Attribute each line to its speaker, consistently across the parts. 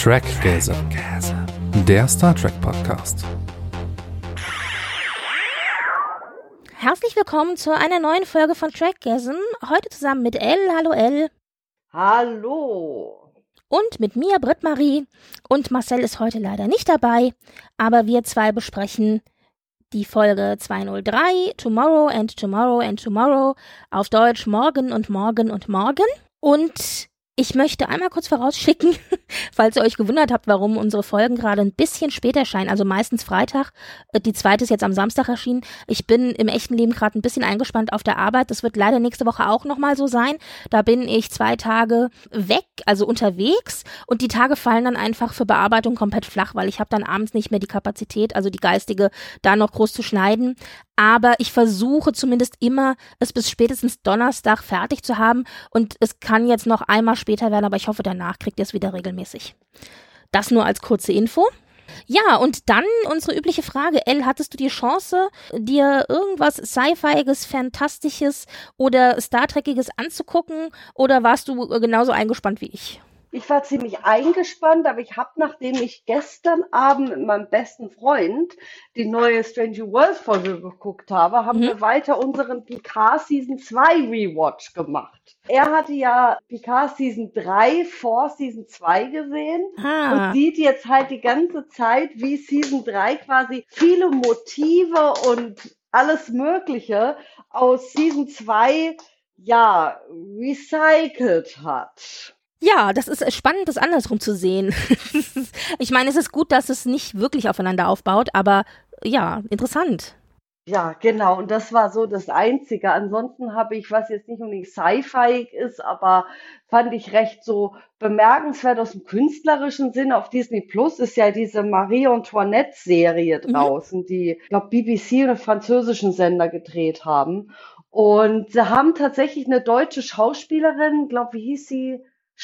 Speaker 1: Trackgasm, der Star Trek Podcast.
Speaker 2: Herzlich willkommen zu einer neuen Folge von Trackgasm. Heute zusammen mit Elle. Hallo Elle.
Speaker 3: Hallo.
Speaker 2: Und mit mir, Britt-Marie. Und Marcel ist heute leider nicht dabei, aber wir zwei besprechen die Folge 203, Tomorrow and Tomorrow and Tomorrow, auf Deutsch Morgen und Morgen und Morgen. Und ich möchte einmal kurz vorausschicken, falls ihr euch gewundert habt, warum unsere Folgen gerade ein bisschen später erscheinen, also meistens Freitag, die zweite ist jetzt am Samstag erschienen. Ich bin im echten Leben gerade ein bisschen eingespannt auf der Arbeit, das wird leider nächste Woche auch nochmal so sein. Da bin ich 2 Tage weg, also unterwegs, und die Tage fallen dann einfach für Bearbeitung komplett flach, weil ich habe dann abends nicht mehr die Kapazität, also die geistige, da noch groß zu schneiden. Aber ich versuche zumindest immer, es bis spätestens Donnerstag fertig zu haben, und es kann jetzt noch einmal später werden, aber ich hoffe, danach kriegt ihr es wieder regelmäßig. Das nur als kurze Info. Ja, und dann unsere übliche Frage. Elle, hattest du die Chance, dir irgendwas Sci-Fiiges, Fantastisches oder Star Trekiges anzugucken, oder warst du genauso eingespannt wie ich?
Speaker 3: Ich war ziemlich eingespannt, aber ich habe, nachdem ich gestern Abend mit meinem besten Freund die neue Strange Worlds Folge geguckt habe, haben wir weiter unseren Picard Season 2 Rewatch gemacht. Er hatte ja Picard Season 3 vor Season 2 gesehen und sieht jetzt halt die ganze Zeit, wie Season 3 quasi viele Motive und alles Mögliche aus Season 2 recycelt hat.
Speaker 2: Ja, das ist spannend, das andersrum zu sehen. Ich meine, es ist gut, dass es nicht wirklich aufeinander aufbaut, aber ja, interessant.
Speaker 3: Ja, genau. Und das war so das Einzige. Ansonsten habe ich, was jetzt nicht unbedingt Sci-Fi ist, aber fand ich recht so bemerkenswert aus dem künstlerischen Sinne. Auf Disney Plus ist ja diese Marie Antoinette-Serie draußen, die, ich glaube, BBC und einen französischen Sender gedreht haben. Und sie haben tatsächlich eine deutsche Schauspielerin, glaube, wie hieß sie?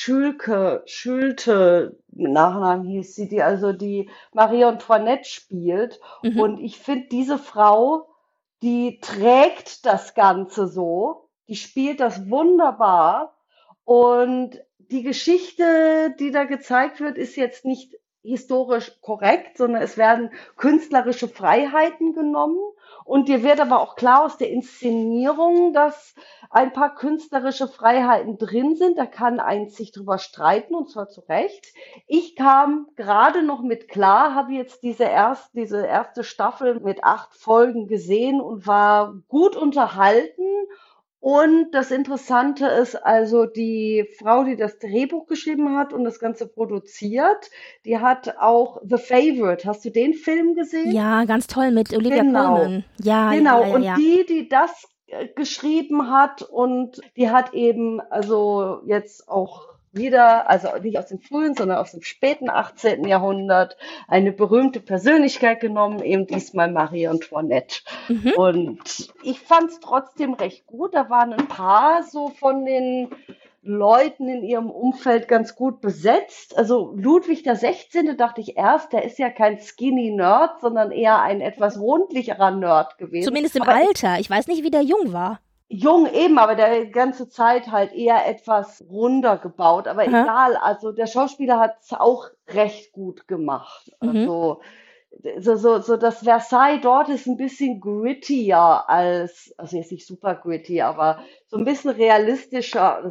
Speaker 3: Schulte, mit Nachnamen hieß sie, die also die Marie Antoinette spielt. Und ich finde, diese Frau, die trägt das Ganze so, die spielt das wunderbar. Und die Geschichte, die da gezeigt wird, ist jetzt nicht historisch korrekt, sondern es werden künstlerische Freiheiten genommen. Und dir wird aber auch klar aus der Inszenierung, dass ein paar künstlerische Freiheiten drin sind. Da kann eins sich drüber streiten, und zwar zu Recht. Ich kam gerade noch mit klar, habe jetzt diese erste Staffel mit 8 Folgen gesehen und war gut unterhalten. Und das Interessante ist also, die Frau, die das Drehbuch geschrieben hat und das Ganze produziert, die hat auch The Favourite. Hast du den Film gesehen?
Speaker 2: Ja, ganz toll mit Olivia Colman. Ja,
Speaker 3: genau.
Speaker 2: Ja.
Speaker 3: Und die das geschrieben hat, und die hat eben also jetzt auch wieder, also nicht aus dem frühen, sondern aus dem späten 18. Jahrhundert, eine berühmte Persönlichkeit genommen, eben diesmal Marie Antoinette. Und ich fand es trotzdem recht gut. Da waren ein paar so von den Leuten in ihrem Umfeld ganz gut besetzt. Also Ludwig der 16. dachte ich erst, der ist ja kein Skinny Nerd, sondern eher ein etwas rundlicherer Nerd gewesen.
Speaker 2: Zumindest im Alter. Ich weiß nicht, wie der jung war.
Speaker 3: Jung eben, aber der ganze Zeit halt eher etwas runder gebaut. Aber egal, also der Schauspieler hat es auch recht gut gemacht. Also so das Versailles dort ist ein bisschen grittier als, also jetzt nicht super gritty, aber so ein bisschen realistischer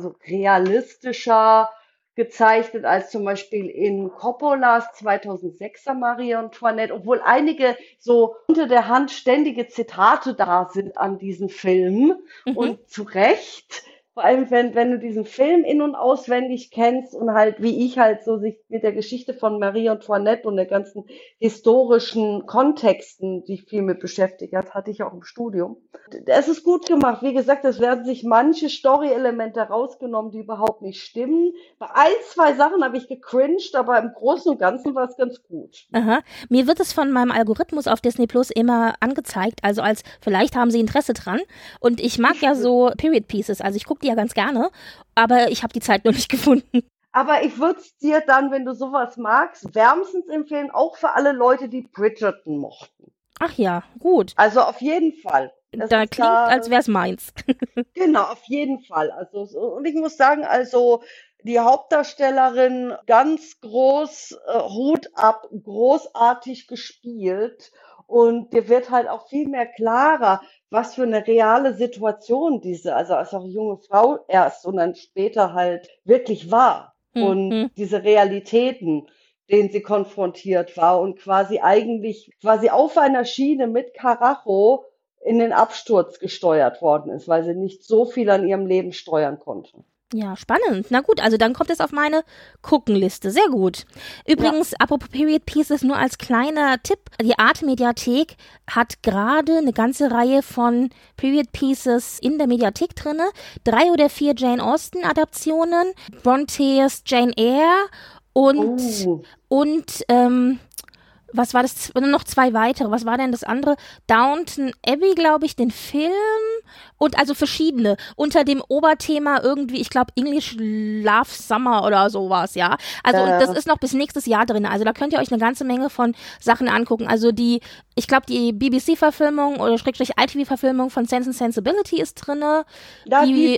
Speaker 3: gezeichnet als zum Beispiel in Coppolas 2006er Marie Antoinette, obwohl einige so unter der Hand ständige Zitate da sind an diesen Film, und zu Recht. Vor allem, wenn du diesen Film in- und auswendig kennst und halt, wie ich halt so sich mit der Geschichte von Marie Antoinette und der ganzen historischen Kontexten sich viel mit beschäftigt hat, hatte ich auch im Studium. Es ist gut gemacht. Wie gesagt, es werden sich manche Story-Elemente rausgenommen, die überhaupt nicht stimmen. Bei 1, 2 Sachen habe ich gecringed, aber im Großen und Ganzen war es ganz gut.
Speaker 2: Mir wird es von meinem Algorithmus auf Disney Plus immer angezeigt, also als vielleicht haben sie Interesse dran. Und ich mag ja so Period Pieces, also ich gucke die ja ganz gerne, aber ich habe die Zeit noch nicht gefunden.
Speaker 3: Aber ich würde es dir dann, wenn du sowas magst, wärmstens empfehlen, auch für alle Leute, die Bridgerton mochten.
Speaker 2: Ach ja, gut.
Speaker 3: Also auf jeden Fall.
Speaker 2: Da klingt, als wäre es meins.
Speaker 3: Genau, auf jeden Fall. Also, und ich muss sagen, also die Hauptdarstellerin ganz groß, Hut ab, großartig gespielt. Und dir wird halt auch viel mehr klarer, was für eine reale Situation diese, also als auch junge Frau erst und dann später halt wirklich war. Und diese Realitäten, denen sie konfrontiert war und quasi auf einer Schiene mit Karacho in den Absturz gesteuert worden ist, weil sie nicht so viel an ihrem Leben steuern konnte.
Speaker 2: Ja, spannend. Na gut, also dann kommt es auf meine Guckenliste. Sehr gut. Übrigens, apropos Period Pieces, nur als kleiner Tipp. Die Arte-Mediathek hat gerade eine ganze Reihe von Period Pieces in der Mediathek drinne. 3 oder 4 Jane Austen-Adaptionen, Brontes Jane Eyre und was war das? Noch 2 weitere. Was war denn das andere? Downton Abbey, glaube ich, den Film. Und also verschiedene. Unter dem Oberthema irgendwie, ich glaube, English Love Summer oder sowas, ja. Also und das ist noch bis nächstes Jahr drin. Also da könnt ihr euch eine ganze Menge von Sachen angucken. Also ich glaube, die BBC-Verfilmung oder ITV-Verfilmung von Sense and Sensibility ist drinne.
Speaker 3: Ja, die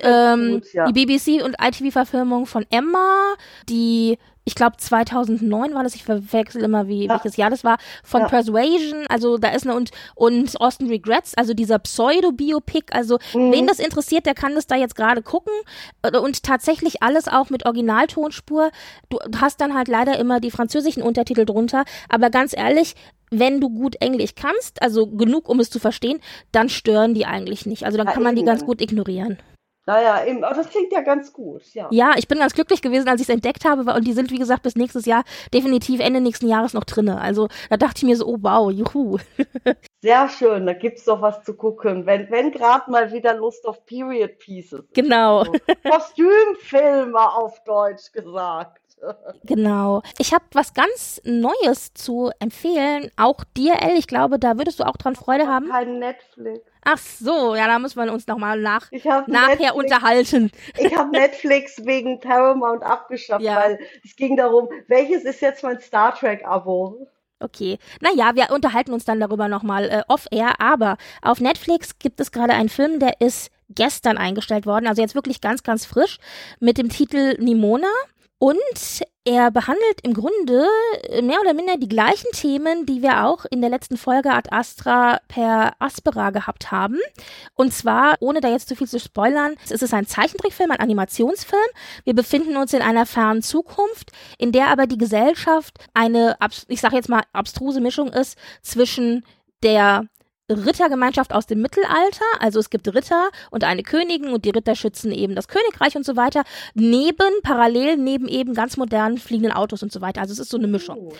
Speaker 2: BBC und ITV-Verfilmung von Emma. Ich glaube 2009 war das, ich verwechsel immer, welches Jahr das war, von Persuasion, also da ist und Austin Regrets, also dieser Pseudo-Biopic, also wen das interessiert, der kann das da jetzt gerade gucken und tatsächlich alles auch mit Originaltonspur. Du hast dann halt leider immer die französischen Untertitel drunter, aber ganz ehrlich, wenn du gut Englisch kannst, also genug, um es zu verstehen, dann stören die eigentlich nicht. Also dann kann man die ganz gut ignorieren.
Speaker 3: Naja, eben, aber das klingt ja ganz gut, ja.
Speaker 2: Ja, ich bin ganz glücklich gewesen, als ich es entdeckt habe und die sind, wie gesagt, bis nächstes Jahr definitiv Ende nächsten Jahres noch drinne. Also da dachte ich mir so, oh wow, juhu.
Speaker 3: Sehr schön, da gibt's doch was zu gucken, wenn gerade mal wieder Lust auf Period Pieces.
Speaker 2: Genau.
Speaker 3: So. Kostümfilme auf Deutsch gesagt.
Speaker 2: Genau. Ich habe was ganz Neues zu empfehlen, auch dir, Elle. Ich glaube, da würdest du auch dran Freude haben.
Speaker 3: Kein Netflix.
Speaker 2: Ach so, ja, da müssen wir uns nochmal nachher unterhalten.
Speaker 3: Ich habe Netflix wegen Paramount abgeschafft, weil es ging darum, welches ist jetzt mein Star Trek-Abo?
Speaker 2: Okay, naja, wir unterhalten uns dann darüber nochmal off-air, aber auf Netflix gibt es gerade einen Film, der ist gestern eingestellt worden, also jetzt wirklich ganz, ganz frisch, mit dem Titel Nimona. Und er behandelt im Grunde mehr oder minder die gleichen Themen, die wir auch in der letzten Folge Ad Astra per Aspera gehabt haben. Und zwar, ohne da jetzt zu viel zu spoilern, es ist ein Zeichentrickfilm, ein Animationsfilm. Wir befinden uns in einer fernen Zukunft, in der aber die Gesellschaft eine, ich sage jetzt mal, abstruse Mischung ist zwischen der Rittergemeinschaft aus dem Mittelalter, also es gibt Ritter und eine Königin und die Ritter schützen eben das Königreich und so weiter, parallel neben eben ganz modernen fliegenden Autos und so weiter, also es ist so eine Mischung.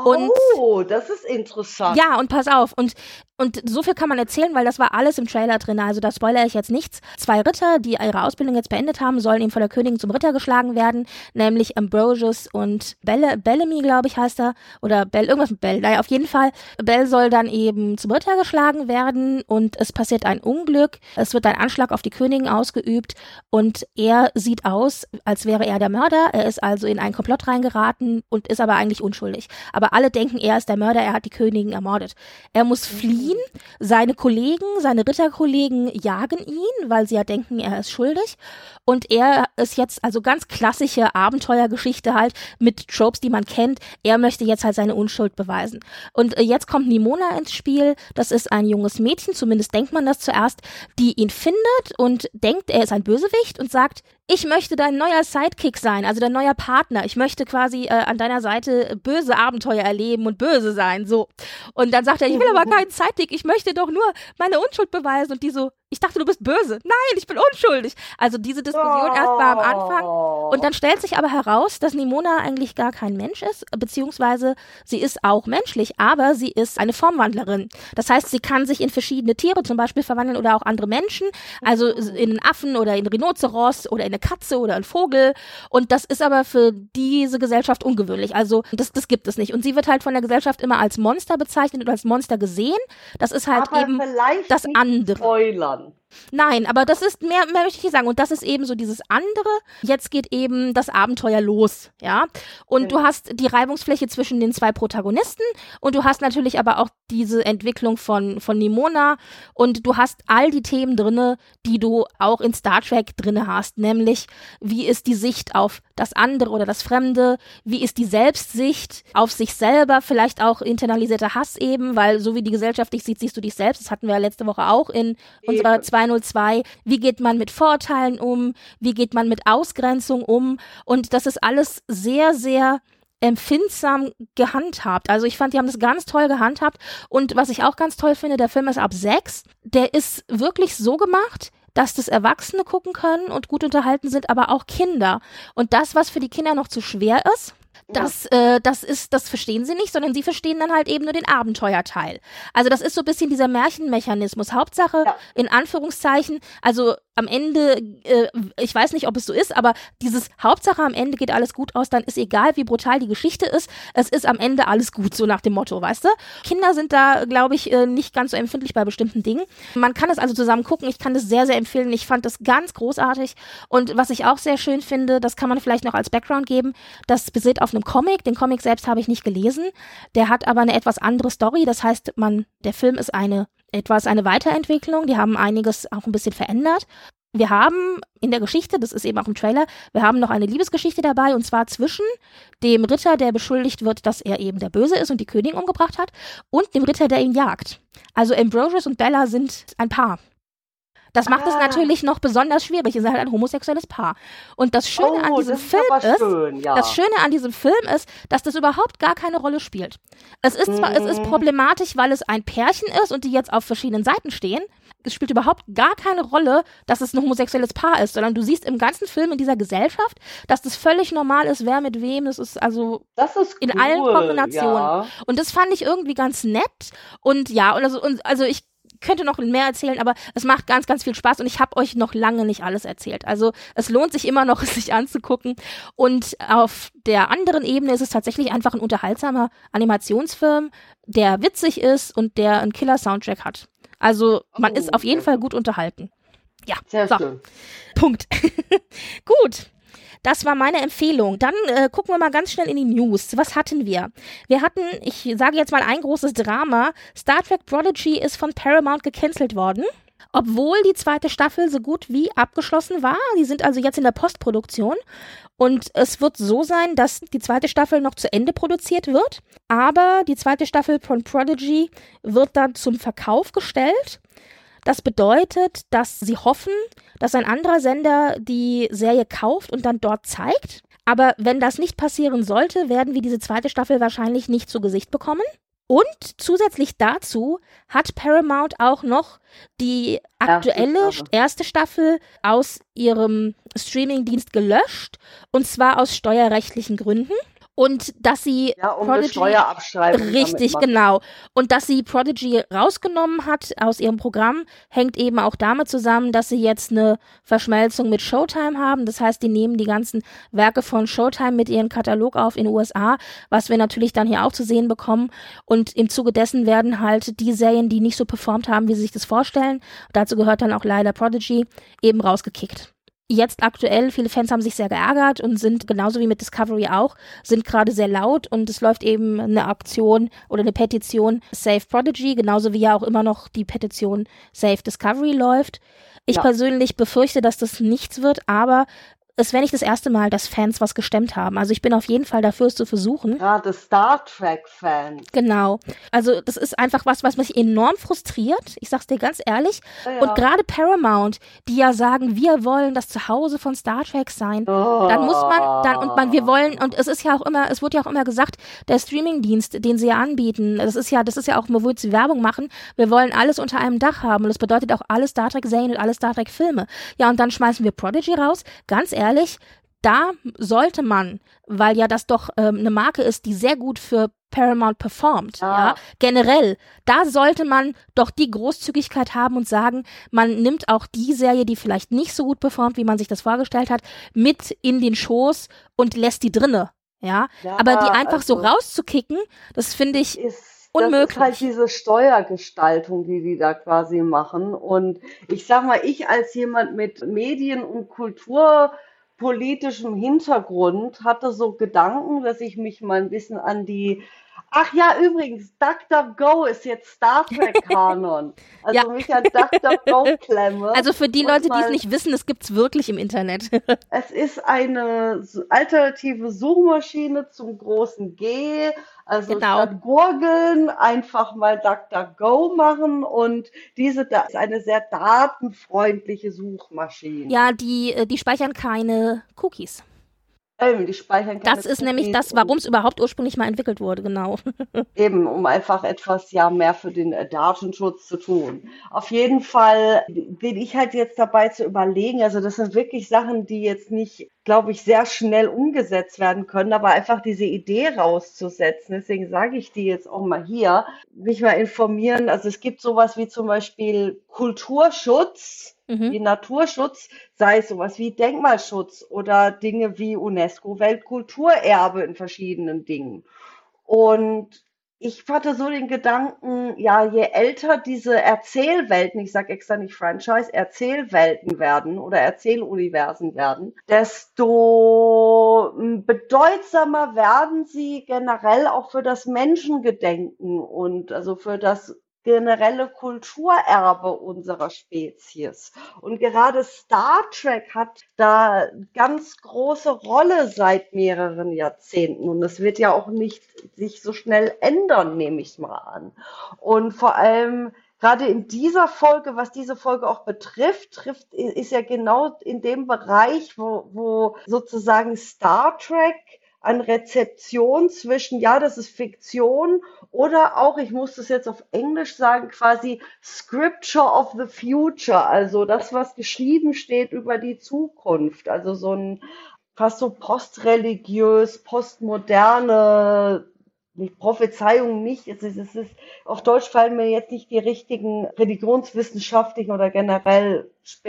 Speaker 3: Das ist interessant.
Speaker 2: Ja, und pass auf, und so viel kann man erzählen, weil das war alles im Trailer drin, also da spoilere ich jetzt nichts. 2 Ritter, die ihre Ausbildung jetzt beendet haben, sollen eben von der Königin zum Ritter geschlagen werden, nämlich Ambrosius und Bellamy, glaube ich, heißt er, oder irgendwas mit Bell, naja, auf jeden Fall, Bell soll dann eben zum Ritter geschlagen werden und es passiert ein Unglück, es wird ein Anschlag auf die Königin ausgeübt und er sieht aus, als wäre er der Mörder, er ist also in einen Komplott reingeraten und ist aber eigentlich unschuldig. Aber alle denken, er ist der Mörder, er hat die Königin ermordet. Er muss fliehen, seine Ritterkollegen jagen ihn, weil sie ja denken, er ist schuldig und er ist jetzt, also ganz klassische Abenteuergeschichte halt mit Tropes, die man kennt, er möchte jetzt halt seine Unschuld beweisen. Und jetzt kommt Nimona ins Spiel, das ist ein junges Mädchen, zumindest denkt man das zuerst, die ihn findet und denkt, er ist ein Bösewicht und sagt, ich möchte dein neuer Sidekick sein, also dein neuer Partner. Ich möchte quasi an deiner Seite böse Abenteuer erleben und böse sein, so. Und dann sagt er, ich will aber keinen Sidekick, ich möchte doch nur meine Unschuld beweisen. Und die so, ich dachte, du bist böse. Nein, ich bin unschuldig. Also diese Diskussion erst mal am Anfang. Und dann stellt sich aber heraus, dass Nimona eigentlich gar kein Mensch ist, beziehungsweise sie ist auch menschlich, aber sie ist eine Formwandlerin. Das heißt, sie kann sich in verschiedene Tiere zum Beispiel verwandeln oder auch andere Menschen, also in einen Affen oder in einen Rhinoceros oder in eine Katze oder einen Vogel. Und das ist aber für diese Gesellschaft ungewöhnlich. Also das gibt es nicht. Und sie wird halt von der Gesellschaft immer als Monster bezeichnet und als Monster gesehen. Das ist halt aber eben das andere.
Speaker 3: Spoilern.
Speaker 2: Nein, aber das ist, mehr möchte ich nicht sagen. Und das ist eben so dieses andere. Jetzt geht eben das Abenteuer los, ja. Und du hast die Reibungsfläche zwischen den zwei Protagonisten und du hast natürlich aber auch diese Entwicklung von Nimona und du hast all die Themen drinne, die du auch in Star Trek drinne hast, nämlich wie ist die Sicht auf das andere oder das Fremde, wie ist die Selbstsicht auf sich selber, vielleicht auch internalisierter Hass eben, weil so wie die Gesellschaft dich sieht, siehst du dich selbst, das hatten wir ja letzte Woche auch in unserer 202, wie geht man mit Vorurteilen um, wie geht man mit Ausgrenzung um und das ist alles sehr, sehr empfindsam gehandhabt. Also ich fand, die haben das ganz toll gehandhabt und was ich auch ganz toll finde, der Film ist ab 6, der ist wirklich so gemacht, dass das Erwachsene gucken können und gut unterhalten sind, aber auch Kinder. Und das, was für die Kinder noch zu schwer ist, das verstehen sie nicht, sondern sie verstehen dann halt eben nur den Abenteuerteil. Also das ist so ein bisschen dieser Märchenmechanismus. Hauptsache, in Anführungszeichen, also am Ende, ich weiß nicht, ob es so ist, aber dieses Hauptsache am Ende geht alles gut aus, dann ist egal, wie brutal die Geschichte ist, es ist am Ende alles gut, so nach dem Motto, weißt du? Kinder sind da, glaube ich, nicht ganz so empfindlich bei bestimmten Dingen. Man kann es also zusammen gucken, ich kann das sehr, sehr empfehlen, ich fand das ganz großartig und was ich auch sehr schön finde, das kann man vielleicht noch als Background geben, das basiert auf einem Comic, den Comic selbst habe ich nicht gelesen, der hat aber eine etwas andere Story, das heißt, der Film ist eine Weiterentwicklung, die haben einiges auch ein bisschen verändert. Wir haben in der Geschichte, das ist eben auch im Trailer, wir haben noch eine Liebesgeschichte dabei und zwar zwischen dem Ritter, der beschuldigt wird, dass er eben der Böse ist und die Königin umgebracht hat und dem Ritter, der ihn jagt. Also Ambrosius und Bella sind ein Paar. Das macht es natürlich noch besonders schwierig. Sie sind halt ein homosexuelles Paar. Und das Schöne an diesem Film ist, dass das überhaupt gar keine Rolle spielt. Es ist problematisch, weil es ein Pärchen ist und die jetzt auf verschiedenen Seiten stehen. Es spielt überhaupt gar keine Rolle, dass es ein homosexuelles Paar ist, sondern du siehst im ganzen Film in dieser Gesellschaft, dass das völlig normal ist, wer mit wem. Das ist in
Speaker 3: cool,
Speaker 2: allen Kombinationen.
Speaker 3: Ja.
Speaker 2: Und das fand ich irgendwie ganz nett. Und ja, also ich könnte noch mehr erzählen, aber es macht ganz, ganz viel Spaß und ich habe euch noch lange nicht alles erzählt. Also es lohnt sich immer noch, es sich anzugucken und auf der anderen Ebene ist es tatsächlich einfach ein unterhaltsamer Animationsfilm, der witzig ist und der einen Killer-Soundtrack hat. Also man ist auf jeden Fall gut unterhalten. Ja,
Speaker 3: sehr schön.
Speaker 2: Punkt. Gut. Das war meine Empfehlung. Dann gucken wir mal ganz schnell in die News. Was hatten wir? Wir hatten, ich sage jetzt mal ein großes Drama. Star Trek Prodigy ist von Paramount gecancelt worden. Obwohl die zweite Staffel so gut wie abgeschlossen war. Die sind also jetzt in der Postproduktion. Und es wird so sein, dass die zweite Staffel noch zu Ende produziert wird. Aber die zweite Staffel von Prodigy wird dann zum Verkauf gestellt. Das bedeutet, dass sie hoffen, dass ein anderer Sender die Serie kauft und dann dort zeigt. Aber wenn das nicht passieren sollte, werden wir diese zweite Staffel wahrscheinlich nicht zu Gesicht bekommen. Und zusätzlich dazu hat Paramount auch noch die aktuelle erste Staffel aus ihrem Streamingdienst gelöscht. Und zwar aus steuerrechtlichen Gründen. Und dass sie
Speaker 3: Prodigy, Steuerabschreibung
Speaker 2: richtig, genau. Und dass sie Prodigy rausgenommen hat aus ihrem Programm, hängt eben auch damit zusammen, dass sie jetzt eine Verschmelzung mit Showtime haben. Das heißt, die nehmen die ganzen Werke von Showtime mit ihren Katalog auf in den USA, was wir natürlich dann hier auch zu sehen bekommen. Und im Zuge dessen werden halt die Serien, die nicht so performt haben, wie sie sich das vorstellen, dazu gehört dann auch leider Prodigy, eben rausgekickt. Jetzt aktuell, viele Fans haben sich sehr geärgert und sind, genauso wie mit Discovery auch, sind gerade sehr laut und es läuft eben eine Aktion oder eine Petition Save Prodigy, genauso wie ja auch immer noch die Petition Save Discovery läuft. Ich persönlich befürchte, dass das nichts wird, aber es wäre nicht das erste Mal, dass Fans was gestemmt haben. Also ich bin auf jeden Fall dafür, es zu versuchen.
Speaker 3: Gerade Star Trek-Fans.
Speaker 2: Genau. Also das ist einfach was mich enorm frustriert. Ich sag's dir ganz ehrlich. Ja. Und gerade Paramount, die ja sagen, wir wollen das Zuhause von Star Trek sein. Dann muss wir wollen, und es ist ja auch immer, es wird ja auch immer gesagt, der Streamingdienst, den sie ja anbieten, das ist ja auch, wo sie Werbung machen, wir wollen alles unter einem Dach haben. Und das bedeutet auch alle Star Trek-Serien und alle Star Trek-Filme. Ja, und dann schmeißen wir Prodigy raus. Ganz ehrlich, da sollte man, weil ja das doch eine Marke ist, die sehr gut für Paramount performt, generell, da sollte man doch die Großzügigkeit haben und sagen, man nimmt auch die Serie, die vielleicht nicht so gut performt, wie man sich das vorgestellt hat, mit in den Schoß und lässt die drinne, aber die einfach so rauszukicken, das finde ich
Speaker 3: Das ist halt
Speaker 2: unmöglich.
Speaker 3: diese Steuergestaltung, die die da quasi machen. Und ich sag mal, ich als jemand mit Medien- und kulturpolitischem Hintergrund hatte so Gedanken, dass ich mich mal ein bisschen an die. Ach ja, übrigens, DuckDuckGo ist jetzt Star Trek Kanon.
Speaker 2: Ja,
Speaker 3: Also mich an DuckDuckGo klemme
Speaker 2: also für die
Speaker 3: und
Speaker 2: Leute, die es
Speaker 3: mal.
Speaker 2: nicht wissen, es gibt's wirklich im Internet.
Speaker 3: Es ist eine alternative Suchmaschine zum großen G. Also
Speaker 2: Genau.
Speaker 3: statt Gurgeln einfach mal DuckDuckGo machen und diese da ist eine sehr datenfreundliche Suchmaschine.
Speaker 2: Ja, die speichern keine Cookies.
Speaker 3: Die speichern keine
Speaker 2: Das ist nämlich
Speaker 3: Cookies
Speaker 2: das,
Speaker 3: und
Speaker 2: warum es überhaupt ursprünglich mal entwickelt wurde, genau.
Speaker 3: eben, um einfach etwas ja mehr für den Datenschutz zu tun. Auf jeden Fall bin ich halt jetzt dabei zu überlegen, also das sind wirklich Sachen, die jetzt nicht, glaube ich, sehr schnell umgesetzt werden können, aber einfach diese Idee rauszusetzen. Deswegen sage ich die jetzt auch mal hier, mich mal informieren. Also es gibt sowas wie zum Beispiel Kulturschutz,
Speaker 2: Mhm.
Speaker 3: wie Naturschutz, sei es sowas wie Denkmalschutz oder Dinge wie UNESCO Weltkulturerbe in verschiedenen Dingen. Und ich hatte so den Gedanken, ja, je älter diese Erzählwelten, ich sage extra nicht Franchise, Erzählwelten werden oder Erzähluniversen werden, desto bedeutsamer werden sie generell auch für das Menschengedenken und also für das generelle Kulturerbe unserer Spezies. Und gerade Star Trek hat da ganz große Rolle seit mehreren Jahrzehnten. Und es wird ja auch nicht sich so schnell ändern, nehme ich mal an. Und vor allem gerade in dieser Folge, was diese Folge auch betrifft, ist ja genau in dem Bereich, wo sozusagen Star Trek an Rezeption zwischen, ja, das ist Fiktion oder auch, ich muss das jetzt auf Englisch sagen, quasi Scripture of the Future, also das, was geschrieben steht über die Zukunft, also so ein fast so postreligiös, postmoderne, nicht Prophezeiung nicht, es ist, auf Deutsch fallen mir jetzt nicht die richtigen religionswissenschaftlichen oder generell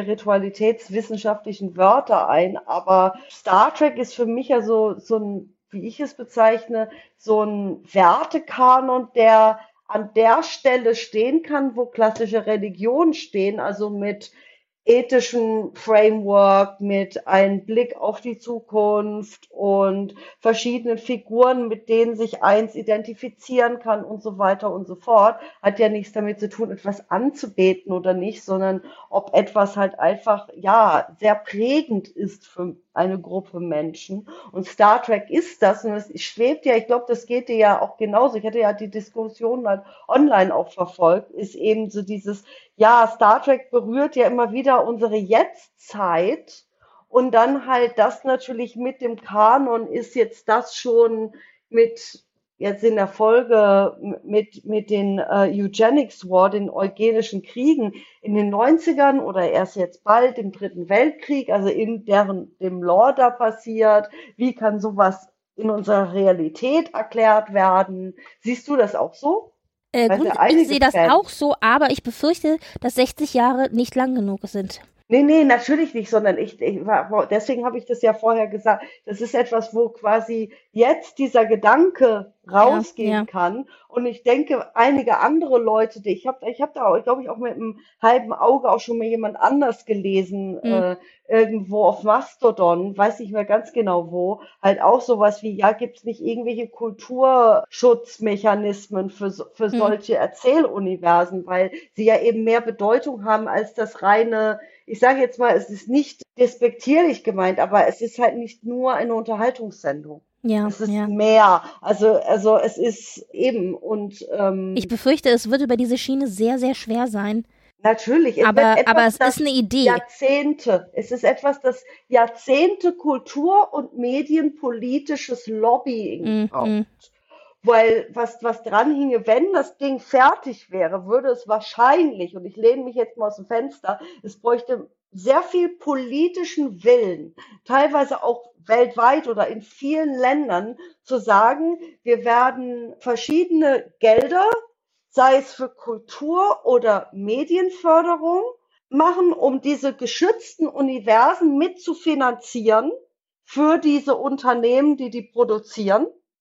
Speaker 3: spiritualitätswissenschaftlichen Wörter ein, aber Star Trek ist für mich ja so ein, wie ich es bezeichne, so ein Wertekanon, der an der Stelle stehen kann, wo klassische Religionen stehen, also mit ethischen Framework, mit einem Blick auf die Zukunft und verschiedenen Figuren, mit denen sich eins identifizieren kann und so weiter und so fort, hat ja nichts damit zu tun, etwas anzubeten oder nicht, sondern ob etwas halt einfach, ja, sehr prägend ist für eine Gruppe Menschen. Und Star Trek ist das und es schwebt ja, ich glaube, das geht dir ja auch genauso. Ich hatte ja die Diskussion halt online auch verfolgt, ist eben so dieses, ja, Star Trek berührt ja immer wieder unsere Jetztzeit und dann halt das natürlich mit dem Kanon ist jetzt das schon mit jetzt in der Folge mit den Eugenics War, den eugenischen Kriegen in den Neunzigern oder erst jetzt bald im Dritten Weltkrieg, also in dem Lore da passiert. Wie kann sowas in unserer Realität erklärt werden? Siehst du das auch so? Weil es ja
Speaker 2: Ich
Speaker 3: einige
Speaker 2: sehe das auch
Speaker 3: Fans.
Speaker 2: so, aber ich befürchte, dass 60 Jahre nicht lang genug sind.
Speaker 3: Nee, natürlich nicht, sondern deswegen habe ich das ja vorher gesagt. Das ist etwas, wo quasi jetzt dieser Gedanke
Speaker 2: Ja,
Speaker 3: rausgehen
Speaker 2: ja.
Speaker 3: kann. Und ich denke, einige andere Leute, ich habe da, glaube ich, auch mit einem halben Auge auch schon mal jemand anders gelesen,
Speaker 2: Hm,
Speaker 3: irgendwo auf Mastodon, weiß nicht mehr ganz genau wo, halt auch sowas wie, ja, gibt es nicht irgendwelche Kulturschutzmechanismen für
Speaker 2: hm.
Speaker 3: solche Erzähluniversen, weil sie ja eben mehr Bedeutung haben als das reine, ich sage jetzt mal, es ist nicht despektierlich gemeint, aber es ist halt nicht nur eine Unterhaltungssendung.
Speaker 2: Ja,
Speaker 3: Es ist
Speaker 2: ja.
Speaker 3: mehr. Also es ist eben und
Speaker 2: Ich befürchte, es wird über diese Schiene sehr, sehr schwer sein.
Speaker 3: natürlich, es wird
Speaker 2: Aber
Speaker 3: etwas,
Speaker 2: es ist eine Idee.
Speaker 3: Es ist etwas, das Jahrzehnte Kultur- und medienpolitisches Lobbying
Speaker 2: Hm,
Speaker 3: braucht.
Speaker 2: hm,
Speaker 3: Weil was dran hinge, wenn das Ding fertig wäre, würde es wahrscheinlich, und ich lehne mich jetzt mal aus dem Fenster, es bräuchte sehr viel politischen Willen, teilweise auch weltweit oder in vielen Ländern, zu sagen, wir werden verschiedene Gelder, sei es für Kultur oder Medienförderung, machen, um diese geschützten Universen mitzufinanzieren für diese Unternehmen, die produzieren,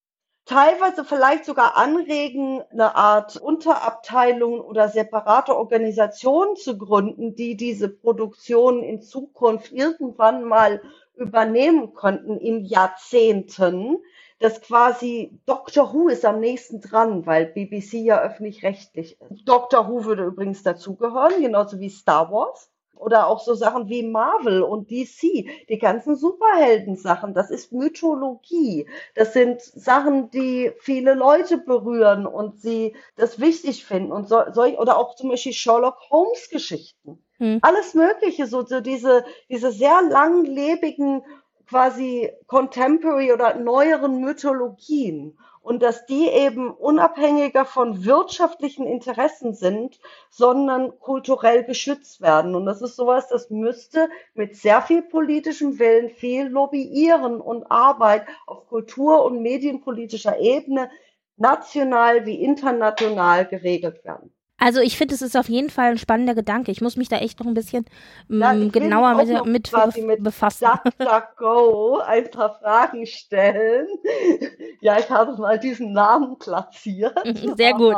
Speaker 3: teilweise vielleicht sogar anregen, eine Art Unterabteilung oder separate Organisation zu gründen, die diese Produktion in Zukunft irgendwann mal übernehmen könnten in Jahrzehnten. Das quasi Doctor Who ist am nächsten dran, weil BBC ja öffentlich-rechtlich ist. Doctor Who würde übrigens dazugehören, genauso wie Star Wars. Oder auch so Sachen wie Marvel und DC, die ganzen Superheldensachen, das ist Mythologie. Das sind Sachen, die viele Leute berühren und sie das wichtig finden. Und oder auch zum Beispiel Sherlock Holmes Geschichten. Alles Mögliche, so diese sehr langlebigen, quasi contemporary oder neueren Mythologien. Und dass die eben unabhängiger von wirtschaftlichen Interessen sind, sondern kulturell geschützt werden. Und das ist sowas, das müsste mit sehr viel politischem Willen, viel Lobbyieren und Arbeit auf kultur- und medienpolitischer Ebene national wie international geregelt werden.
Speaker 2: Also ich finde, es ist auf jeden Fall ein spannender Gedanke. Ich muss mich da echt noch ein bisschen genauer mit befassen.
Speaker 3: DuckDuckGo ein paar Fragen stellen. Ja, ich habe mal diesen Namen platziert.
Speaker 2: Sehr gut.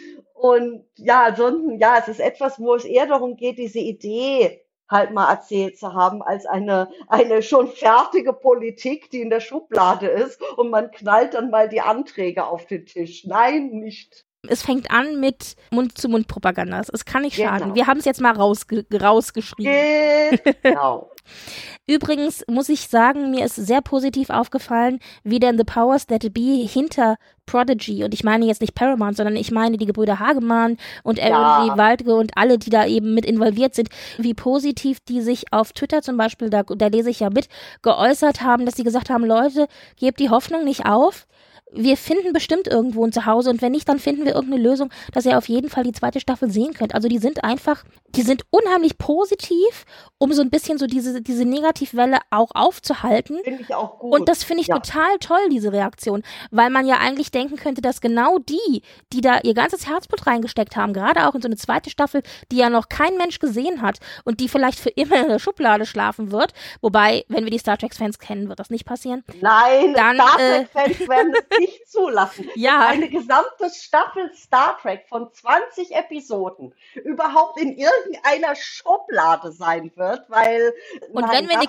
Speaker 3: Und ja, ansonsten, ja, es ist etwas, wo es eher darum geht, diese Idee halt mal erzählt zu haben, als eine schon fertige Politik, die in der Schublade ist und man knallt dann mal die Anträge auf den Tisch. Nein, nicht.
Speaker 2: Es fängt an mit Mund-zu-Mund-Propaganda. Es kann nicht schaden. Wir haben es jetzt mal rausgeschrieben.
Speaker 3: Genau.
Speaker 2: Übrigens muss ich sagen, mir ist sehr positiv aufgefallen, wie denn The Powers That Be hinter Prodigy, und ich meine jetzt nicht Paramount, sondern ich meine die Gebrüder Hagemann und Aaron Lee Waldke und alle, die da eben mit involviert sind, wie positiv die sich auf Twitter zum Beispiel, da lese ich ja mit, geäußert haben, dass sie gesagt haben, Leute, gebt die Hoffnung nicht auf. Wir finden bestimmt irgendwo ein Zuhause und wenn nicht, dann finden wir irgendeine Lösung, dass ihr auf jeden Fall die zweite Staffel sehen könnt. Also die sind unheimlich positiv, um so ein bisschen so diese Negativwelle auch aufzuhalten.
Speaker 3: Finde ich auch gut.
Speaker 2: Und das finde ich total toll, diese Reaktion, weil man ja eigentlich denken könnte, dass genau die da ihr ganzes Herzblut reingesteckt haben, gerade auch in so eine zweite Staffel, die ja noch kein Mensch gesehen hat und die vielleicht für immer in der Schublade schlafen wird, wobei, wenn wir die Star Trek-Fans kennen, wird das nicht passieren.
Speaker 3: Nein, dann, Star Trek-Fans werden es nicht zulassen.
Speaker 2: Ja.
Speaker 3: Eine gesamte Staffel Star Trek von 20 Episoden überhaupt in irgendeiner Schublade sein wird, weil...
Speaker 2: Und wenn wir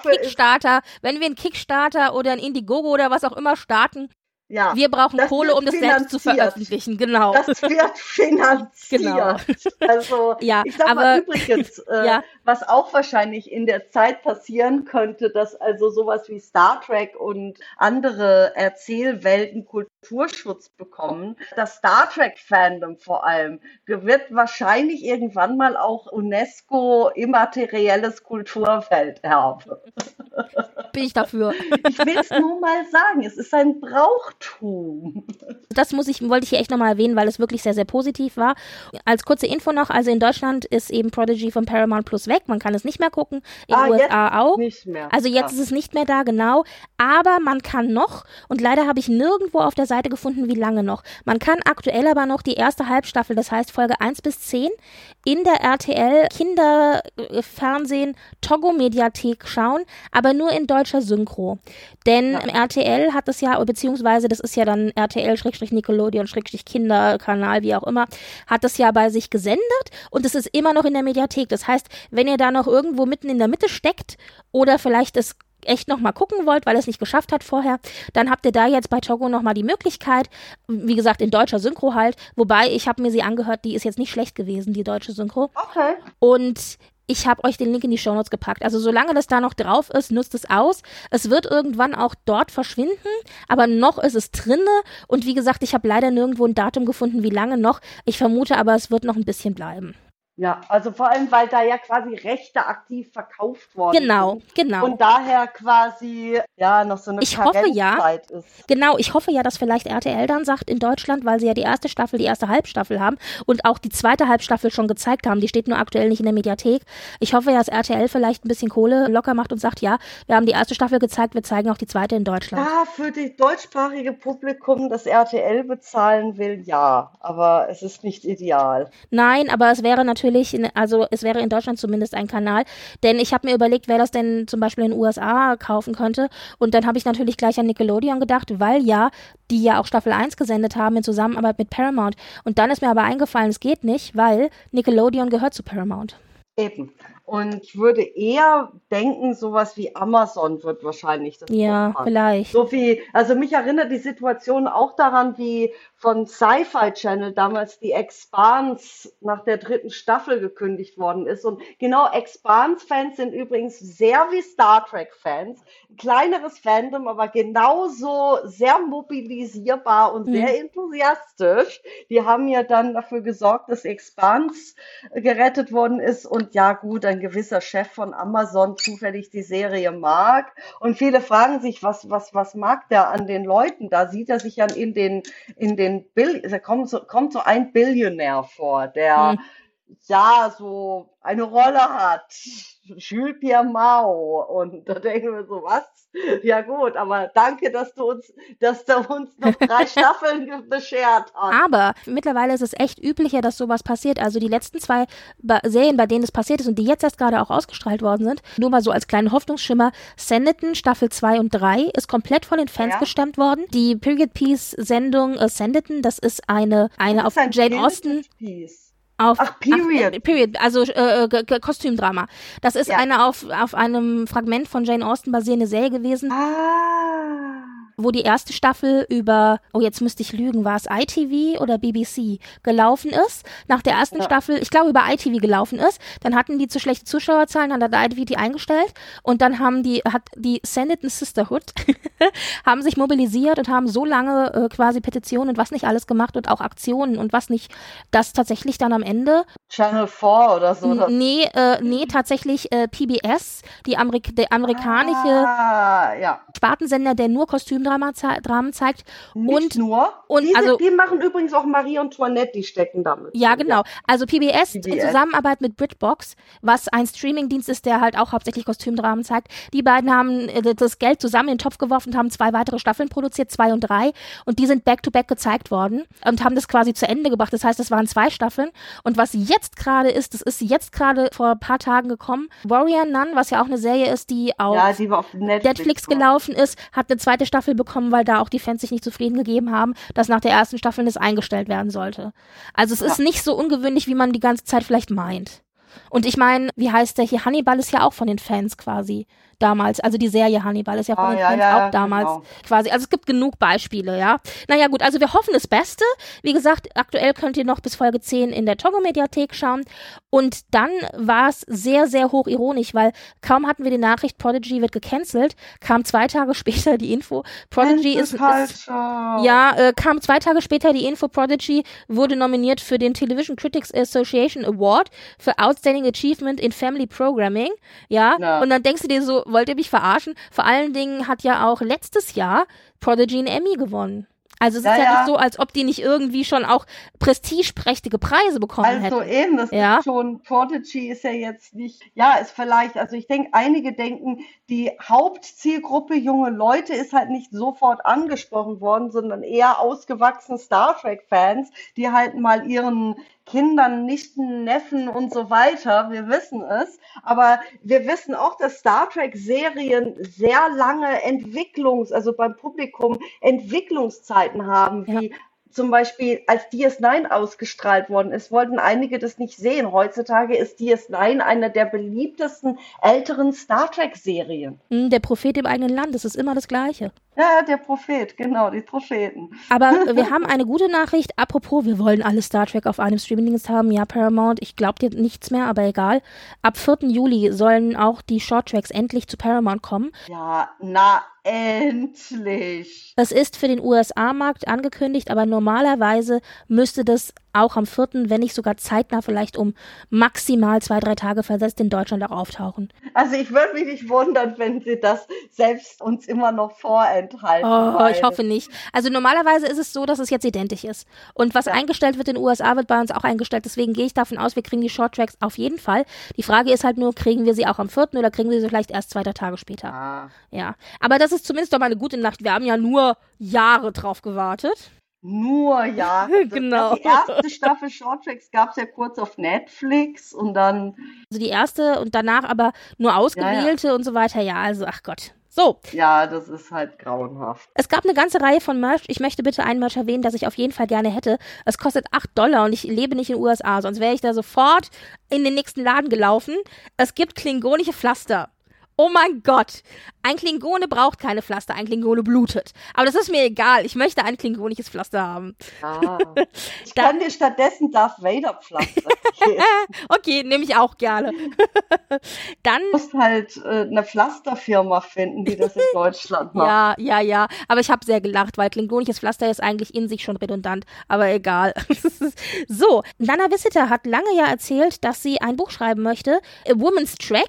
Speaker 2: einen Kickstarter oder ein Indiegogo oder was auch immer starten, wir brauchen Kohle, um das selbst zu veröffentlichen, genau.
Speaker 3: Das wird finanziert.
Speaker 2: Genau.
Speaker 3: Also, ich sag mal übrigens, was auch wahrscheinlich in der Zeit passieren könnte, dass also sowas wie Star Trek und andere Erzählwelten Kulturschutz bekommen. Das Star Trek-Fandom vor allem wird wahrscheinlich irgendwann mal auch UNESCO immaterielles Kulturwelterbe.
Speaker 2: Bin ich dafür.
Speaker 3: Ich will es nur mal sagen, es ist ein Brauchtum.
Speaker 2: Das wollte ich hier echt nochmal erwähnen, weil es wirklich sehr, sehr positiv war. Als kurze Info noch, also in Deutschland ist eben Prodigy von Paramount Plus weg, man kann es nicht mehr gucken, in den USA auch.
Speaker 3: Nicht mehr.
Speaker 2: Also jetzt ist es nicht mehr da, genau, aber man kann noch, und leider habe ich nirgendwo auf der Seite gefunden, wie lange noch, man kann aktuell aber noch die erste Halbstaffel, das heißt Folge 1 bis 10, in der RTL Kinderfernsehen Togo-Mediathek schauen, aber nur in deutscher Synchro. Denn RTL hat das ja, beziehungsweise das ist ja dann RTL-Nickelodeon-Kinderkanal, wie auch immer, hat das ja bei sich gesendet und es ist immer noch in der Mediathek. Das heißt, wenn ihr da noch irgendwo mitten in der Mitte steckt oder vielleicht es echt noch mal gucken wollt, weil es nicht geschafft hat vorher, dann habt ihr da jetzt bei Togo noch mal die Möglichkeit, wie gesagt, in deutscher Synchro halt, wobei ich habe mir sie angehört, die ist jetzt nicht schlecht gewesen, die deutsche Synchro.
Speaker 3: Okay.
Speaker 2: Und ich habe euch den Link in die Shownotes gepackt. Also solange das da noch drauf ist, nutzt es aus. Es wird irgendwann auch dort verschwinden, aber noch ist es drinne. Und wie gesagt, ich habe leider nirgendwo ein Datum gefunden, wie lange noch. Ich vermute aber, es wird noch ein bisschen bleiben.
Speaker 3: Ja, also vor allem, weil da ja quasi Rechte aktiv verkauft worden sind.
Speaker 2: Genau.
Speaker 3: Und daher quasi noch so eine Karenzzeit ist.
Speaker 2: Genau, ich hoffe ja, dass vielleicht RTL dann sagt in Deutschland, weil sie ja die erste Halbstaffel haben und auch die zweite Halbstaffel schon gezeigt haben, die steht nur aktuell nicht in der Mediathek. Ich hoffe ja, dass RTL vielleicht ein bisschen Kohle locker macht und sagt, ja, wir haben die erste Staffel gezeigt, wir zeigen auch die zweite in Deutschland.
Speaker 3: Ja, für das deutschsprachige Publikum, das RTL bezahlen will, ja, aber es ist nicht ideal.
Speaker 2: Nein, aber es wäre natürlich natürlich, also es wäre in Deutschland zumindest ein Kanal, denn ich habe mir überlegt, wer das denn zum Beispiel in den USA kaufen könnte und dann habe ich natürlich gleich an Nickelodeon gedacht, weil die ja auch Staffel 1 gesendet haben in Zusammenarbeit mit Paramount und dann ist mir aber eingefallen, es geht nicht, weil Nickelodeon gehört zu Paramount.
Speaker 3: Eben. Und ich würde eher denken, sowas wie Amazon wird wahrscheinlich das
Speaker 2: Ja,
Speaker 3: aufpassen.
Speaker 2: vielleicht.
Speaker 3: Also mich erinnert die Situation auch daran, wie von Sci-Fi Channel damals die Expanse nach der 3. Staffel gekündigt worden ist. Und genau, Expanse-Fans sind übrigens sehr wie Star Trek-Fans. Ein kleineres Fandom, aber genauso sehr mobilisierbar und sehr enthusiastisch. Die haben ja dann dafür gesorgt, dass Expanse gerettet worden ist. Und ja gut, ein gewisser Chef von Amazon zufällig die Serie mag. Und viele fragen sich, was mag der an den Leuten? Da sieht er sich ja in den da kommt so ein Billionär vor, der ja so eine Rolle hat. Jules Pierre Mao. Und da denken wir so, was? Ja gut, aber danke, dass du uns noch 3 Staffeln beschert hast.
Speaker 2: Aber mittlerweile ist es echt üblicher, dass sowas passiert. Also die letzten 2 Serien, bei denen es passiert ist und die jetzt erst gerade auch ausgestrahlt worden sind, nur mal so als kleinen Hoffnungsschimmer, Sanditon Staffel 2 und 3 ist komplett von den Fans gestemmt worden. Die Period Piece Sendung Sanditon, das ist eine auf Jane Austen. Period, also Kostümdrama. Das ist eine auf einem Fragment von Jane Austen basierende Serie gewesen. Wo die erste Staffel über, jetzt müsste ich lügen, war es ITV oder BBC gelaufen ist. Nach der ersten Staffel, ich glaube über ITV gelaufen ist, dann hatten die zu schlechte Zuschauerzahlen, dann hat ITV die eingestellt und dann hat die Sanditon Sisterhood haben sich mobilisiert und haben so lange quasi Petitionen und was nicht alles gemacht und auch Aktionen und was nicht, dass tatsächlich dann am Ende
Speaker 3: Channel 4 oder so.
Speaker 2: Nee, tatsächlich PBS, der amerikanische Spartensender, der nur Kostümdramen zeigt.
Speaker 3: Die machen übrigens auch Marie Antoinette, die stecken damit.
Speaker 2: Ja, genau. Also PBS in Zusammenarbeit mit BritBox, was ein Streamingdienst ist, der halt auch hauptsächlich Kostümdramen zeigt. Die beiden haben das Geld zusammen in den Topf geworfen und haben 2 weitere Staffeln produziert, 2 und 3. Und die sind back-to-back gezeigt worden und haben das quasi zu Ende gebracht. Das heißt, es waren 2 Staffeln. Und was jetzt gerade ist, das ist jetzt gerade vor ein paar Tagen gekommen. Warrior Nun, was ja auch eine Serie ist, die auf Netflix gelaufen ist, hat eine 2. Staffel bekommen, weil da auch die Fans sich nicht zufrieden gegeben haben, dass nach der ersten Staffel das eingestellt werden sollte. Also es ist nicht so ungewöhnlich, wie man die ganze Zeit vielleicht meint. Und ich meine, wie heißt der hier? Hannibal ist ja auch von den Fans quasi damals. Also die Serie Hannibal ist ja von den Fans auch damals quasi. Also es gibt genug Beispiele, ja. Naja gut, also wir hoffen das Beste. Wie gesagt, aktuell könnt ihr noch bis Folge 10 in der Togo-Mediathek schauen. Und dann war es sehr, sehr hoch ironisch, weil kaum hatten wir die Nachricht, Prodigy wird gecancelt, kam 2 Tage später die Info, Prodigy kam 2 Tage später die Info, Prodigy wurde nominiert für den Television Critics Association Award für Outstanding Achievement in Family Programming, und dann denkst du dir so, wollt ihr mich verarschen? Vor allen Dingen hat ja auch letztes Jahr Prodigy einen Emmy gewonnen. Also es ist ja nicht so, als ob die nicht irgendwie schon auch prestigeprächtige Preise bekommen hätten.
Speaker 3: Also eben, das ist schon, Prodigy ist ja jetzt nicht, ist vielleicht, also ich denke, einige denken, die Hauptzielgruppe junge Leute ist halt nicht sofort angesprochen worden, sondern eher ausgewachsene Star Trek-Fans, die halt mal ihren Kindern, Nichten, Neffen und so weiter, wir wissen es, aber wir wissen auch, dass Star Trek-Serien sehr lange also beim Publikum Entwicklungszeiten haben, wie zum Beispiel, als DS9 ausgestrahlt worden ist, wollten einige das nicht sehen. Heutzutage ist DS9 eine der beliebtesten älteren Star Trek-Serien.
Speaker 2: Der Prophet im eigenen Land, das ist immer das Gleiche.
Speaker 3: Ja, der Prophet, genau, die Propheten.
Speaker 2: Aber wir haben eine gute Nachricht. Apropos, wir wollen alle Star Trek auf einem Streamingdienst haben. Ja, Paramount, ich glaube dir nichts mehr, aber egal. Ab 4. Juli sollen auch die Shorttracks endlich zu Paramount kommen.
Speaker 3: Ja, na endlich.
Speaker 2: Das ist für den USA-Markt angekündigt, aber normalerweise müsste das auch am 4., wenn nicht sogar zeitnah, vielleicht um maximal 2-3 Tage versetzt in Deutschland auch auftauchen.
Speaker 3: Also ich würde mich nicht wundern, wenn sie das selbst uns immer noch vorenthalten.
Speaker 2: Oh, ich hoffe nicht. Also normalerweise ist es so, dass es jetzt identisch ist. Und was eingestellt wird in den USA, wird bei uns auch eingestellt. Deswegen gehe ich davon aus, wir kriegen die Shorttracks auf jeden Fall. Die Frage ist halt nur, kriegen wir sie auch am 4. oder kriegen wir sie vielleicht erst 2 Tage später? Ja, aber das ist zumindest doch mal eine gute Nacht. Wir haben ja nur Jahre drauf gewartet.
Speaker 3: Nur, ja.
Speaker 2: Genau.
Speaker 3: Die erste Staffel Short Tracks gab es ja kurz auf Netflix und dann...
Speaker 2: Also die erste und danach aber nur ausgewählte und so weiter. Ja, also ach Gott. So.
Speaker 3: Ja, das ist halt grauenhaft.
Speaker 2: Es gab eine ganze Reihe von Merch. Ich möchte bitte ein Merch erwähnen, das ich auf jeden Fall gerne hätte. Es kostet $8 und ich lebe nicht in den USA, sonst wäre ich da sofort in den nächsten Laden gelaufen. Es gibt klingonische Pflaster. Oh mein Gott. Ein Klingone braucht keine Pflaster, ein Klingone blutet. Aber das ist mir egal. Ich möchte ein klingonisches Pflaster haben.
Speaker 3: Ah, ich kann dir stattdessen Darth Vader Pflaster geben.
Speaker 2: Okay, nehme ich auch gerne. Dann
Speaker 3: Du musst halt eine Pflasterfirma finden, die das in Deutschland macht.
Speaker 2: Ja. Aber ich habe sehr gelacht, weil klingonisches Pflaster ist eigentlich in sich schon redundant. Aber egal. So, Nana Visitor hat lange ja erzählt, dass sie ein Buch schreiben möchte. A Woman's Track.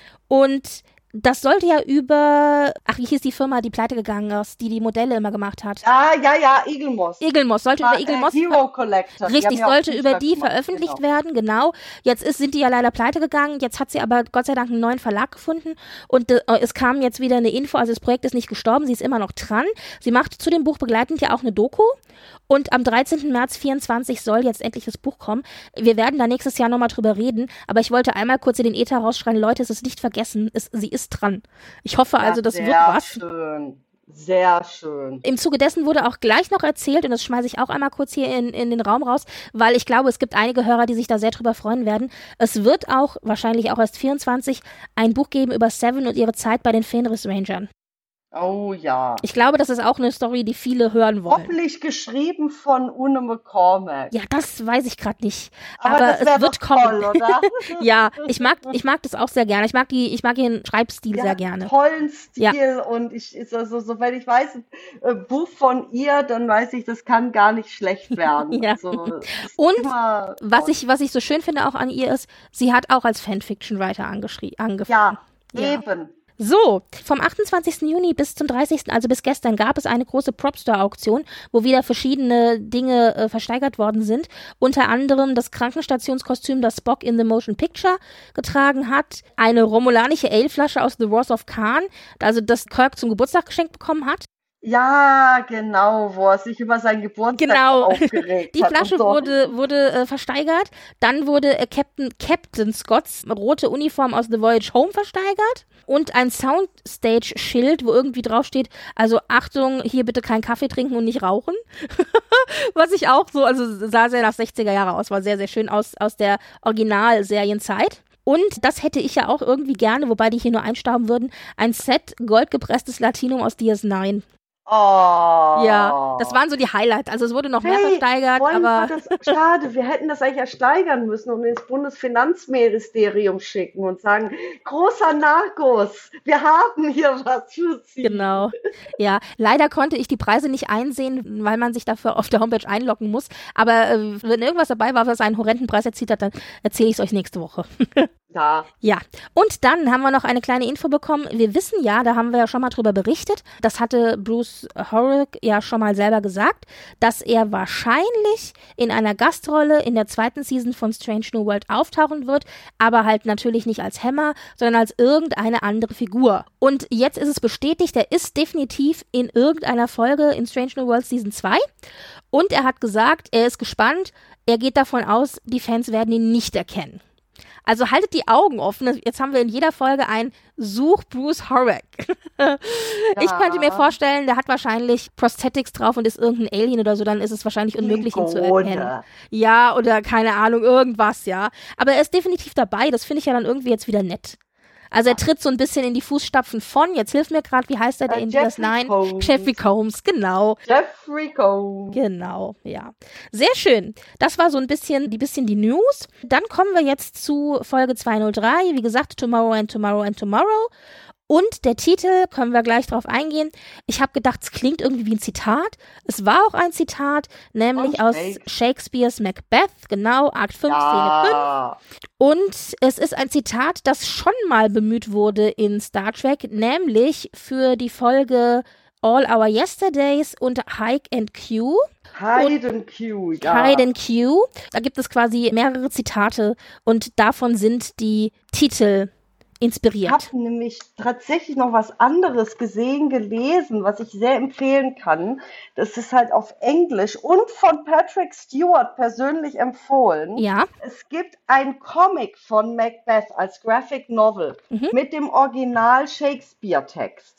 Speaker 2: Und das sollte ja über, wie hieß die Firma, die pleite gegangen ist, die Modelle immer gemacht hat?
Speaker 3: Ja, Eaglemoss.
Speaker 2: Eaglemoss, sollte über Eaglemoss.
Speaker 3: Hero Collector.
Speaker 2: Richtig, sollte über die veröffentlicht werden, genau. Jetzt sind die ja leider pleite gegangen, jetzt hat sie aber Gott sei Dank einen neuen Verlag gefunden und es kam jetzt wieder eine Info, also das Projekt ist nicht gestorben, sie ist immer noch dran. Sie macht zu dem Buch begleitend ja auch eine Doku und am 13. März 2024 soll jetzt endlich das Buch kommen. Wir werden da nächstes Jahr nochmal drüber reden, aber ich wollte einmal kurz in den Äther rausschreien, Leute, es ist nicht vergessen, sie ist dran. Ich hoffe also, das wird was.
Speaker 3: Schön. Sehr schön.
Speaker 2: Im Zuge dessen wurde auch gleich noch erzählt, und das schmeiße ich auch einmal kurz hier in den Raum raus, weil ich glaube, es gibt einige Hörer, die sich da sehr drüber freuen werden. Es wird auch, wahrscheinlich auch erst 24, ein Buch geben über Seven und ihre Zeit bei den Fenris Rangern.
Speaker 3: Oh ja.
Speaker 2: Ich glaube, das ist auch eine Story, die viele hören wollen.
Speaker 3: Hoffentlich geschrieben von Una McCormack.
Speaker 2: Ja, das weiß ich gerade nicht.
Speaker 3: Aber
Speaker 2: es wird kommen.
Speaker 3: Toll, oder?
Speaker 2: Ja, ich mag das auch sehr gerne. Ich mag ihren Schreibstil sehr gerne.
Speaker 3: Tollen Stil und wenn ich weiß, ein Buch von ihr, dann weiß ich, das kann gar nicht schlecht werden.
Speaker 2: Ja.
Speaker 3: Also,
Speaker 2: und was ich so schön finde auch an ihr ist, sie hat auch als Fanfiction-Writer angefangen.
Speaker 3: Ja, eben.
Speaker 2: So, vom 28. Juni bis zum 30., also bis gestern, gab es eine große Propstore-Auktion, wo wieder verschiedene Dinge versteigert worden sind. Unter anderem das Krankenstationskostüm, das Spock in The Motion Picture getragen hat, eine romulanische Ale-Flasche aus The Wars of Khan, also das Kirk zum Geburtstag geschenkt bekommen hat.
Speaker 3: Ja, genau, wo er sich über seinen Geburtstag aufgeregt
Speaker 2: Die
Speaker 3: hat.
Speaker 2: Die Flasche
Speaker 3: so.
Speaker 2: wurde versteigert. Dann wurde Captain Scotts rote Uniform aus The Voyage Home versteigert. Und ein Soundstage-Schild, wo irgendwie draufsteht, also Achtung, hier bitte keinen Kaffee trinken und nicht rauchen. Was ich auch so, also sah sehr nach 60er Jahre aus, war sehr, sehr schön aus der Originalserienzeit. Und das hätte ich ja auch irgendwie gerne, wobei die hier nur einstauben würden, ein Set goldgepresstes Latinum aus DS9.
Speaker 3: Oh.
Speaker 2: Ja, das waren so die Highlights. Also es wurde noch mehr versteigert, aber...
Speaker 3: Schade, wir hätten das eigentlich ersteigern müssen und ins Bundesfinanzministerium schicken und sagen, großer Narcos, wir haben hier was für Sie.
Speaker 2: Genau, ja. Leider konnte ich die Preise nicht einsehen, weil man sich dafür auf der Homepage einloggen muss. Aber wenn irgendwas dabei war, was einen horrenden Preis erzielt hat, dann erzähle ich es euch nächste Woche. Ja, und dann haben wir noch eine kleine Info bekommen. Wir wissen ja, da haben wir ja schon mal drüber berichtet, das hatte Bruce Horrick ja schon mal selber gesagt, dass er wahrscheinlich in einer Gastrolle in der 2. Season von Strange New World auftauchen wird, aber halt natürlich nicht als Hammer, sondern als irgendeine andere Figur. Und jetzt ist es bestätigt, er ist definitiv in irgendeiner Folge in Strange New World Season 2 und er hat gesagt, er ist gespannt, er geht davon aus, die Fans werden ihn nicht erkennen. Also haltet die Augen offen. Jetzt haben wir in jeder Folge ein Such Bruce Horrick. Ich könnte mir vorstellen, der hat wahrscheinlich Prosthetics drauf und ist irgendein Alien oder so, dann ist es wahrscheinlich unmöglich, ihn zu erkennen. Ja, oder keine Ahnung, irgendwas, ja. Aber er ist definitiv dabei, das finde ich ja dann irgendwie jetzt wieder nett. Also er tritt so ein bisschen in die Fußstapfen von, jetzt hilf mir gerade, wie heißt er, der in DS9? Jeffrey Combs, genau.
Speaker 3: Jeffrey Combs.
Speaker 2: Genau, ja. Sehr schön. Das war so ein bisschen die News. Dann kommen wir jetzt zu Folge 203, wie gesagt, Tomorrow and Tomorrow and Tomorrow. Und der Titel, können wir gleich drauf eingehen. Ich habe gedacht, es klingt irgendwie wie ein Zitat. Es war auch ein Zitat, nämlich aus Shakespeares Macbeth, genau, Akt 5, Szene 5. Und es ist ein Zitat, das schon mal bemüht wurde in Star Trek, nämlich für die Folge All Our Yesterdays und Hike and Q.
Speaker 3: Hide and Q, ja.
Speaker 2: Hide and Q. Da gibt es quasi mehrere Zitate und davon sind die Titel inspiriert.
Speaker 3: Ich habe nämlich tatsächlich noch was anderes gelesen, was ich sehr empfehlen kann. Das ist halt auf Englisch und von Patrick Stewart persönlich empfohlen.
Speaker 2: Ja.
Speaker 3: Es gibt ein Comic von Macbeth als Graphic Novel mit dem Original Shakespeare-Text.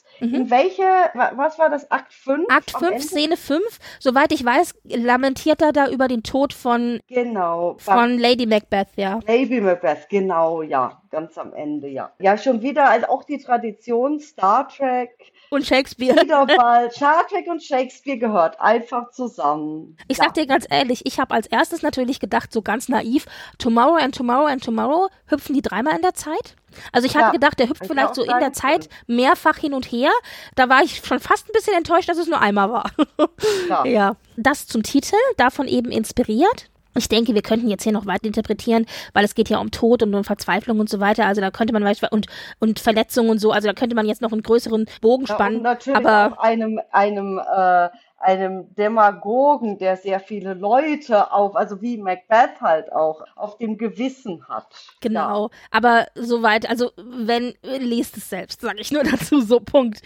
Speaker 3: Was war das, Akt 5?
Speaker 2: Akt 5, Szene 5, soweit ich weiß, lamentiert er da über den Tod von Lady Macbeth, ja.
Speaker 3: Lady Macbeth, genau, ja, ganz am Ende, ja. Ja, schon wieder, also auch die Tradition Star Trek
Speaker 2: und Shakespeare.
Speaker 3: Wieder mal, Star Trek und Shakespeare gehört einfach zusammen.
Speaker 2: Ich sag dir ganz ehrlich, ich habe als erstes natürlich gedacht, so ganz naiv, Tomorrow and Tomorrow and Tomorrow, hüpfen die dreimal in der Zeit? Also ich hatte gedacht, der hüpft vielleicht so in der Zeit mehrfach hin und her. Da war ich schon fast ein bisschen enttäuscht, dass es nur einmal war. Ja. Das zum Titel, davon eben inspiriert. Ich denke, wir könnten jetzt hier noch weiter interpretieren, weil es geht ja um Tod und um Verzweiflung und so weiter. Also da könnte man und Verletzungen und so. Also da könnte man jetzt noch einen größeren Bogen spannen. Und
Speaker 3: natürlich aber auch einem Demagogen, der sehr viele Leute also wie Macbeth halt auch, auf dem Gewissen hat.
Speaker 2: Genau, aber soweit, also liest es selbst, sage ich nur dazu, so, Punkt.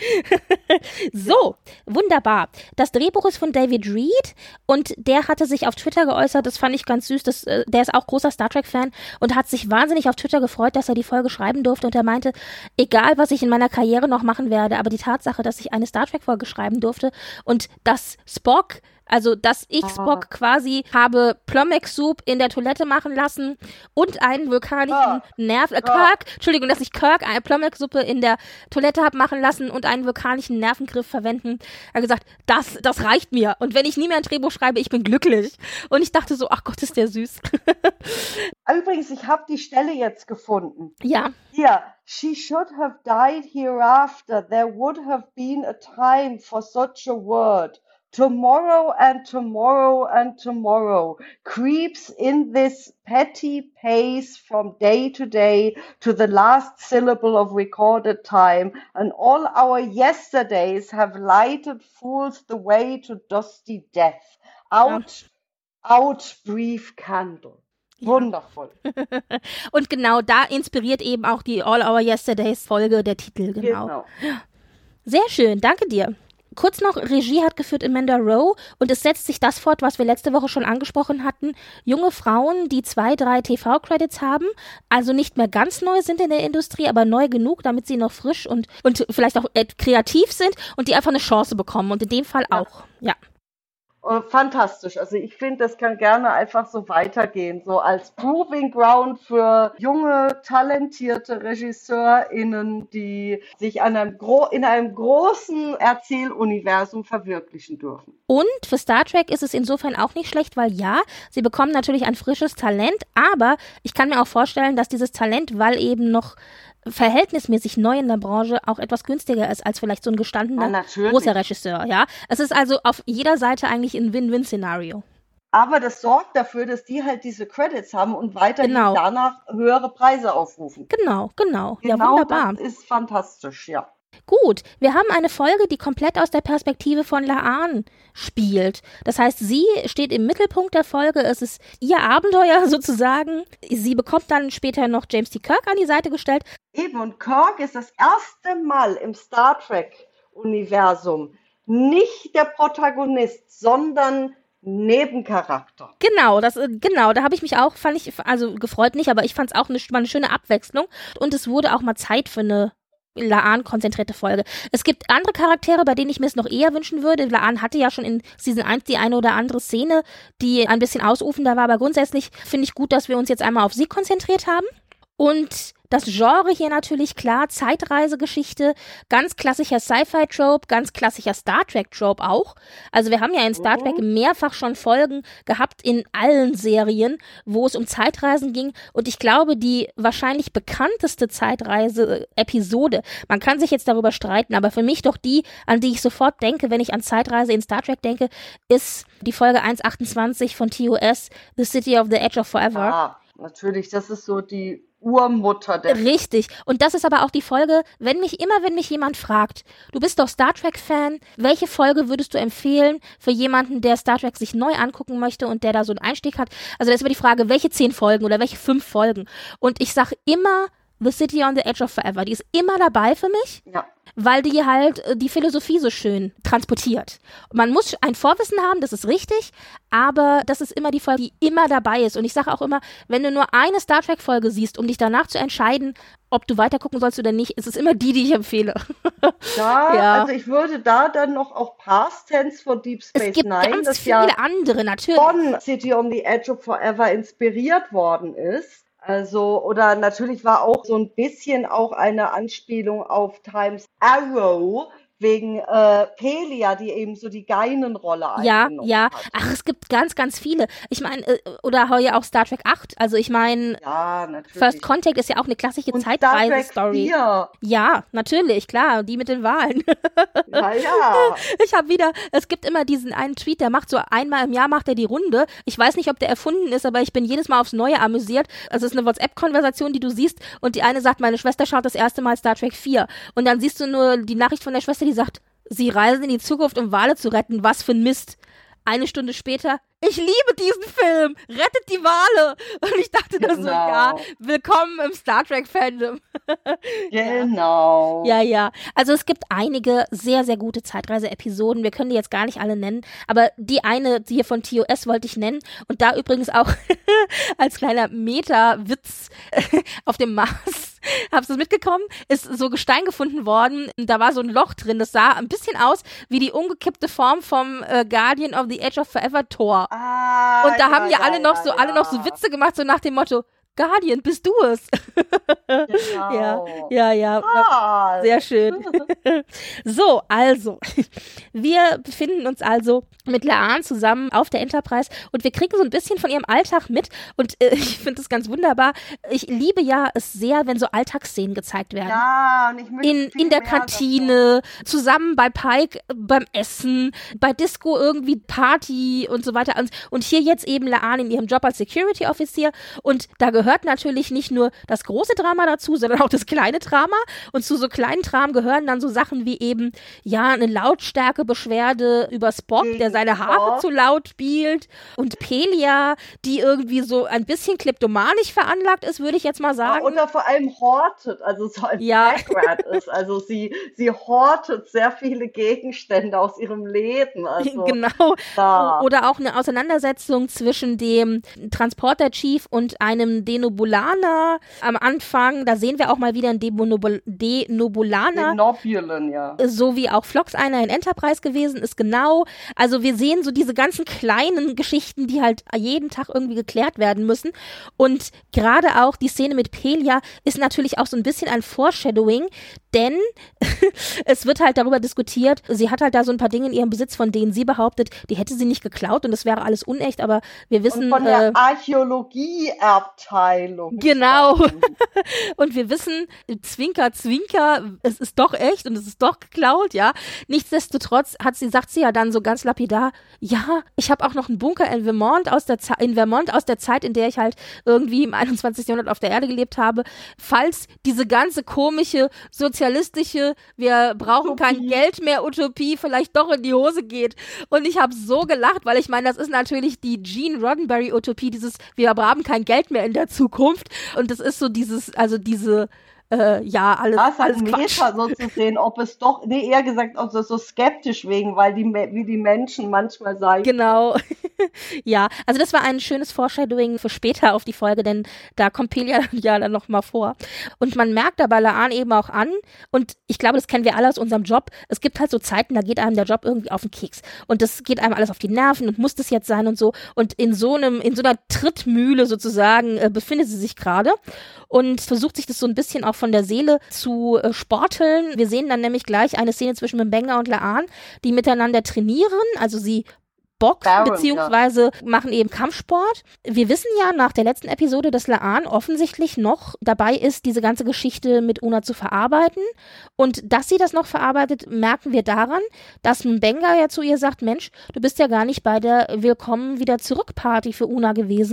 Speaker 2: So, wunderbar. Das Drehbuch ist von David Reed und der hatte sich auf Twitter geäußert, das fand ich ganz süß, der ist auch großer Star Trek-Fan und hat sich wahnsinnig auf Twitter gefreut, dass er die Folge schreiben durfte und er meinte, egal was ich in meiner Karriere noch machen werde, aber die Tatsache, dass ich eine Star Trek-Folge schreiben durfte und dass Spock, also dass ich Spock quasi habe Plummex-Soup in der Toilette machen lassen und einen vulkanischen Entschuldigung, dass ich Kirk eine Plummex-Suppe in der Toilette habe machen lassen und einen vulkanischen Nervengriff verwenden. Er hat gesagt, das reicht mir. Und wenn ich nie mehr ein Drehbuch schreibe, ich bin glücklich. Und ich dachte so, ach Gott, ist der süß.
Speaker 3: Übrigens, ich habe die Stelle jetzt gefunden.
Speaker 2: Ja.
Speaker 3: Hier. She should have died hereafter. There would have been a time for such a word. Tomorrow and tomorrow and tomorrow creeps in this petty pace from day to the last syllable of recorded time, and all our yesterdays have lighted fools the way to dusty death. Out, brief candle. Ja. Wundervoll.
Speaker 2: Und genau da inspiriert eben auch die All Our Yesterdays Folge der Titel, genau. Sehr schön, danke dir. Kurz noch, Regie hat geführt Amanda Rowe und es setzt sich das fort, was wir letzte Woche schon angesprochen hatten. Junge Frauen, die 2, 3 TV-Credits haben, also nicht mehr ganz neu sind in der Industrie, aber neu genug, damit sie noch frisch und vielleicht auch kreativ sind und die einfach eine Chance bekommen und in dem Fall auch, ja.
Speaker 3: Fantastisch. Also ich finde, das kann gerne einfach so weitergehen, so als Proving Ground für junge, talentierte RegisseurInnen, die sich in einem großen Erzähluniversum verwirklichen dürfen.
Speaker 2: Und für Star Trek ist es insofern auch nicht schlecht, weil ja, sie bekommen natürlich ein frisches Talent, aber ich kann mir auch vorstellen, dass dieses Talent, weil eben noch verhältnismäßig neu in der Branche auch etwas günstiger ist als vielleicht so ein gestandener großer Regisseur, ja. Es ist also auf jeder Seite eigentlich ein Win-Win-Szenario.
Speaker 3: Aber das sorgt dafür, dass die halt diese Credits haben und weiterhin danach höhere Preise aufrufen.
Speaker 2: Genau. Ja, wunderbar.
Speaker 3: Das ist fantastisch, ja.
Speaker 2: Gut, wir haben eine Folge, die komplett aus der Perspektive von La'an spielt. Das heißt, sie steht im Mittelpunkt der Folge, es ist ihr Abenteuer sozusagen. Sie bekommt dann später noch James T. Kirk an die Seite gestellt.
Speaker 3: Eben, und Kirk ist das erste Mal im Star Trek-Universum nicht der Protagonist, sondern Nebencharakter.
Speaker 2: Genau, da habe ich mich auch, gefreut nicht, aber ich fand es auch mal eine schöne Abwechslung. Und es wurde auch mal Zeit für eine La'an-konzentrierte Folge. Es gibt andere Charaktere, bei denen ich mir es noch eher wünschen würde. La'an hatte ja schon in Season 1 die eine oder andere Szene, die ein bisschen ausufender war, aber grundsätzlich finde ich gut, dass wir uns jetzt einmal auf sie konzentriert haben. Und das Genre hier natürlich klar, Zeitreisegeschichte, ganz klassischer Sci-Fi-Trope, ganz klassischer Star Trek-Trope auch. Also wir haben ja in Star Trek mehrfach schon Folgen gehabt in allen Serien, wo es um Zeitreisen ging. Und ich glaube, die wahrscheinlich bekannteste Zeitreise-Episode, man kann sich jetzt darüber streiten, aber für mich doch die, an die ich sofort denke, wenn ich an Zeitreise in Star Trek denke, ist die Folge 1.28 von TOS, The City of the Edge of Forever.
Speaker 3: Ah, natürlich, das ist so die Urmutter der...
Speaker 2: Richtig. Und das ist aber auch die Folge, wenn mich jemand fragt, du bist doch Star Trek-Fan, welche Folge würdest du empfehlen für jemanden, der Star Trek sich neu angucken möchte und der da so einen Einstieg hat? Also da ist immer die Frage, welche 10 Folgen oder welche 5 Folgen? Und ich sage immer The City on the Edge of Forever. Die ist immer dabei für mich.
Speaker 3: Ja.
Speaker 2: Weil die halt die Philosophie so schön transportiert. Man muss ein Vorwissen haben, das ist richtig, aber das ist immer die Folge, die immer dabei ist. Und ich sage auch immer, wenn du nur eine Star Trek-Folge siehst, um dich danach zu entscheiden, ob du weiter gucken sollst oder nicht, ist es immer die ich empfehle.
Speaker 3: Ja, also ich würde da dann noch auch Past Tense von Deep Space Nine,
Speaker 2: es gibt ganz viele
Speaker 3: ja
Speaker 2: andere, natürlich.
Speaker 3: Von City on the Edge of Forever inspiriert worden ist. Also, oder natürlich war auch so ein bisschen auch eine Anspielung auf Times Arrow, wegen Pelia, die eben so die Geinenrolle eingenommen hat.
Speaker 2: Ach, es gibt ganz, ganz viele. Ich meine, oder ja auch Star Trek 8. Also ich meine, First Contact ist ja auch eine klassische Zeitreise-Story. Ja, natürlich, klar, die mit den Wahlen.
Speaker 3: Ja.
Speaker 2: Es gibt immer diesen einen Tweet, der macht so einmal im Jahr macht er die Runde. Ich weiß nicht, ob der erfunden ist, aber ich bin jedes Mal aufs Neue amüsiert. Also es ist eine WhatsApp-Konversation, die du siehst und die eine sagt, meine Schwester schaut das erste Mal Star Trek 4. Und dann siehst du nur die Nachricht von der Schwester, die sagt, sie reisen in die Zukunft, um Wale zu retten. Was für ein Mist. Eine Stunde später, ich liebe diesen Film, rettet die Wale. Und ich dachte nur so, ja, willkommen im Star Trek-Fandom.
Speaker 3: Genau.
Speaker 2: Ja. Also es gibt einige sehr, sehr gute Zeitreise-Episoden. Wir können die jetzt gar nicht alle nennen, aber die eine hier von TOS wollte ich nennen. Und da übrigens auch als kleiner Meta-Witz auf dem Mars, hab's das mitgekommen, ist so Gestein gefunden worden. Da war so ein Loch drin. Das sah ein bisschen aus wie die umgekippte Form vom Guardian of the Edge of Forever Tor. Und da haben ja alle noch so Witze gemacht, so nach dem Motto, Guardian, bist du es?
Speaker 3: Genau.
Speaker 2: Ja. Sehr schön. So, also, wir befinden uns also mit La'an zusammen auf der Enterprise und wir kriegen so ein bisschen von ihrem Alltag mit und ich finde das ganz wunderbar. Ich liebe ja es sehr, wenn so Alltagsszenen gezeigt werden.
Speaker 3: Ja, und ich möchte
Speaker 2: in der Kantine, zusammen bei Pike beim Essen, bei Disco irgendwie Party und so weiter. Und hier jetzt eben La'an in ihrem Job als Security Officer und da gehört natürlich nicht nur das große Drama dazu, sondern auch das kleine Drama. Und zu so kleinen Dramen gehören dann so Sachen wie eben, ja, eine Lautstärkebeschwerde über Spock, der seine Harfe zu laut spielt. Und Pelia, die irgendwie so ein bisschen kleptomanisch veranlagt ist, würde ich jetzt mal sagen.
Speaker 3: Ja, oder vor allem hortet, also so ein Backrat ist. Also sie hortet sehr viele Gegenstände aus ihrem Leben. Also,
Speaker 2: genau. Ja. Oder auch eine Auseinandersetzung zwischen dem Transporter-Chief und einem Denobulaner am Anfang. Da sehen wir auch mal wieder einen Denobulaner.
Speaker 3: Denobulan, ja.
Speaker 2: So wie auch Phlox einer in Enterprise gewesen ist, genau. Also wir sehen so diese ganzen kleinen Geschichten, die halt jeden Tag irgendwie geklärt werden müssen. Und gerade auch die Szene mit Pelia ist natürlich auch so ein bisschen ein Foreshadowing, denn es wird halt darüber diskutiert, sie hat halt da so ein paar Dinge in ihrem Besitz, von denen sie behauptet, die hätte sie nicht geklaut und das wäre alles unecht, aber wir wissen...
Speaker 3: Und von der Archäologieabteilung.
Speaker 2: Genau. Und wir wissen, Zwinker, Zwinker, es ist doch echt und es ist doch geklaut, ja. Nichtsdestotrotz sagt sie ja dann so ganz lapidar, ja, ich habe auch noch einen Bunker in Vermont aus der Zeit, in der ich halt irgendwie im 21. Jahrhundert auf der Erde gelebt habe, falls diese ganze komische, sozialistische, wir brauchen kein Geld mehr Utopie vielleicht doch in die Hose geht. Und ich habe so gelacht, weil ich meine, das ist natürlich die Gene Roddenberry Utopie, dieses, wir haben kein Geld mehr in der Zukunft. Und das ist so alles Quatsch.
Speaker 3: So zu sehen, ob es doch, eher gesagt, auch so skeptisch wegen, weil wie die Menschen manchmal sein.
Speaker 2: Genau. Ja, also das war ein schönes Foreshadowing für später auf die Folge, denn da kommt Pelia ja dann noch mal vor. Und man merkt da bei La'an eben auch an, und ich glaube, das kennen wir alle aus unserem Job, es gibt halt so Zeiten, da geht einem der Job irgendwie auf den Keks. Und das geht einem alles auf die Nerven und muss das jetzt sein und so. Und in so einer Trittmühle sozusagen befindet sie sich gerade und versucht sich das so ein bisschen auch von der Seele zu sporteln. Wir sehen dann nämlich gleich eine Szene zwischen M'Benga und La'an, die miteinander trainieren, also sie beziehungsweise machen eben Kampfsport. Wir wissen ja nach der letzten Episode, dass La'an offensichtlich noch dabei ist, diese ganze Geschichte mit Una zu verarbeiten. Und dass sie das noch verarbeitet, merken wir daran, dass M'Benga ja zu ihr sagt, Mensch, du bist ja gar nicht bei der Willkommen wieder zurück Party für Una gewesen.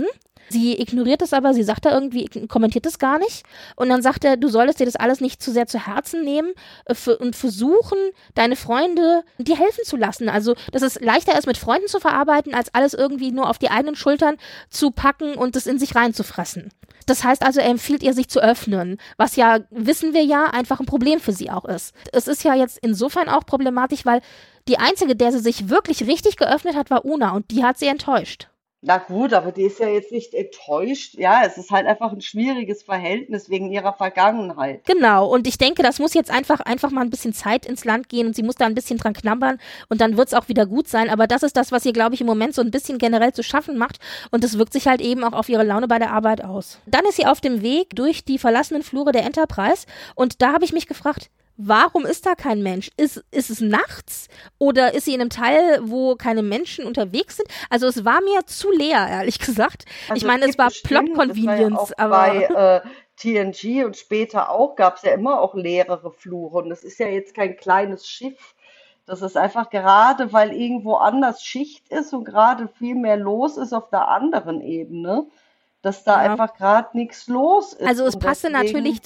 Speaker 2: Sie ignoriert es aber, sie sagt da irgendwie, kommentiert es gar nicht. Und dann sagt er, du solltest dir das alles nicht zu sehr zu Herzen nehmen und versuchen, deine Freunde dir helfen zu lassen. Also, dass es leichter ist, mit Freunden zu verarbeiten, als alles irgendwie nur auf die eigenen Schultern zu packen und es in sich reinzufressen. Das heißt also, er empfiehlt ihr, sich zu öffnen, was ja, wissen wir ja, einfach ein Problem für sie auch ist. Es ist ja jetzt insofern auch problematisch, weil die einzige, der sie sich wirklich richtig geöffnet hat, war Una und die hat sie enttäuscht.
Speaker 3: Na gut, aber die ist ja jetzt nicht enttäuscht. Ja, es ist halt einfach ein schwieriges Verhältnis wegen ihrer Vergangenheit.
Speaker 2: Genau, und ich denke, das muss jetzt einfach mal ein bisschen Zeit ins Land gehen und sie muss da ein bisschen dran knabbern und dann wird es auch wieder gut sein. Aber das ist das, was ihr, glaube ich, im Moment so ein bisschen generell zu schaffen macht und das wirkt sich halt eben auch auf ihre Laune bei der Arbeit aus. Dann ist sie auf dem Weg durch die verlassenen Flure der Enterprise und da habe ich mich gefragt, warum ist da kein Mensch? Ist es nachts oder ist sie in einem Teil, wo keine Menschen unterwegs sind? Also es war mir zu leer, ehrlich gesagt.
Speaker 3: Also
Speaker 2: ich meine, es war Plot-Convenience, aber
Speaker 3: bei TNG und später auch gab es ja immer auch leere Flure und es ist ja jetzt kein kleines Schiff. Das ist einfach gerade, weil irgendwo anders Schicht ist und gerade viel mehr los ist auf der anderen Ebene, dass da einfach gerade nichts los ist.
Speaker 2: Also es passte natürlich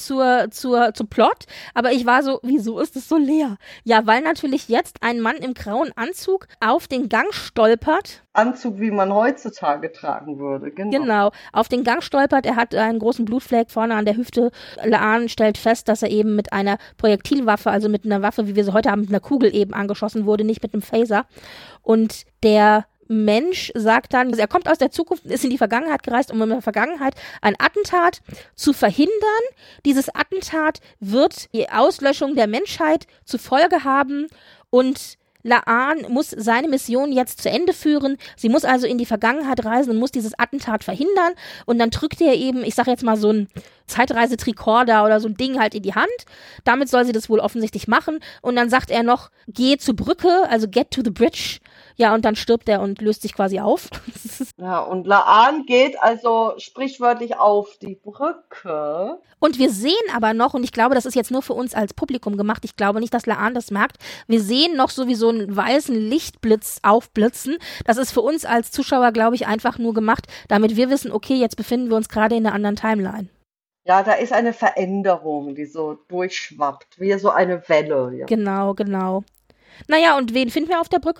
Speaker 2: zum Plot, aber ich war so, wieso ist es so leer? Ja, weil natürlich jetzt ein Mann im grauen Anzug auf den Gang stolpert.
Speaker 3: Anzug, wie man heutzutage tragen würde, genau.
Speaker 2: Genau, auf den Gang stolpert, er hat einen großen Blutfleck vorne an der Hüfte. La'an stellt fest, dass er eben mit einer Projektilwaffe, also mit einer Waffe, wie wir sie heute haben, mit einer Kugel eben angeschossen wurde, nicht mit einem Phaser. Und der Mensch sagt dann, er kommt aus der Zukunft, ist in die Vergangenheit gereist, um in der Vergangenheit ein Attentat zu verhindern. Dieses Attentat wird die Auslöschung der Menschheit zur Folge haben und La'an muss seine Mission jetzt zu Ende führen. Sie muss also in die Vergangenheit reisen und muss dieses Attentat verhindern. Und dann drückt er eben, ich sage jetzt mal so ein Zeitreisetricorder oder so ein Ding halt in die Hand. Damit soll sie das wohl offensichtlich machen. Und dann sagt er noch, geh zur Brücke, also get to the bridge. Ja, und dann stirbt er und löst sich quasi auf.
Speaker 3: Ja, und La'an geht also sprichwörtlich auf die Brücke.
Speaker 2: Und wir sehen aber noch, und ich glaube, das ist jetzt nur für uns als Publikum gemacht, ich glaube nicht, dass La'an das merkt, wir sehen noch so wie so einen weißen Lichtblitz aufblitzen. Das ist für uns als Zuschauer, glaube ich, einfach nur gemacht, damit wir wissen, okay, jetzt befinden wir uns gerade in einer anderen Timeline.
Speaker 3: Ja, da ist eine Veränderung, die so durchschwappt, wie so eine Welle. Ja.
Speaker 2: Genau. Naja, und wen finden wir auf der Brücke?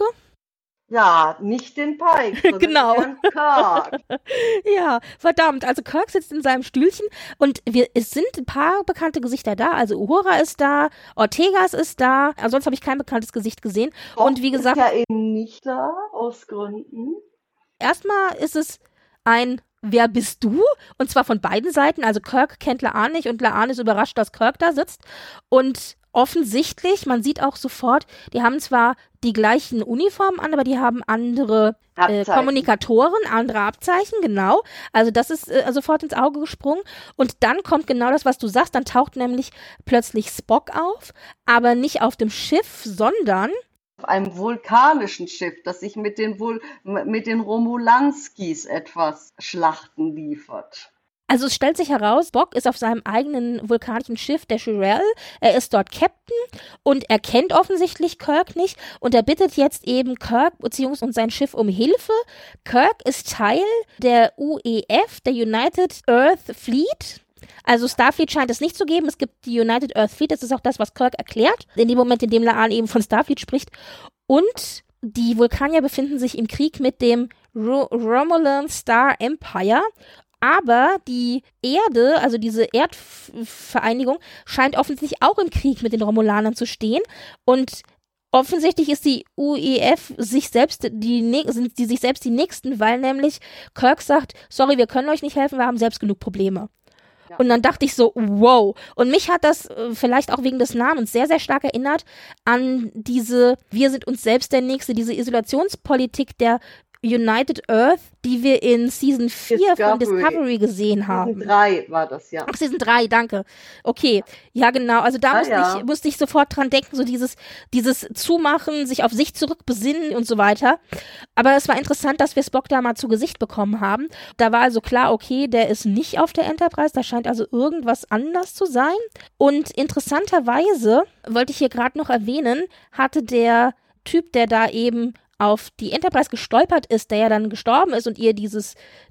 Speaker 3: Ja, nicht den Pike, sondern
Speaker 2: Genau.
Speaker 3: Herrn Kirk.
Speaker 2: Ja, verdammt. Also Kirk sitzt in seinem Stühlchen und es sind ein paar bekannte Gesichter da. Also Uhura ist da, Ortegas ist da. Ansonsten habe ich kein bekanntes Gesicht gesehen. Und wie gesagt,
Speaker 3: ist ja eben nicht da, aus Gründen.
Speaker 2: Erstmal ist es ein Wer bist du? Und zwar von beiden Seiten. Also Kirk kennt La'an nicht und La'an ist überrascht, dass Kirk da sitzt. Und offensichtlich, man sieht auch sofort, die haben zwar die gleichen Uniformen an, aber die haben andere Kommunikatoren, andere Abzeichen, genau. Also das ist sofort ins Auge gesprungen. Und dann kommt genau das, was du sagst. Dann taucht nämlich plötzlich Spock auf, aber nicht auf dem Schiff, sondern
Speaker 3: auf einem vulkanischen Schiff, das sich mit den Romulanskis etwas Schlachten liefert.
Speaker 2: Also es stellt sich heraus, Spock ist auf seinem eigenen vulkanischen Schiff, der Shirel. Er ist dort Captain und er kennt offensichtlich Kirk nicht und er bittet jetzt eben Kirk bzw. sein Schiff um Hilfe. Kirk ist Teil der UEF, der United Earth Fleet. Also Starfleet scheint es nicht zu geben. Es gibt die United Earth Fleet, das ist auch das, was Kirk erklärt, in dem Moment, in dem La'an eben von Starfleet spricht. Und die Vulkanier befinden sich im Krieg mit dem Romulan Star Empire. Aber die Erde, also diese Erdvereinigung, scheint offensichtlich auch im Krieg mit den Romulanern zu stehen. Und offensichtlich ist die UEF sind sich selbst die Nächsten, weil nämlich Kirk sagt, sorry, wir können euch nicht helfen, wir haben selbst genug Probleme. Ja. Und dann dachte ich so, wow. Und mich hat das vielleicht auch wegen des Namens sehr, sehr stark erinnert an diese, wir sind uns selbst der Nächste, diese Isolationspolitik der United Earth, die wir in Season 4 von Discovery gesehen haben.
Speaker 3: Season 3 war das, ja.
Speaker 2: Ach, Season 3, danke. Okay, ja genau, also da musste ich sofort dran denken, so dieses Zumachen, sich auf sich zurückbesinnen und so weiter. Aber es war interessant, dass wir Spock da mal zu Gesicht bekommen haben. Da war also klar, okay, der ist nicht auf der Enterprise, da scheint also irgendwas anders zu sein. Und interessanterweise, wollte ich hier gerade noch erwähnen, hatte der Typ, der da eben auf die Enterprise gestolpert ist, der ja dann gestorben ist und ihr dieses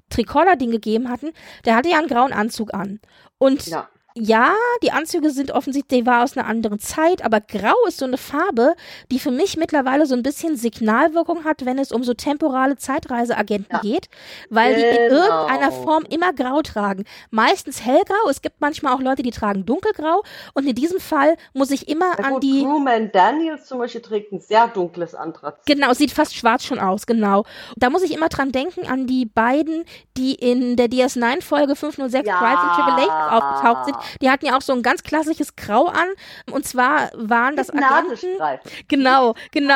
Speaker 2: Tricolor-Ding gegeben hatten, der hatte ja einen grauen Anzug an. Und ja, die Anzüge sind offensichtlich, die war aus einer anderen Zeit, aber grau ist so eine Farbe, die für mich mittlerweile so ein bisschen Signalwirkung hat, wenn es um so temporale Zeitreiseagenten geht, weil die in irgendeiner Form immer grau tragen. Meistens hellgrau, es gibt manchmal auch Leute, die tragen dunkelgrau und in diesem Fall muss ich immer an die...
Speaker 3: Crewman Daniels zum Beispiel trägt ein sehr dunkles Anthrazit.
Speaker 2: Genau, sieht fast schwarz schon aus, genau. Da muss ich immer dran denken an die beiden, die in der DS9-Folge 506 Trials and Tribulations aufgetaucht sind. Die hatten ja auch so ein ganz klassisches Grau an. Und zwar waren das Agenten. Genau.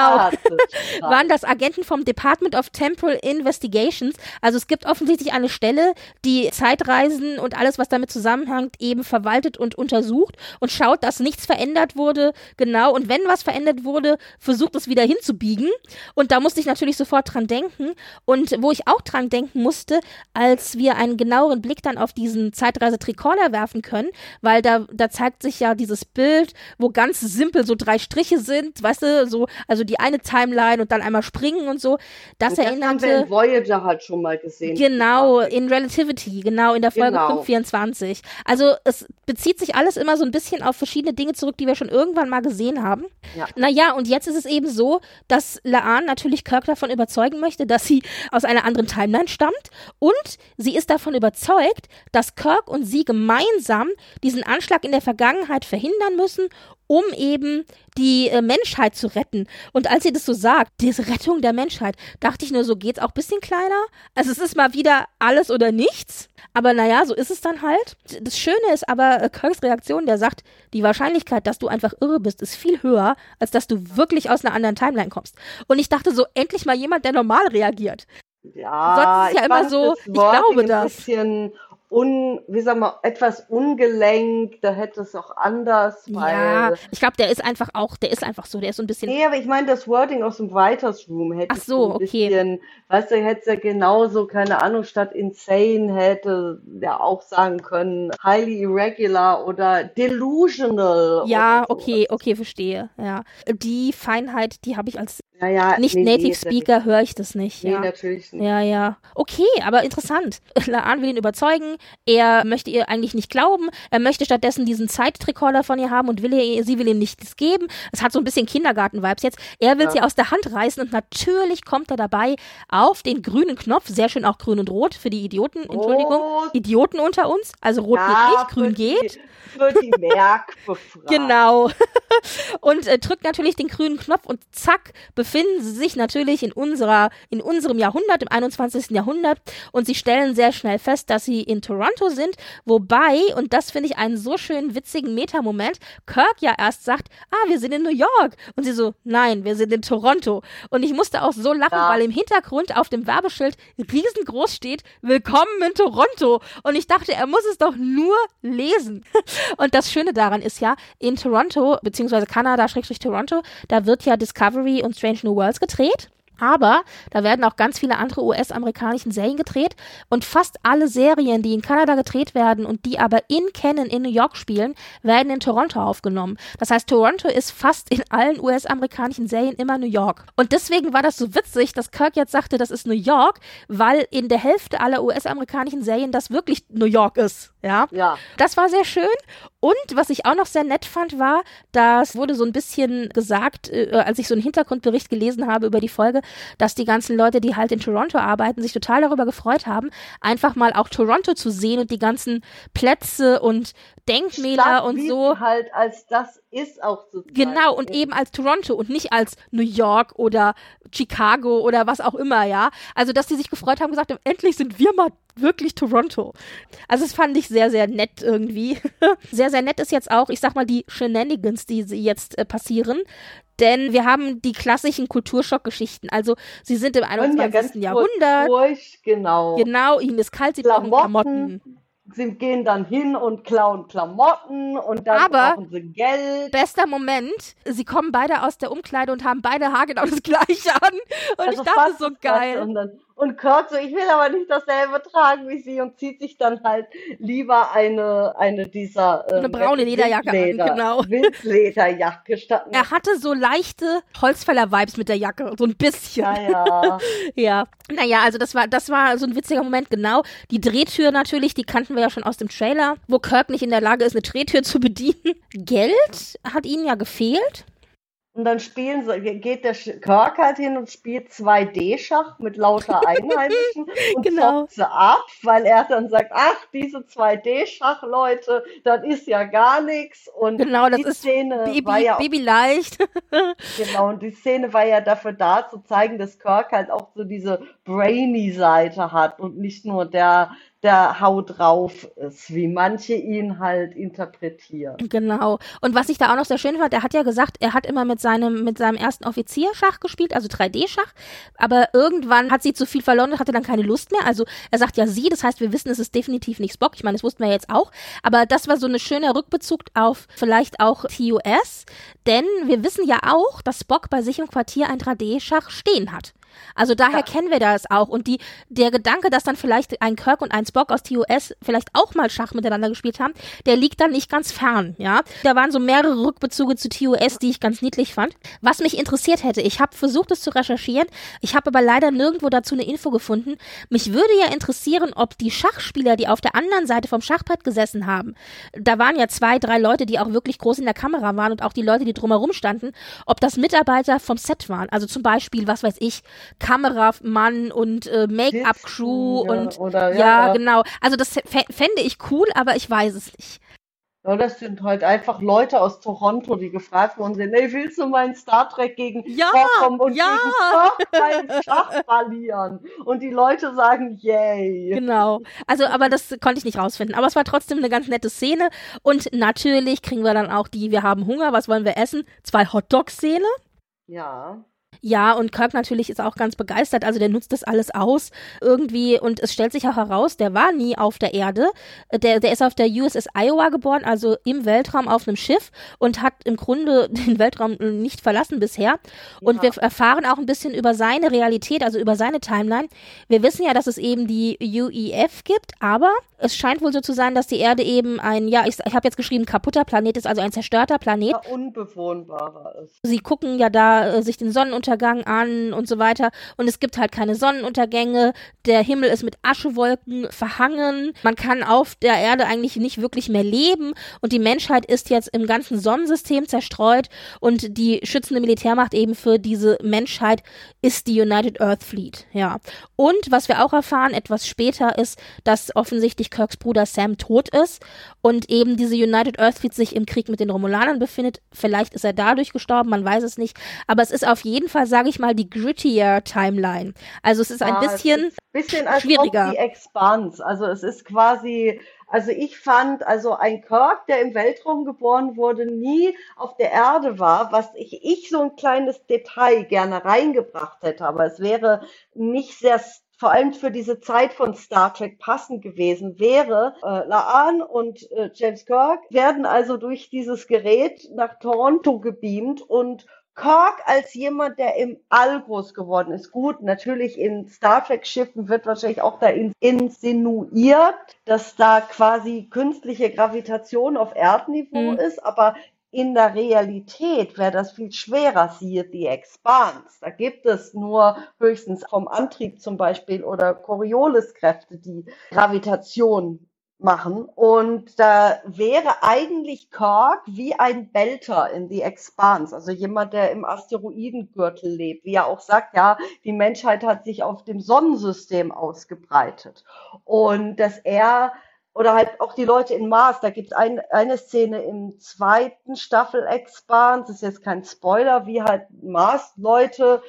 Speaker 2: Waren das Agenten vom Department of Temporal Investigations. Also es gibt offensichtlich eine Stelle, die Zeitreisen und alles, was damit zusammenhängt, eben verwaltet und untersucht und schaut, dass nichts verändert wurde. Genau. Und wenn was verändert wurde, versucht es wieder hinzubiegen. Und da musste ich natürlich sofort dran denken. Und wo ich auch dran denken musste, als wir einen genaueren Blick dann auf diesen Zeitreise-Tricorder werfen können, weil da zeigt sich ja dieses Bild, wo ganz simpel so 3 Striche sind, weißt du, so, also die eine Timeline und dann einmal springen und so. Das erinnerte...
Speaker 3: haben wir in Voyager halt schon mal gesehen.
Speaker 2: Genau, in Relativity, genau, in der Folge 524. Also es bezieht sich alles immer so ein bisschen auf verschiedene Dinge zurück, die wir schon irgendwann mal gesehen haben. Ja. Naja, und jetzt ist es eben so, dass La'an natürlich Kirk davon überzeugen möchte, dass sie aus einer anderen Timeline stammt und sie ist davon überzeugt, dass Kirk und sie gemeinsam diesen Anschlag in der Vergangenheit verhindern müssen, um eben die Menschheit zu retten. Und als sie das so sagt, diese Rettung der Menschheit, dachte ich nur, so geht's auch ein bisschen kleiner. Also es ist mal wieder alles oder nichts. Aber naja, so ist es dann halt. Das Schöne ist aber, Kirks Reaktion, der sagt, die Wahrscheinlichkeit, dass du einfach irre bist, ist viel höher, als dass du wirklich aus einer anderen Timeline kommst. Und ich dachte so, endlich mal jemand, der normal reagiert.
Speaker 3: Ja,
Speaker 2: sonst ist es ja immer so, ich glaube das.
Speaker 3: Bisschen etwas ungelenk, da hätte es auch anders, weil...
Speaker 2: Ja, ich glaube, der ist einfach so, der ist so ein bisschen...
Speaker 3: Nee, aber ich meine, das Wording aus dem Writers Room hätte so ein bisschen, weißt du, hätte es ja genauso, keine Ahnung, statt insane hätte ja auch sagen können, highly irregular oder delusional.
Speaker 2: Ja,
Speaker 3: oder so.
Speaker 2: okay, verstehe, ja. Die Feinheit, die habe ich als Nicht-Native Speaker, höre ich das nicht.
Speaker 3: Nee, natürlich nicht.
Speaker 2: Ja. Okay, aber interessant. La'an will ihn überzeugen, er möchte ihr eigentlich nicht glauben, er möchte stattdessen diesen Zeittricorder von ihr haben und sie will ihm nichts geben. Es hat so ein bisschen Kindergarten-Vibes jetzt. Er will sie aus der Hand reißen und natürlich kommt er dabei auf den grünen Knopf, sehr schön auch grün und rot für die Idioten, Idioten unter uns, also rot geht nicht, grün geht.
Speaker 3: Für die Merkbefragung.
Speaker 2: Genau. Und drückt natürlich den grünen Knopf und zack, befinden sie sich natürlich in unserem Jahrhundert, im 21. Jahrhundert und sie stellen sehr schnell fest, dass sie in Toronto sind, wobei, und das finde ich einen so schönen, witzigen Meta-Moment, Kirk ja erst sagt, wir sind in New York und sie so, nein, wir sind in Toronto und ich musste auch so lachen, weil im Hintergrund auf dem Werbeschild riesengroß steht, willkommen in Toronto und ich dachte, er muss es doch nur lesen. Und das Schöne daran ist ja, in Toronto, beziehungsweise Kanada/Toronto, da wird ja Discovery und Strange New Worlds gedreht. Aber da werden auch ganz viele andere US-amerikanischen Serien gedreht und fast alle Serien, die in Kanada gedreht werden und die aber in Canon in New York spielen, werden in Toronto aufgenommen. Das heißt, Toronto ist fast in allen US-amerikanischen Serien immer New York. Und deswegen war das so witzig, dass Kirk jetzt sagte, das ist New York, weil in der Hälfte aller US-amerikanischen Serien das wirklich New York ist. Ja. Das war sehr schön. Und was ich auch noch sehr nett fand, war, das wurde so ein bisschen gesagt, als ich so einen Hintergrundbericht gelesen habe über die Folge, dass die ganzen Leute, die halt in Toronto arbeiten, sich total darüber gefreut haben, einfach mal auch Toronto zu sehen und die ganzen Plätze und Denkmäler
Speaker 3: Stadt,
Speaker 2: und
Speaker 3: wie
Speaker 2: so.
Speaker 3: Sie halt als das ist auch zu zeigen.
Speaker 2: Genau, und eben als Toronto und nicht als New York oder Chicago oder was auch immer, ja. Also, dass die sich gefreut haben, gesagt haben, endlich sind wir mal wirklich Toronto. Also, das fand ich sehr, sehr nett irgendwie. Sehr, sehr nett ist jetzt auch, ich sag mal, die Shenanigans, die jetzt passieren. Denn wir haben die klassischen Kulturschock-Geschichten. Also, sie sind im 21. Jahrhundert. Genau, ihnen ist kalt, sie brauchen Klamotten.
Speaker 3: Sie gehen dann hin und klauen Klamotten und dann brauchen sie Geld.
Speaker 2: Bester Moment, sie kommen beide aus der Umkleide und haben beide haargenau das Gleiche an. Und ich dachte, so geil.
Speaker 3: Und Kirk so, ich will aber nicht dasselbe tragen wie sie und zieht sich dann halt lieber eine dieser
Speaker 2: So eine braune Lederjacke an, genau.
Speaker 3: Wildlederjacke statt
Speaker 2: Er hatte so leichte Holzfäller-Vibes mit der Jacke, so ein bisschen.
Speaker 3: ja.
Speaker 2: Ja. Naja, also das war so ein witziger Moment, genau. Die Drehtür natürlich, die kannten wir ja schon aus dem Trailer, wo Kirk nicht in der Lage ist, eine Drehtür zu bedienen. Geld hat ihnen ja gefehlt.
Speaker 3: Und dann geht der Kirk halt hin und spielt 2D-Schach mit lauter Einheimischen und
Speaker 2: Genau.
Speaker 3: zockt sie ab, weil er dann sagt, ach, diese 2D-Schach-Leute, das ist ja gar nichts. Und
Speaker 2: Genau, das
Speaker 3: die
Speaker 2: ist
Speaker 3: Szene war ja
Speaker 2: Babyleicht.
Speaker 3: Genau, und die Szene war ja dafür da, zu zeigen, dass Kirk halt auch so diese brainy Seite hat und nicht nur der Hau drauf ist, wie manche ihn halt interpretieren.
Speaker 2: Genau. Und was ich da auch noch sehr schön fand, er hat ja gesagt, er hat immer mit seinem ersten Offizier Schach gespielt, also 3D-Schach, aber irgendwann hat sie zu viel verloren und hatte dann keine Lust mehr. Also er sagt ja sie, das heißt, wir wissen, es ist definitiv nicht Spock. Ich meine, das wussten wir jetzt auch, aber das war so ein schöner Rückbezug auf vielleicht auch TOS, denn wir wissen ja auch, dass Spock bei sich im Quartier ein 3D-Schach stehen hat. Also daher kennen wir das auch. Und der Gedanke, dass dann vielleicht ein Kirk und ein Spock aus TOS vielleicht auch mal Schach miteinander gespielt haben, der liegt dann nicht ganz fern, ja. Da waren so mehrere Rückbezüge zu TOS, die ich ganz niedlich fand. Was mich interessiert hätte, ich habe versucht, es zu recherchieren, ich habe aber leider nirgendwo dazu eine Info gefunden. Mich würde ja interessieren, ob die Schachspieler, die auf der anderen Seite vom Schachbrett gesessen haben, da waren ja 2, 3 Leute, die auch wirklich groß in der Kamera waren und auch die Leute, die drumherum standen, ob das Mitarbeiter vom Set waren. Also zum Beispiel, was weiß ich, Kameramann und Make-up-Crew und ja, genau. Also das fände ich cool, aber ich weiß es nicht.
Speaker 3: Ja, das sind halt einfach Leute aus Toronto, die gefragt worden sind, hey, willst du meinen Star Trek gegen Vorkommen und gegen Kirk beim Schach verlieren? Und die Leute sagen, yay.
Speaker 2: Genau. Also, aber das konnte ich nicht rausfinden. Aber es war trotzdem eine ganz nette Szene. Und natürlich kriegen wir dann auch wir haben Hunger, was wollen wir essen? 2 Hotdog-Szene.
Speaker 3: Ja.
Speaker 2: Ja, und Kirk natürlich ist auch ganz begeistert, also der nutzt das alles aus irgendwie und es stellt sich auch heraus, der war nie auf der Erde, der ist auf der USS Iowa geboren, also im Weltraum auf einem Schiff und hat im Grunde den Weltraum nicht verlassen bisher und wir erfahren auch ein bisschen über seine Realität, also über seine Timeline. Wir wissen ja, dass es eben die UEF gibt, aber es scheint wohl so zu sein, dass die Erde eben ich habe jetzt geschrieben, kaputter Planet ist, also ein zerstörter Planet.
Speaker 3: Ja, unbewohnbarer ist.
Speaker 2: Sie gucken ja da sich den Sonnenuntergang an und so weiter und es gibt halt keine Sonnenuntergänge, der Himmel ist mit Aschewolken verhangen, man kann auf der Erde eigentlich nicht wirklich mehr leben und die Menschheit ist jetzt im ganzen Sonnensystem zerstreut und die schützende Militärmacht eben für diese Menschheit ist die United Earth Fleet, ja. Und was wir auch erfahren, etwas später ist, dass offensichtlich Kirks Bruder Sam tot ist und eben diese United Earth Fleet sich im Krieg mit den Romulanern befindet. Vielleicht ist er dadurch gestorben, man weiß es nicht. Aber es ist auf jeden Fall, sage ich mal, die grittier Timeline. Also es ist ein bisschen
Speaker 3: als
Speaker 2: schwieriger.
Speaker 3: Ob die Expanse. Also es ist quasi, also ich fand, also ein Kirk, der im Weltraum geboren wurde, nie auf der Erde war, was ich so ein kleines Detail gerne reingebracht hätte. Aber es wäre nicht sehr vor allem für diese Zeit von Star Trek passend gewesen wäre. La'an und James Kirk werden also durch dieses Gerät nach Toronto gebeamt und Kirk als jemand, der im All groß geworden ist. Gut, natürlich in Star Trek-Schiffen wird wahrscheinlich auch da insinuiert, dass da quasi künstliche Gravitation auf Erdniveau ist, aber in der Realität wäre das viel schwerer, siehe The Expanse. Da gibt es nur höchstens vom Antrieb zum Beispiel oder Coriolis-Kräfte, die Gravitation machen. Und da wäre eigentlich Kirk wie ein Belter in The Expanse, also jemand, der im Asteroidengürtel lebt, wie er auch sagt, ja, die Menschheit hat sich auf dem Sonnensystem ausgebreitet. Und dass er oder halt auch die Leute in Mars, da gibt es eine Szene im 2. Staffel Expanse, das ist jetzt kein Spoiler, wie halt Mars-Leute,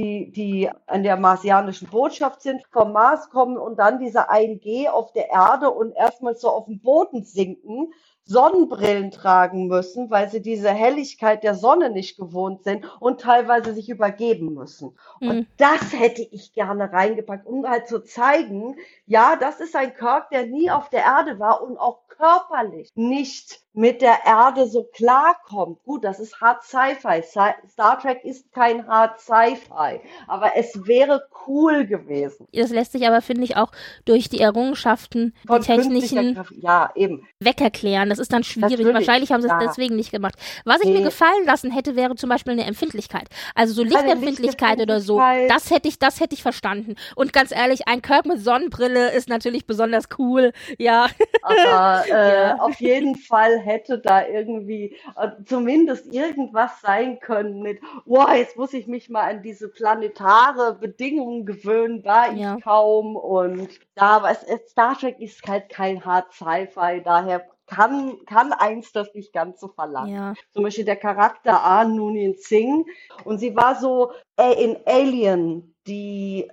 Speaker 3: die an der marsianischen Botschaft sind, vom Mars kommen und dann diese 1G auf der Erde und erstmal so auf den Boden sinken, Sonnenbrillen tragen müssen, weil sie diese Helligkeit der Sonne nicht gewohnt sind und teilweise sich übergeben müssen. Und das hätte ich gerne reingepackt, um halt zu zeigen, ja, das ist ein Kirk, der nie auf der Erde war und auch körperlich nicht mit der Erde so klarkommt. Gut, das ist Hard Sci-Fi. Star Trek ist kein Hard Sci-Fi, aber es wäre cool gewesen.
Speaker 2: Das lässt sich aber, finde ich, auch durch die Errungenschaften, die technischen
Speaker 3: eben
Speaker 2: wegerklären. Das ist dann schwierig.
Speaker 3: Natürlich,
Speaker 2: wahrscheinlich haben sie es deswegen nicht gemacht. Was ich mir gefallen lassen hätte, wäre zum Beispiel eine Empfindlichkeit. Also so Lichtempfindlichkeit oder so. Das hätte ich verstanden. Und ganz ehrlich, ein Kirk mit Sonnenbrille ist natürlich besonders cool. Ja.
Speaker 3: Aber auf jeden Fall hätte da irgendwie zumindest irgendwas sein können mit, jetzt muss ich mich mal an diese planetare Bedingungen gewöhnen, war ich kaum. Und Star Trek ist halt kein Hard Sci-Fi, daher kann eins das nicht ganz so verlangen.
Speaker 2: Ja.
Speaker 3: Zum Beispiel der Charakter Ahn Noonin Singh, und sie war so in Alien, die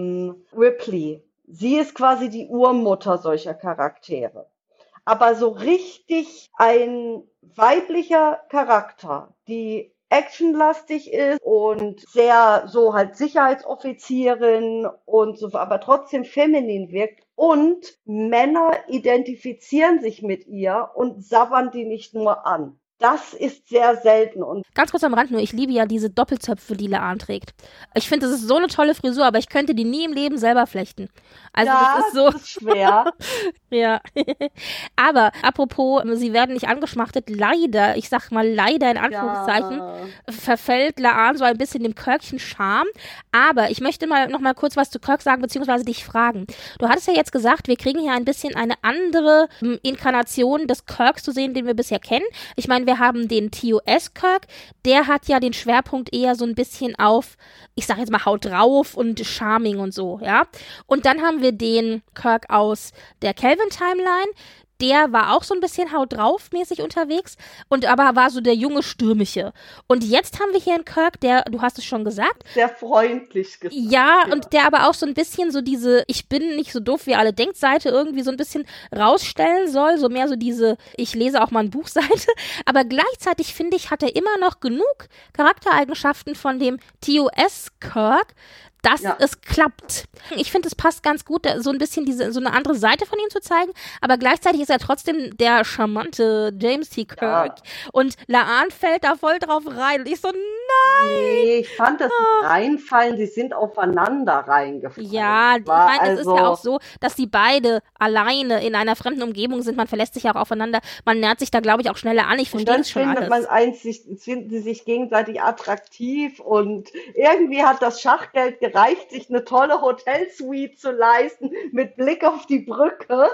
Speaker 3: Ripley. Sie ist quasi die Urmutter solcher Charaktere. Aber so richtig ein weiblicher Charakter, die actionlastig ist und sehr so halt Sicherheitsoffizierin und so, aber trotzdem feminin wirkt, und Männer identifizieren sich mit ihr und sabbern die nicht nur an. Das ist sehr selten. Und
Speaker 2: ganz kurz am Rand nur, ich liebe ja diese Doppelzöpfe, die Laan trägt. Ich finde, das ist so eine tolle Frisur, aber ich könnte die nie im Leben selber flechten. Also das ist so.
Speaker 3: Das ist schwer.
Speaker 2: Ja. Aber apropos, sie werden nicht angeschmachtet, leider, ich sag mal leider in Anführungszeichen, verfällt Laan so ein bisschen dem Kirkchen Charme. Aber ich möchte noch mal kurz was zu Kirk sagen, beziehungsweise dich fragen. Du hattest ja jetzt gesagt, wir kriegen hier ein bisschen eine andere Inkarnation des Kirks zu sehen, den wir bisher kennen. Ich meine, wir haben den TOS Kirk, der hat ja den Schwerpunkt eher so ein bisschen auf, ich sag jetzt mal, Haut drauf und Charming und so, ja. Und dann haben wir den Kirk aus der Kelvin-Timeline, der war auch so ein bisschen Haut drauf mäßig unterwegs und aber war so der junge Stürmische. Und jetzt haben wir hier einen Kirk, der, du hast es schon gesagt,
Speaker 3: sehr freundlich gesagt.
Speaker 2: Ja, und der aber auch so ein bisschen so diese ich bin nicht so doof wie alle denkt Seite irgendwie so ein bisschen rausstellen soll, so mehr so diese ich lese auch mal ein Buch Seite, aber gleichzeitig finde ich, hat er immer noch genug Charaktereigenschaften von dem TOS Kirk, dass es klappt. Ich finde, es passt ganz gut, so ein bisschen so eine andere Seite von ihm zu zeigen, aber gleichzeitig ist er trotzdem der charmante James T. Kirk. Ja. Und Laan fällt da voll drauf rein. Und ich so, nein!
Speaker 3: Nee, ich fand, dass sie reinfallen, sie sind aufeinander reingefallen.
Speaker 2: Ja, ich meine, es ist ja auch so, dass die beide alleine in einer fremden Umgebung sind. Man verlässt sich ja auch aufeinander. Man nähert sich da, glaube ich, auch schneller an. Ich verstehe das schon alles.
Speaker 3: Und dann finden sie sich gegenseitig attraktiv und irgendwie hat das Schachgeld gereicht, sich eine tolle Hotelsuite zu leisten mit Blick auf die Brücke.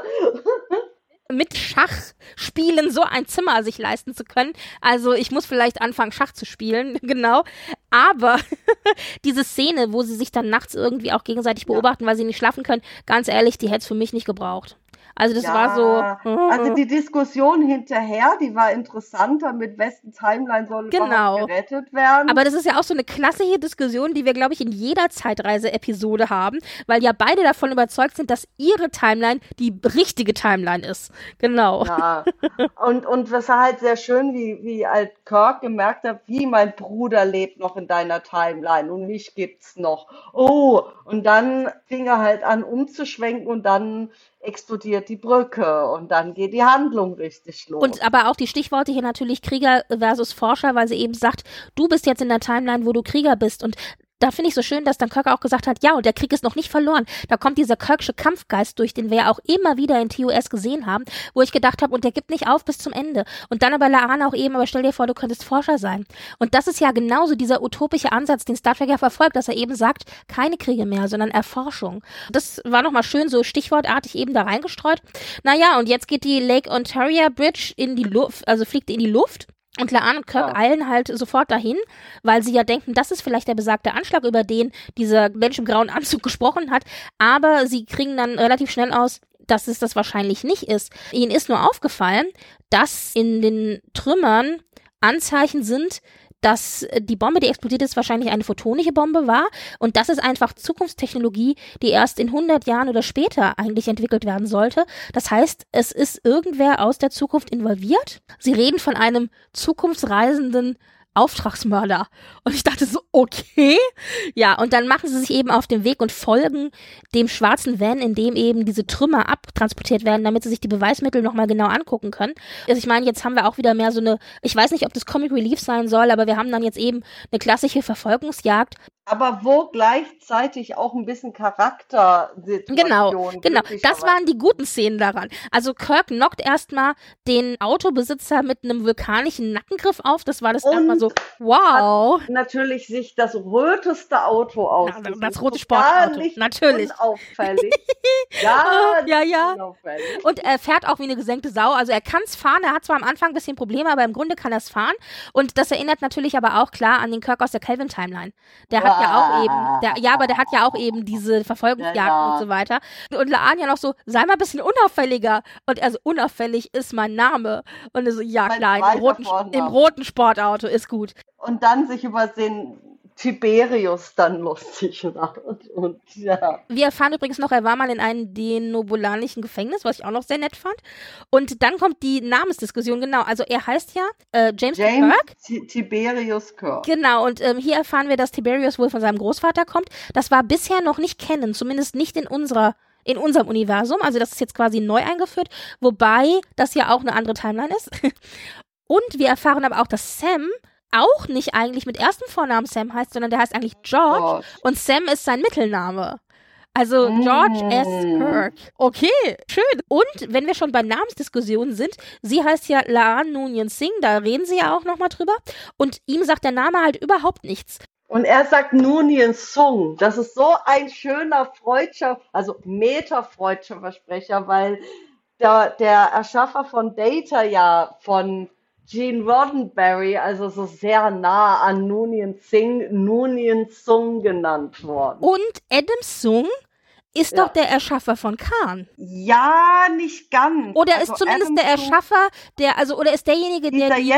Speaker 2: Mit Schachspielen so ein Zimmer sich leisten zu können. Also ich muss vielleicht anfangen, Schach zu spielen, genau. Aber diese Szene, wo sie sich dann nachts irgendwie auch gegenseitig beobachten, weil sie nicht schlafen können, ganz ehrlich, die hätte es für mich nicht gebraucht. Also das war so.
Speaker 3: Also die Diskussion hinterher, die war interessanter, mit wessen Timeline soll überhaupt gerettet werden.
Speaker 2: Aber das ist ja auch so eine klassische Diskussion, die wir, glaube ich, in jeder Zeitreise-Episode haben, weil ja beide davon überzeugt sind, dass ihre Timeline die richtige Timeline ist. Genau.
Speaker 3: Ja. Und was war halt sehr schön, wie halt Kirk gemerkt hat, wie mein Bruder lebt noch in deiner Timeline und mich gibt's noch. Oh, und dann fing er halt an umzuschwenken und dann explodiert die Brücke und dann geht die Handlung richtig los.
Speaker 2: Und aber auch die Stichworte hier natürlich Krieger versus Forscher, weil sie eben sagt, du bist jetzt in der Timeline, wo du Krieger bist, und da finde ich so schön, dass dann Kirk auch gesagt hat, ja, und der Krieg ist noch nicht verloren. Da kommt dieser Kirksche Kampfgeist durch, den wir ja auch immer wieder in TOS gesehen haben, wo ich gedacht habe, und der gibt nicht auf bis zum Ende. Und dann aber Laan auch eben, aber stell dir vor, du könntest Forscher sein. Und das ist ja genauso dieser utopische Ansatz, den Star Trek ja verfolgt, dass er eben sagt, keine Kriege mehr, sondern Erforschung. Das war nochmal schön so stichwortartig eben da reingestreut. Naja, und jetzt geht die Lake Ontario Bridge in die Luft, also fliegt in die Luft. Und Laan und Kirk eilen halt sofort dahin, weil sie ja denken, das ist vielleicht der besagte Anschlag, über den dieser Mensch im grauen Anzug gesprochen hat. Aber sie kriegen dann relativ schnell aus, dass es das wahrscheinlich nicht ist. Ihnen ist nur aufgefallen, dass in den Trümmern Anzeichen sind, dass die Bombe, die explodiert ist, wahrscheinlich eine photonische Bombe war und das ist einfach Zukunftstechnologie, die erst in 100 Jahren oder später eigentlich entwickelt werden sollte. Das heißt, es ist irgendwer aus der Zukunft involviert. Sie reden von einem zukunftsreisenden Auftragsmörder. Und ich dachte so, okay. Ja, und dann machen sie sich eben auf den Weg und folgen dem schwarzen Van, in dem eben diese Trümmer abtransportiert werden, damit sie sich die Beweismittel nochmal genau angucken können. Also ich meine, jetzt haben wir auch wieder mehr so eine, ich weiß nicht, ob das Comic Relief sein soll, aber wir haben dann jetzt eben eine klassische Verfolgungsjagd.
Speaker 3: Aber wo gleichzeitig auch ein bisschen Charaktersituation.
Speaker 2: Genau. Das waren die guten Szenen daran. Also Kirk knockt erstmal den Autobesitzer mit einem vulkanischen Nackengriff auf. Das war das erstmal so, wow.
Speaker 3: Hat natürlich sich das röteste Auto ausgesucht.
Speaker 2: Das rote Sportauto. Natürlich.
Speaker 3: Unauffällig.
Speaker 2: Ja.
Speaker 3: Unauffällig.
Speaker 2: Und er fährt auch wie eine gesenkte Sau. Also er kann es fahren. Er hat zwar am Anfang ein bisschen Probleme, aber im Grunde kann er es fahren. Und das erinnert natürlich aber auch klar an den Kirk aus der Kelvin-Timeline. Der hat ja auch eben diese Verfolgungsjagden und so weiter. Und La'an ja noch so, sei mal ein bisschen unauffälliger. Und also unauffällig ist mein Name. Und er so, ja klar, im roten Sportauto ist gut.
Speaker 3: Und dann sich über den Tiberius dann lustig macht. Und ja.
Speaker 2: Wir erfahren übrigens noch, er war mal in einem denobulanischen Gefängnis, was ich auch noch sehr nett fand. Und dann kommt die Namensdiskussion, genau. Also er heißt ja James Kirk.
Speaker 3: Tiberius Kirk.
Speaker 2: Genau, und hier erfahren wir, dass Tiberius wohl von seinem Großvater kommt. Das war bisher noch nicht canon, zumindest nicht in unserem Universum. Also das ist jetzt quasi neu eingeführt, wobei das ja auch eine andere Timeline ist. Und wir erfahren aber auch, dass Sam auch nicht eigentlich mit erstem Vornamen Sam heißt, sondern der heißt eigentlich George und Sam ist sein Mittelname. Also George S. Kirk. Okay, schön. Und wenn wir schon bei Namensdiskussionen sind, sie heißt ja La'an Noonien Singh, da reden sie ja auch nochmal drüber und ihm sagt der Name halt überhaupt nichts.
Speaker 3: Und er sagt Noonien Sung. Das ist so ein schöner freudscher, also metafreudscher Versprecher, weil der Erschaffer von Data ja von Gene Roddenberry, also so sehr nah an Noonien Sung genannt worden.
Speaker 2: Und Adam Sung ist doch der Erschaffer von Khan.
Speaker 3: Ja, nicht ganz.
Speaker 2: Oder ist zumindest der Erschaffer, oder ist derjenige, der die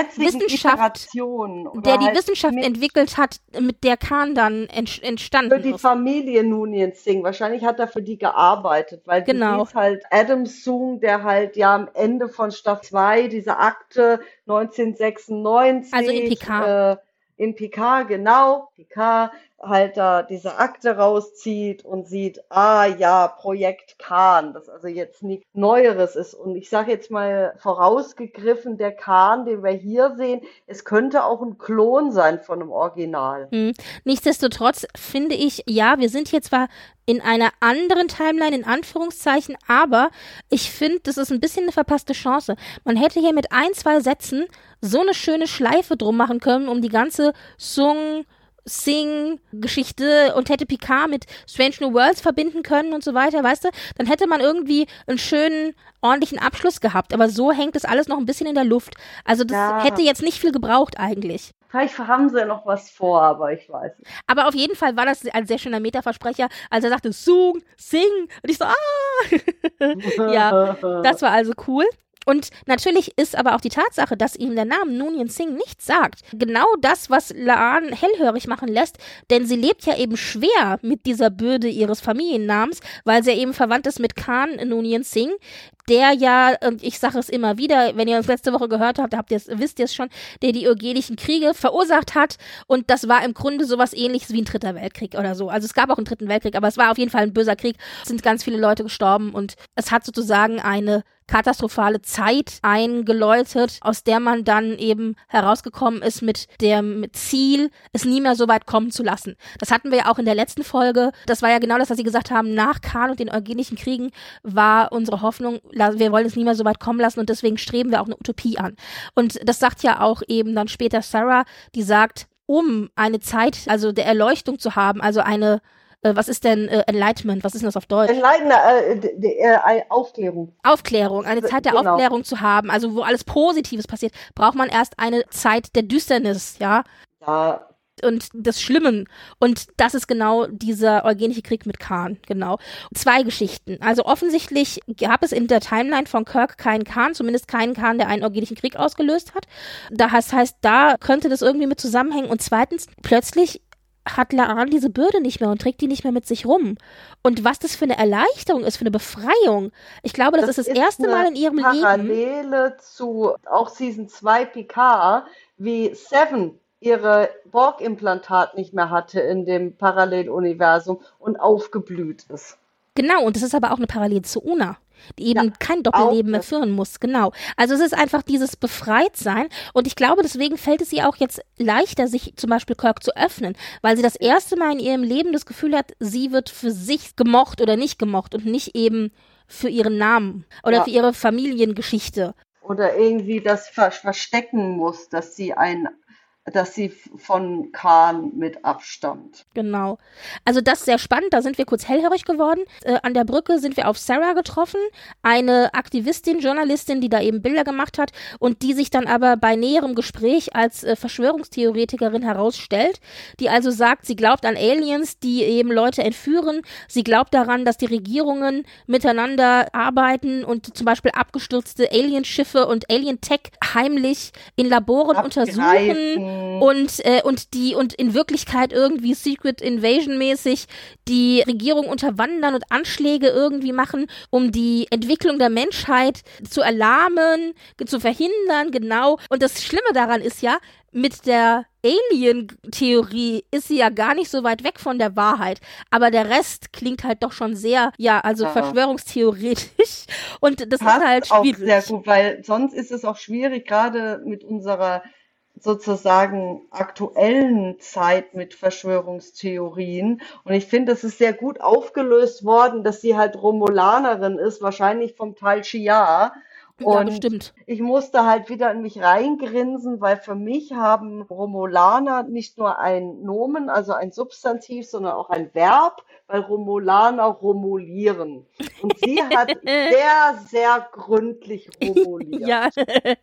Speaker 2: Wissenschaft entwickelt hat, mit der Khan dann entstanden ist.
Speaker 3: Für die Familie Noonien Singh. Wahrscheinlich hat er für die gearbeitet, weil die ist halt Adam Sung, der halt ja am Ende von Staffel 2 diese Akte 1996.
Speaker 2: Also in Picard.
Speaker 3: In Picard, genau. Picard halt da diese Akte rauszieht und sieht, Projekt Khan, das also jetzt nichts Neueres ist. Und ich sage jetzt mal vorausgegriffen, der Khan, den wir hier sehen, es könnte auch ein Klon sein von einem Original.
Speaker 2: Nichtsdestotrotz finde ich, wir sind hier zwar in einer anderen Timeline, in Anführungszeichen, aber ich finde, das ist ein bisschen eine verpasste Chance. Man hätte hier mit 1-2 Sätzen so eine schöne Schleife drum machen können, um die ganze Sing-Geschichte und hätte Picard mit Strange New Worlds verbinden können und so weiter, weißt du? Dann hätte man irgendwie einen schönen, ordentlichen Abschluss gehabt. Aber so hängt das alles noch ein bisschen in der Luft. Also das hätte jetzt nicht viel gebraucht eigentlich.
Speaker 3: Vielleicht haben sie ja noch was vor, aber ich weiß nicht.
Speaker 2: Aber auf jeden Fall war das ein sehr schöner Meta-Versprecher, als er sagte, Sung, Sing. Und ich so, Ja, das war also cool. Und natürlich ist aber auch die Tatsache, dass ihm der Name Noonien Singh nichts sagt, genau das, was La'an hellhörig machen lässt, denn sie lebt ja eben schwer mit dieser Bürde ihres Familiennamens, weil sie ja eben verwandt ist mit Khan Noonien Singh, der ja, und ich sage es immer wieder, wenn ihr uns letzte Woche gehört habt, wisst ihr es schon, der die Eugenischen Kriege verursacht hat und das war im Grunde sowas Ähnliches wie ein Dritter Weltkrieg oder so. Also es gab auch einen Dritten Weltkrieg, aber es war auf jeden Fall ein böser Krieg. Es sind ganz viele Leute gestorben und es hat sozusagen eine katastrophale Zeit eingeläutet, aus der man dann eben herausgekommen ist mit dem Ziel, es nie mehr so weit kommen zu lassen. Das hatten wir ja auch in der letzten Folge. Das war ja genau das, was sie gesagt haben. Nach Khan und den Eugenischen Kriegen war unsere Hoffnung, wir wollen es nie mehr so weit kommen lassen und deswegen streben wir auch eine Utopie an. Und das sagt ja auch eben dann später Sarah, die sagt, um eine Zeit, also der Erleuchtung zu haben, also eine was ist denn Enlightenment? Was ist denn das auf Deutsch?
Speaker 3: Aufklärung.
Speaker 2: Aufklärung, eine Zeit der Aufklärung zu haben, also wo alles Positives passiert, braucht man erst eine Zeit der Düsternis, ja?
Speaker 3: Ja,
Speaker 2: des Schlimmen. Und das ist genau dieser Eugenische Krieg mit Khan, genau. 2 Geschichten. Also offensichtlich gab es in der Timeline von Kirk keinen Khan, zumindest keinen Khan, der einen Eugenischen Krieg ausgelöst hat. Das heißt, da könnte das irgendwie mit zusammenhängen. Und zweitens, plötzlich hat La'an diese Bürde nicht mehr und trägt die nicht mehr mit sich rum. Und was das für eine Erleichterung ist, für eine Befreiung. Ich glaube, das ist das erste Mal in ihrem Leben.
Speaker 3: Parallele zu auch Season 2 Picard, wie Seven ihre Borg-Implantat nicht mehr hatte in dem Paralleluniversum und aufgeblüht ist.
Speaker 2: Genau, und das ist aber auch eine Parallele zu Una, die eben kein Doppelleben mehr führen muss, genau. Also es ist einfach dieses Befreitsein und ich glaube, deswegen fällt es ihr auch jetzt leichter, sich zum Beispiel Kirk zu öffnen, weil sie das erste Mal in ihrem Leben das Gefühl hat, sie wird für sich gemocht oder nicht gemocht und nicht eben für ihren Namen oder für ihre Familiengeschichte.
Speaker 3: Oder irgendwie das verstecken muss, dass sie von Khan mit abstammt.
Speaker 2: Genau. Also das ist sehr spannend, da sind wir kurz hellhörig geworden. An der Brücke sind wir auf Sarah getroffen, eine Aktivistin, Journalistin, die da eben Bilder gemacht hat und die sich dann aber bei näherem Gespräch als Verschwörungstheoretikerin herausstellt, die also sagt, sie glaubt an Aliens, die eben Leute entführen, sie glaubt daran, dass die Regierungen miteinander arbeiten und zum Beispiel abgestürzte Alienschiffe und Alien-Tech heimlich in Laboren untersuchen. Und in Wirklichkeit irgendwie Secret Invasion mäßig die Regierung unterwandern und Anschläge irgendwie machen, um die Entwicklung der Menschheit zu erlahmen, zu verhindern, genau. Und das Schlimme daran ist ja, mit der Alien-Theorie ist sie ja gar nicht so weit weg von der Wahrheit. Aber der Rest klingt halt doch schon sehr, verschwörungstheoretisch. Und das passt ist halt schwierig.
Speaker 3: Auch sehr gut, weil sonst ist es auch schwierig, gerade mit unserer sozusagen aktuellen Zeit mit Verschwörungstheorien. Und ich finde, es ist sehr gut aufgelöst worden, dass sie halt Romulanerin ist, wahrscheinlich vom Tal Shiar. Und
Speaker 2: bestimmt.
Speaker 3: Ich musste halt wieder in mich reingrinsen, weil für mich haben Romulaner nicht nur ein Nomen, also ein Substantiv, sondern auch ein Verb, weil Romulaner romulieren. Und sie hat sehr, sehr gründlich romuliert.
Speaker 2: Ja,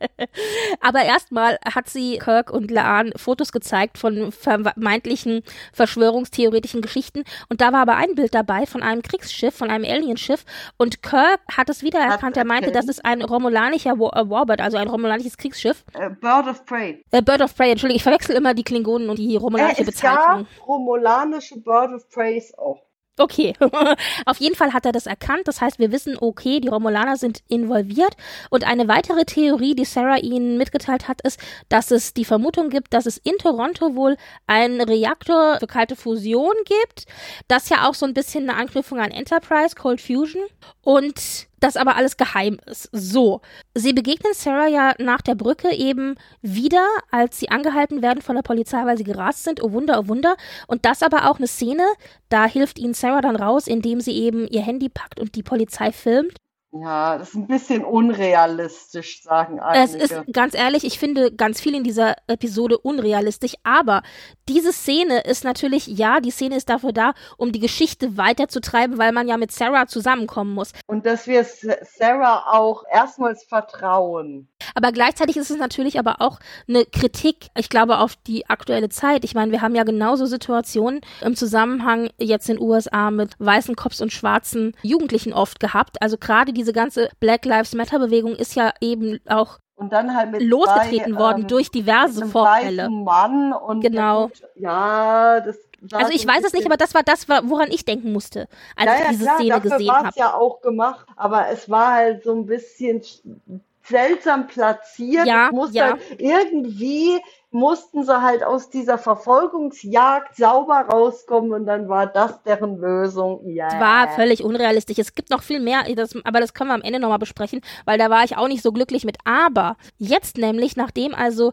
Speaker 2: aber erstmal hat sie Kirk und La'an Fotos gezeigt von vermeintlichen verschwörungstheoretischen Geschichten und da war aber ein Bild dabei von einem Kriegsschiff, von einem Alienschiff und Kirk hat es wiedererkannt, er meinte, das ist ein romulanischer Warbird, also ein romulanisches Kriegsschiff.
Speaker 3: Bird of Prey.
Speaker 2: Bird of Prey, Entschuldigung, ich verwechsel immer die Klingonen und die romulanische Bezeichnung.
Speaker 3: Es gab romulanische Bird of Preys auch.
Speaker 2: Okay, auf jeden Fall hat er das erkannt. Das heißt, wir wissen, okay, die Romulaner sind involviert. Und eine weitere Theorie, die Sarah ihnen mitgeteilt hat, ist, dass es die Vermutung gibt, dass es in Toronto wohl einen Reaktor für kalte Fusion gibt. Das ja auch so ein bisschen eine Anknüpfung an Enterprise, Cold Fusion. Und das aber alles geheim ist. So, sie begegnen Sarah ja nach der Brücke eben wieder, als sie angehalten werden von der Polizei, weil sie gerast sind. Oh Wunder, oh Wunder. Und das aber auch eine Szene, da hilft ihnen Sarah dann raus, indem sie eben ihr Handy packt und die Polizei filmt.
Speaker 3: Ja, das ist ein bisschen unrealistisch, sagen einige.
Speaker 2: Es ist, ganz ehrlich, ich finde ganz viel in dieser Episode unrealistisch, aber diese Szene ist natürlich, die Szene ist dafür da, um die Geschichte weiterzutreiben, weil man ja mit Sarah zusammenkommen muss.
Speaker 3: Und dass wir Sarah auch erstmals vertrauen.
Speaker 2: Aber gleichzeitig ist es natürlich aber auch eine Kritik, ich glaube, auf die aktuelle Zeit. Ich meine, wir haben ja genauso Situationen im Zusammenhang jetzt in den USA mit weißen Cops und schwarzen Jugendlichen oft gehabt. Also gerade diese ganze Black Lives Matter Bewegung ist ja eben auch
Speaker 3: und dann halt mit
Speaker 2: losgetreten worden durch diverse Vorfälle.
Speaker 3: Mann und
Speaker 2: genau.
Speaker 3: Also
Speaker 2: ich weiß es nicht, aber das war das, woran ich denken musste, als ich diese Szene gesehen habe.
Speaker 3: Das ja auch gemacht, aber es war halt so ein bisschen seltsam platziert. Irgendwie mussten sie halt aus dieser Verfolgungsjagd sauber rauskommen und dann war das deren Lösung.
Speaker 2: Es war völlig unrealistisch. Es gibt noch viel mehr, aber das können wir am Ende nochmal besprechen, weil da war ich auch nicht so glücklich mit. Aber jetzt nämlich, nachdem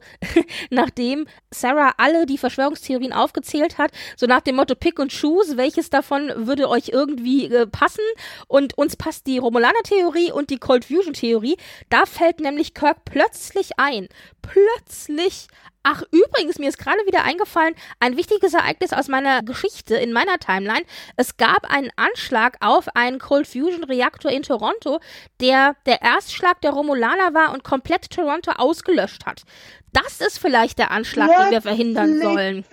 Speaker 2: Sarah alle die Verschwörungstheorien aufgezählt hat, so nach dem Motto Pick und Choose, welches davon würde euch irgendwie passen und uns passt die Romulaner-Theorie und die Cold Fusion-Theorie, da fällt nämlich Kirk plötzlich ein. Ach, übrigens, mir ist gerade wieder eingefallen, ein wichtiges Ereignis aus meiner Geschichte, in meiner Timeline. Es gab einen Anschlag auf einen Cold Fusion Reaktor in Toronto, der Erstschlag der Romulaner war und komplett Toronto ausgelöscht hat. das ist vielleicht der Anschlag, den wir verhindern sollen.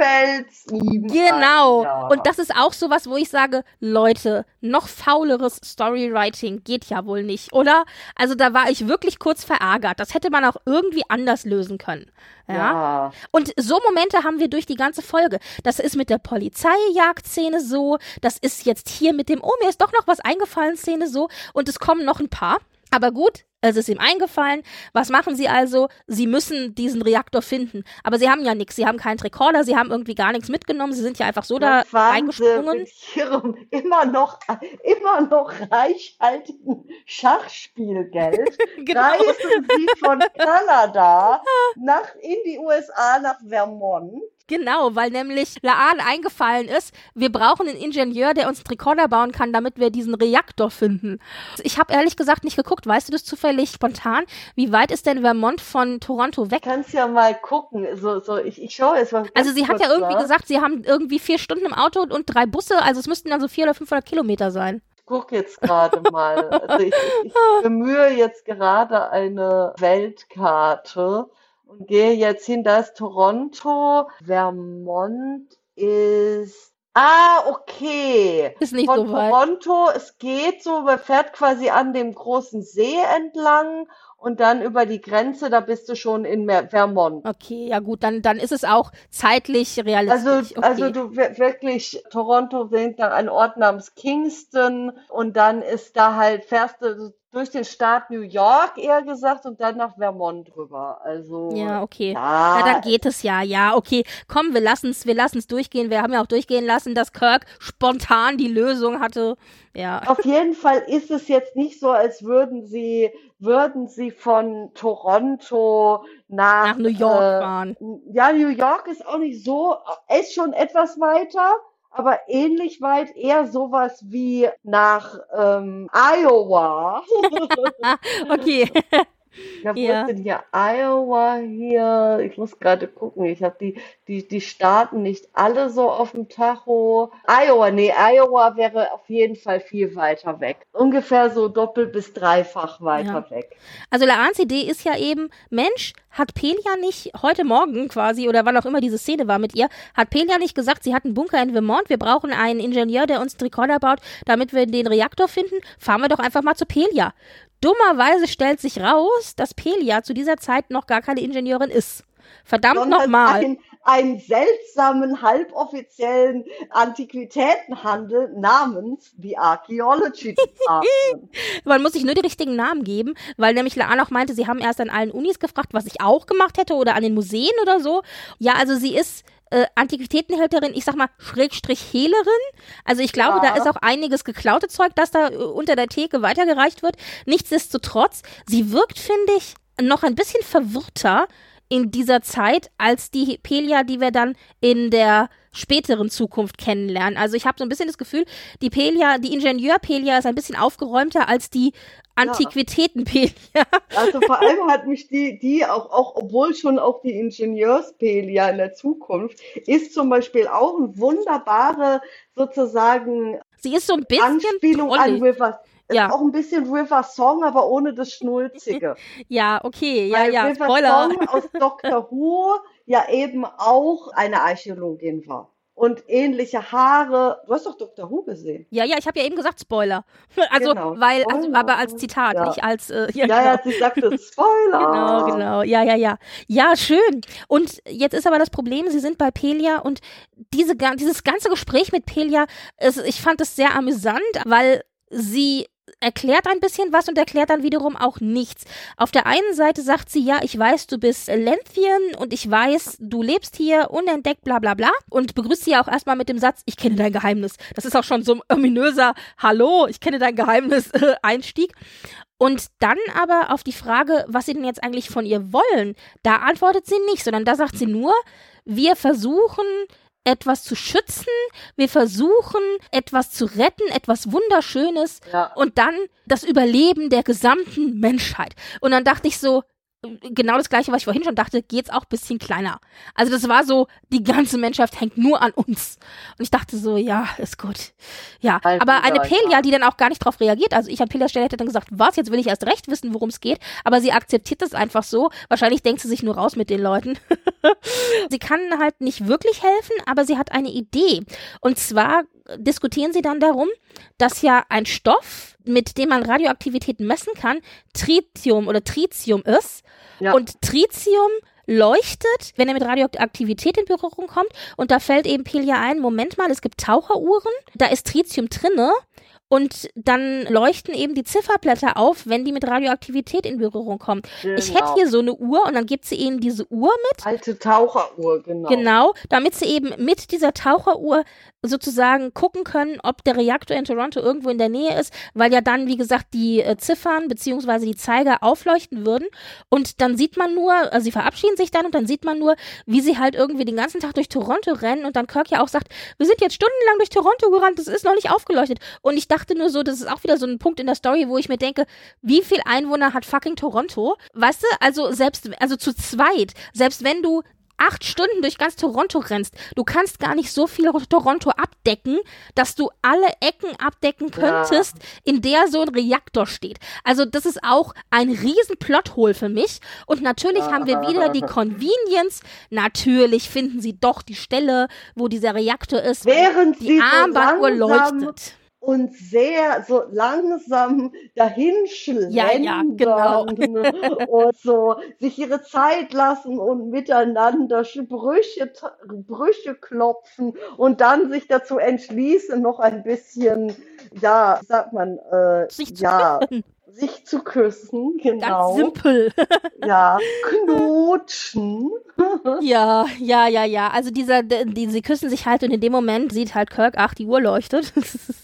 Speaker 3: Genau.
Speaker 2: Ja. Und das ist auch sowas, wo ich sage, Leute, noch fauleres Storywriting geht ja wohl nicht, oder? Also da war ich wirklich kurz verärgert. Das hätte man auch irgendwie anders lösen können. Ja. Und so Momente haben wir durch die ganze Folge. Das ist mit der Polizeijagdszene so, das ist jetzt hier mit dem, oh, mir ist doch noch was eingefallen, Szene so, und es kommen noch ein paar. Aber gut, es ist ihm eingefallen. Was machen sie also? Sie müssen diesen Reaktor finden. Aber sie haben ja nichts. Sie haben keinen Rekorder, sie haben irgendwie gar nichts mitgenommen. Sie sind ja einfach so da reingesprungen.
Speaker 3: Mit ihrem immer noch reichhaltigen Schachspielgeld reisen sie von Kanada in die USA nach Vermont.
Speaker 2: Genau, weil nämlich La'an eingefallen ist, wir brauchen einen Ingenieur, der uns einen Rekorder bauen kann, damit wir diesen Reaktor finden. Ich habe ehrlich gesagt nicht geguckt, weißt du das zufällig spontan? Wie weit ist denn Vermont von Toronto weg?
Speaker 3: Kannst ja mal gucken. Ich schaue jetzt mal.
Speaker 2: Also sie hat ja irgendwie gesagt, sie haben irgendwie 4 Stunden im Auto und 3 Busse, also es müssten dann so 400 oder 500 Kilometer sein.
Speaker 3: Ich gucke jetzt gerade mal. Also ich bemühe jetzt gerade eine Weltkarte. Und gehe jetzt hin, da ist Toronto, Vermont ist, okay.
Speaker 2: Ist nicht
Speaker 3: von
Speaker 2: so weit.
Speaker 3: Toronto, es geht so, man fährt quasi an dem großen See entlang und dann über die Grenze, da bist du schon in Vermont.
Speaker 2: Okay, ja gut, dann ist es auch zeitlich realistisch.
Speaker 3: Also du wirklich, Toronto sind da ein Ort namens Kingston und dann ist da halt, fährst du durch den Staat New York eher gesagt und dann nach Vermont rüber. Also
Speaker 2: ja, okay. Ja, dann geht es ja. Ja, okay. Komm, wir lassen's durchgehen. Wir haben ja auch durchgehen lassen, dass Kirk spontan die Lösung hatte. Ja.
Speaker 3: Auf jeden Fall ist es jetzt nicht so, als würden sie von Toronto nach
Speaker 2: New York fahren.
Speaker 3: Ja, New York ist auch nicht so, ist schon etwas weiter. Aber ähnlich weit, eher sowas wie nach Iowa.
Speaker 2: Okay.
Speaker 3: Ja, wo ist denn hier Iowa hier? Ich muss gerade gucken. Ich habe die Staaten nicht alle so auf dem Tacho. Iowa wäre auf jeden Fall viel weiter weg. Ungefähr so doppelt bis dreifach weiter weg.
Speaker 2: Also La'ans Idee ist ja eben, Mensch, hat Pelia nicht heute Morgen quasi, oder wann auch immer diese Szene war mit ihr, hat Pelia nicht gesagt, sie hat einen Bunker in Vermont, wir brauchen einen Ingenieur, der uns einen Rekorder baut, damit wir den Reaktor finden? Fahren wir doch einfach mal zu Pelia. Dummerweise stellt sich raus, dass Pelia zu dieser Zeit noch gar keine Ingenieurin ist. Verdammt nochmal.
Speaker 3: Einen seltsamen, halboffiziellen Antiquitätenhandel namens The Archaeology Department.
Speaker 2: Man muss sich nur die richtigen Namen geben, weil nämlich La'an auch meinte, sie haben erst an allen Unis gefragt, was ich auch gemacht hätte oder an den Museen oder so. Ja, also sie ist Antiquitätenhälterin, ich sag mal, Schrägstrich-Hehlerin. Also ich glaube, da ist auch einiges geklaute Zeug, das da unter der Theke weitergereicht wird. Nichtsdestotrotz, sie wirkt, finde ich, noch ein bisschen verwirrter in dieser Zeit als die Pelia, die wir dann in der späteren Zukunft kennenlernen. Also ich habe so ein bisschen das Gefühl, die Ingenieur-Pelia ist ein bisschen aufgeräumter als die Antiquitäten-Pelia.
Speaker 3: Also vor allem hat mich die auch, obwohl schon auch die Ingenieurs-Pelia in der Zukunft, ist zum Beispiel auch ein wunderbare sozusagen
Speaker 2: sie ist so ein bisschen
Speaker 3: Anspielung an River. Ist auch ein bisschen River Song, aber ohne das Schnulzige.
Speaker 2: Ja, okay,
Speaker 3: weil
Speaker 2: ja,
Speaker 3: River
Speaker 2: Spoiler.
Speaker 3: Song aus Doctor Who ja eben auch eine Archäologin war. Und ähnliche Haare. Du hast doch Doctor Who gesehen.
Speaker 2: Ja, ich habe ja eben gesagt Spoiler. Also,
Speaker 3: genau.
Speaker 2: Aber als Zitat, nicht als...
Speaker 3: sie sagte Spoiler.
Speaker 2: Genau. Ja. Ja, schön. Und jetzt ist aber das Problem, sie sind bei Pelia und dieses ganze Gespräch mit Pelia, ich fand es sehr amüsant, weil sie erklärt ein bisschen was und erklärt dann wiederum auch nichts. Auf der einen Seite sagt sie, ja, ich weiß, du bist Lenthian und ich weiß, du lebst hier unentdeckt, bla bla bla, und begrüßt sie ja auch erstmal mit dem Satz, ich kenne dein Geheimnis. Das ist auch schon so ein ominöser Hallo, ich kenne dein Geheimnis Einstieg. Und dann aber auf die Frage, was sie denn jetzt eigentlich von ihr wollen, da antwortet sie nicht, sondern da sagt sie nur, wir versuchen etwas zu schützen, wir versuchen etwas zu retten, etwas Wunderschönes und dann das Überleben der gesamten Menschheit. Und dann dachte ich so, genau das Gleiche, was ich vorhin schon dachte, geht's auch ein bisschen kleiner. Also das war so, die ganze Menschheit hängt nur an uns. Und ich dachte so, ja, ist gut. Ja, aber eine Pelia, die dann auch gar nicht drauf reagiert, also ich an Pelias Stelle hätte dann gesagt, was, jetzt will ich erst recht wissen, worum es geht, aber sie akzeptiert das einfach so. Wahrscheinlich denkt sie sich nur raus mit den Leuten. Sie kann halt nicht wirklich helfen, aber sie hat eine Idee. Und zwar diskutieren sie dann darum, dass ja ein Stoff, mit dem man Radioaktivität messen kann, Tritium ist. Ja. Und Tritium leuchtet, wenn er mit Radioaktivität in Berührung kommt. Und da fällt eben Pelia ein, Moment mal, es gibt Taucheruhren, da ist Tritium drinne. Und dann leuchten eben die Zifferblätter auf, wenn die mit Radioaktivität in Berührung kommen. Genau. Ich hätte hier so eine Uhr und dann gibt sie ihnen diese Uhr mit.
Speaker 3: Alte Taucheruhr, genau.
Speaker 2: Genau, damit sie eben mit dieser Taucheruhr sozusagen gucken können, ob der Reaktor in Toronto irgendwo in der Nähe ist, weil ja dann, wie gesagt, die Ziffern bzw. die Zeiger aufleuchten würden. Und dann sieht man nur, also sie verabschieden sich dann und dann sieht man nur, wie sie halt irgendwie den ganzen Tag durch Toronto rennen und dann Kirk ja auch sagt, wir sind jetzt stundenlang durch Toronto gerannt, das ist noch nicht aufgeleuchtet. Und ich dachte nur so, das ist auch wieder so ein Punkt in der Story, wo ich mir denke, wie viel Einwohner hat fucking Toronto? Weißt du, also zu zweit, selbst wenn du 8 Stunden durch ganz Toronto rennst, du kannst gar nicht so viel Toronto abdecken, dass du alle Ecken abdecken könntest, in der so ein Reaktor steht. Also das ist auch ein riesen Plothole für mich. Und natürlich haben wir wieder die Convenience. Natürlich finden sie doch die Stelle, wo dieser Reaktor ist,
Speaker 3: während
Speaker 2: die Armbanduhr leuchtet.
Speaker 3: Und sehr so langsam dahin schlendern
Speaker 2: ja, genau.
Speaker 3: und so sich ihre Zeit lassen und miteinander Brüche klopfen und dann sich dazu entschließen, noch ein bisschen, ja, sagt man, sich zu küssen, genau.
Speaker 2: Ganz simpel.
Speaker 3: Ja, knutschen.
Speaker 2: Ja. Also sie küssen sich halt und in dem Moment sieht halt Kirk, ach, die Uhr leuchtet.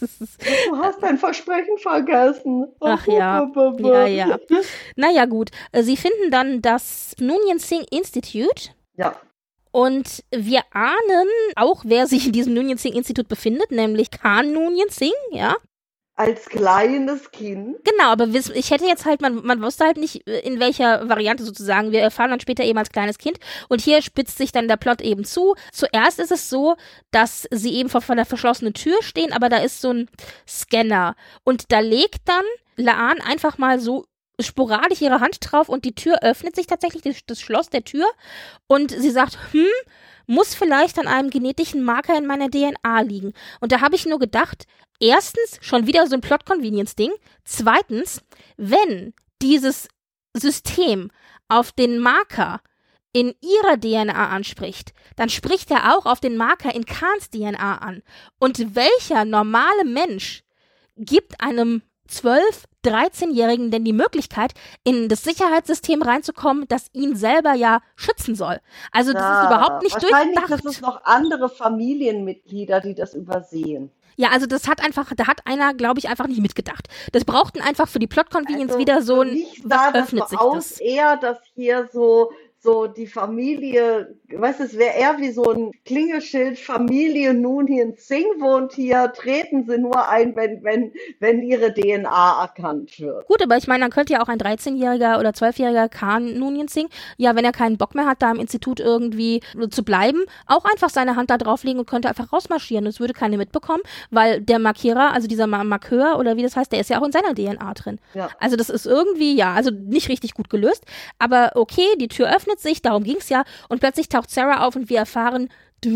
Speaker 3: Du hast dein Versprechen vergessen.
Speaker 2: Ach ja. Ja. Naja, gut. Sie finden dann das Noonien Singh Institute.
Speaker 3: Ja.
Speaker 2: Und wir ahnen auch, wer sich in diesem Noonien Singh Institut befindet, nämlich Khan Noonien Singh, ja.
Speaker 3: Als kleines Kind.
Speaker 2: Genau, aber ich hätte jetzt halt, man wusste halt nicht, in welcher Variante sozusagen. Wir erfahren dann später eben als kleines Kind. Und hier spitzt sich dann der Plot eben zu. Zuerst ist es so, dass sie eben vor einer verschlossenen Tür stehen, aber da ist so ein Scanner. Und da legt dann La'an einfach mal so sporadisch ihre Hand drauf und die Tür öffnet sich tatsächlich, das Schloss der Tür. Und sie sagt, muss vielleicht an einem genetischen Marker in meiner DNA liegen. Und da habe ich nur gedacht, erstens, schon wieder so ein Plot-Convenience-Ding. Zweitens, wenn dieses System auf den Marker in ihrer DNA anspricht, dann spricht er auch auf den Marker in Khans DNA an. Und welcher normale Mensch gibt einem 12-, 13-Jährigen denn die Möglichkeit, in das Sicherheitssystem reinzukommen, das ihn selber ja schützen soll? Also das ist überhaupt nicht durchdacht.
Speaker 3: Wahrscheinlich sind es noch andere Familienmitglieder, die das übersehen.
Speaker 2: Ja, also da hat einer, glaube ich, einfach nicht mitgedacht. Das brauchten einfach für die Plot-Convenience wieder so ein,
Speaker 3: was öffnet sich das? Eher, dass hier so die Familie, weißt du, es wäre eher wie so ein Klingelschild, Familie Noonien Singh wohnt hier, treten sie nur ein, wenn ihre DNA erkannt wird.
Speaker 2: Gut, aber ich meine, dann könnte ja auch ein 13-jähriger oder 12-jähriger Khan Noonien Singh, ja, wenn er keinen Bock mehr hat, da im Institut irgendwie zu bleiben, auch einfach seine Hand da drauflegen und könnte einfach rausmarschieren. Und es würde keiner mitbekommen, weil der Markierer, also dieser Markeur oder wie das heißt, der ist ja auch in seiner DNA drin. Ja. Also das ist irgendwie, also nicht richtig gut gelöst, aber okay, die Tür öffnet sich, darum ging's ja, und plötzlich taucht Sarah auf und wir erfahren,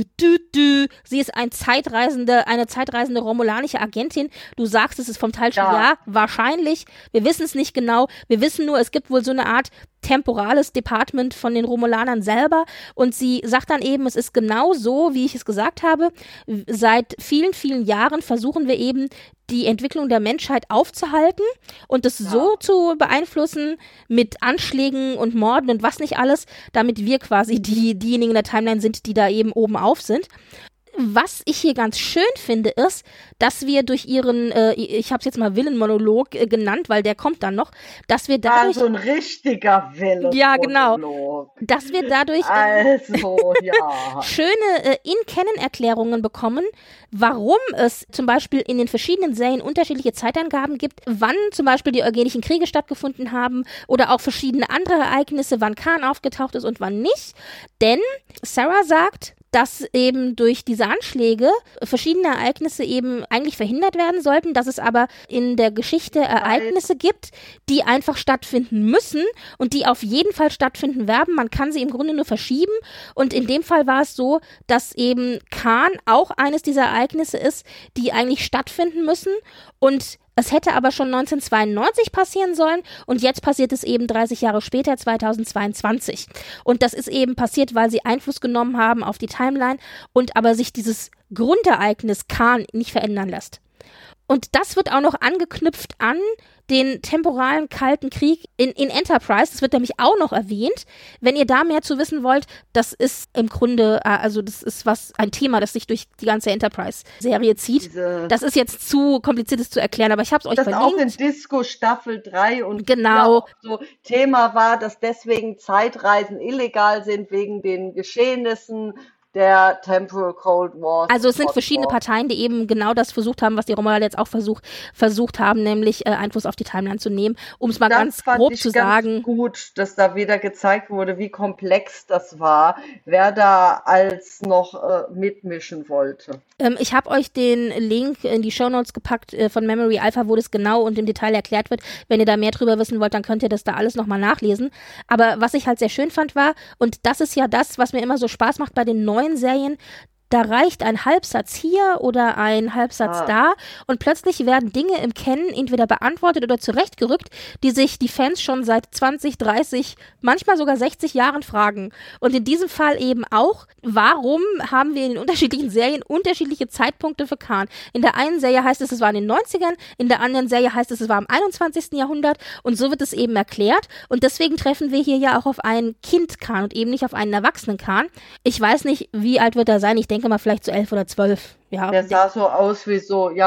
Speaker 2: sie ist eine zeitreisende romulanische Agentin. Du sagst, es ist vom Teil schon wahrscheinlich. Wir wissen es nicht genau. Wir wissen nur, es gibt wohl so eine Art temporales Department von den Romulanern selber und sie sagt dann eben, es ist genau so, wie ich es gesagt habe. Seit vielen, vielen Jahren versuchen wir eben, die Entwicklung der Menschheit aufzuhalten und es so zu beeinflussen mit Anschlägen und Morden und was nicht alles, damit wir quasi diejenigen in der Timeline sind, die da eben oben auf sind. Was ich hier ganz schön finde, ist, dass wir durch ihren, ich habe es jetzt mal Villenmonolog genannt, weil der kommt dann noch, dass wir dadurch...
Speaker 3: Also ein richtiger Villenmonolog.
Speaker 2: Ja, genau. Dass wir dadurch schöne In-Canon-Erklärungen bekommen, warum es zum Beispiel in den verschiedenen Serien unterschiedliche Zeitangaben gibt, wann zum Beispiel die Eugenischen Kriege stattgefunden haben oder auch verschiedene andere Ereignisse, wann Khan aufgetaucht ist und wann nicht. Denn Sarah sagt, dass eben durch diese Anschläge verschiedene Ereignisse eben eigentlich verhindert werden sollten, dass es aber in der Geschichte Ereignisse gibt, die einfach stattfinden müssen und die auf jeden Fall stattfinden werden. Man kann sie im Grunde nur verschieben und in dem Fall war es so, dass eben Khan auch eines dieser Ereignisse ist, die eigentlich stattfinden müssen und es hätte aber schon 1992 passieren sollen und jetzt passiert es eben 30 Jahre später, 2022. Und das ist eben passiert, weil sie Einfluss genommen haben auf die Timeline und aber sich dieses Grundereignis Khan nicht verändern lässt. Und das wird auch noch angeknüpft an den temporalen Kalten Krieg in Enterprise. Das wird nämlich auch noch erwähnt. Wenn ihr da mehr zu wissen wollt, das ist im Grunde, also das ist ein Thema, das sich durch die ganze Enterprise-Serie zieht. Das ist jetzt zu kompliziert, das zu erklären, aber ich habe es euch verlinkt.
Speaker 3: Das auch in Disco Staffel 3 und
Speaker 2: genau.
Speaker 3: So Thema war, dass deswegen Zeitreisen illegal sind, wegen den Geschehnissen der Temporal Cold War.
Speaker 2: Also es sind verschiedene Parteien, die eben genau das versucht haben, was die Romulaner jetzt auch versucht haben, nämlich Einfluss auf die Timeline zu nehmen, um es mal ganz grob zu sagen.
Speaker 3: Das gut, dass da wieder gezeigt wurde, wie komplex das war, wer da als noch mitmischen wollte.
Speaker 2: Ich habe euch den Link in die Shownotes gepackt von Memory Alpha, wo das genau und im Detail erklärt wird. Wenn ihr da mehr drüber wissen wollt, dann könnt ihr das da alles nochmal nachlesen. Aber was ich halt sehr schön fand war, und das ist ja das, was mir immer so Spaß macht bei den neuen Serien, da reicht ein Halbsatz hier oder ein Halbsatz da und plötzlich werden Dinge im Canon entweder beantwortet oder zurechtgerückt, die sich die Fans schon seit 20, 30, manchmal sogar 60 Jahren fragen. Und in diesem Fall eben auch, warum haben wir in den unterschiedlichen Serien unterschiedliche Zeitpunkte für Khan? In der einen Serie heißt es war in den 90ern, in der anderen Serie heißt es war im 21. Jahrhundert und so wird es eben erklärt und deswegen treffen wir hier ja auch auf einen Kind-Khan und eben nicht auf einen erwachsenen Khan. Ich weiß nicht, wie alt wird er sein, ich denke mal vielleicht so 11 oder 12. Ja,
Speaker 3: der sah so aus wie so ein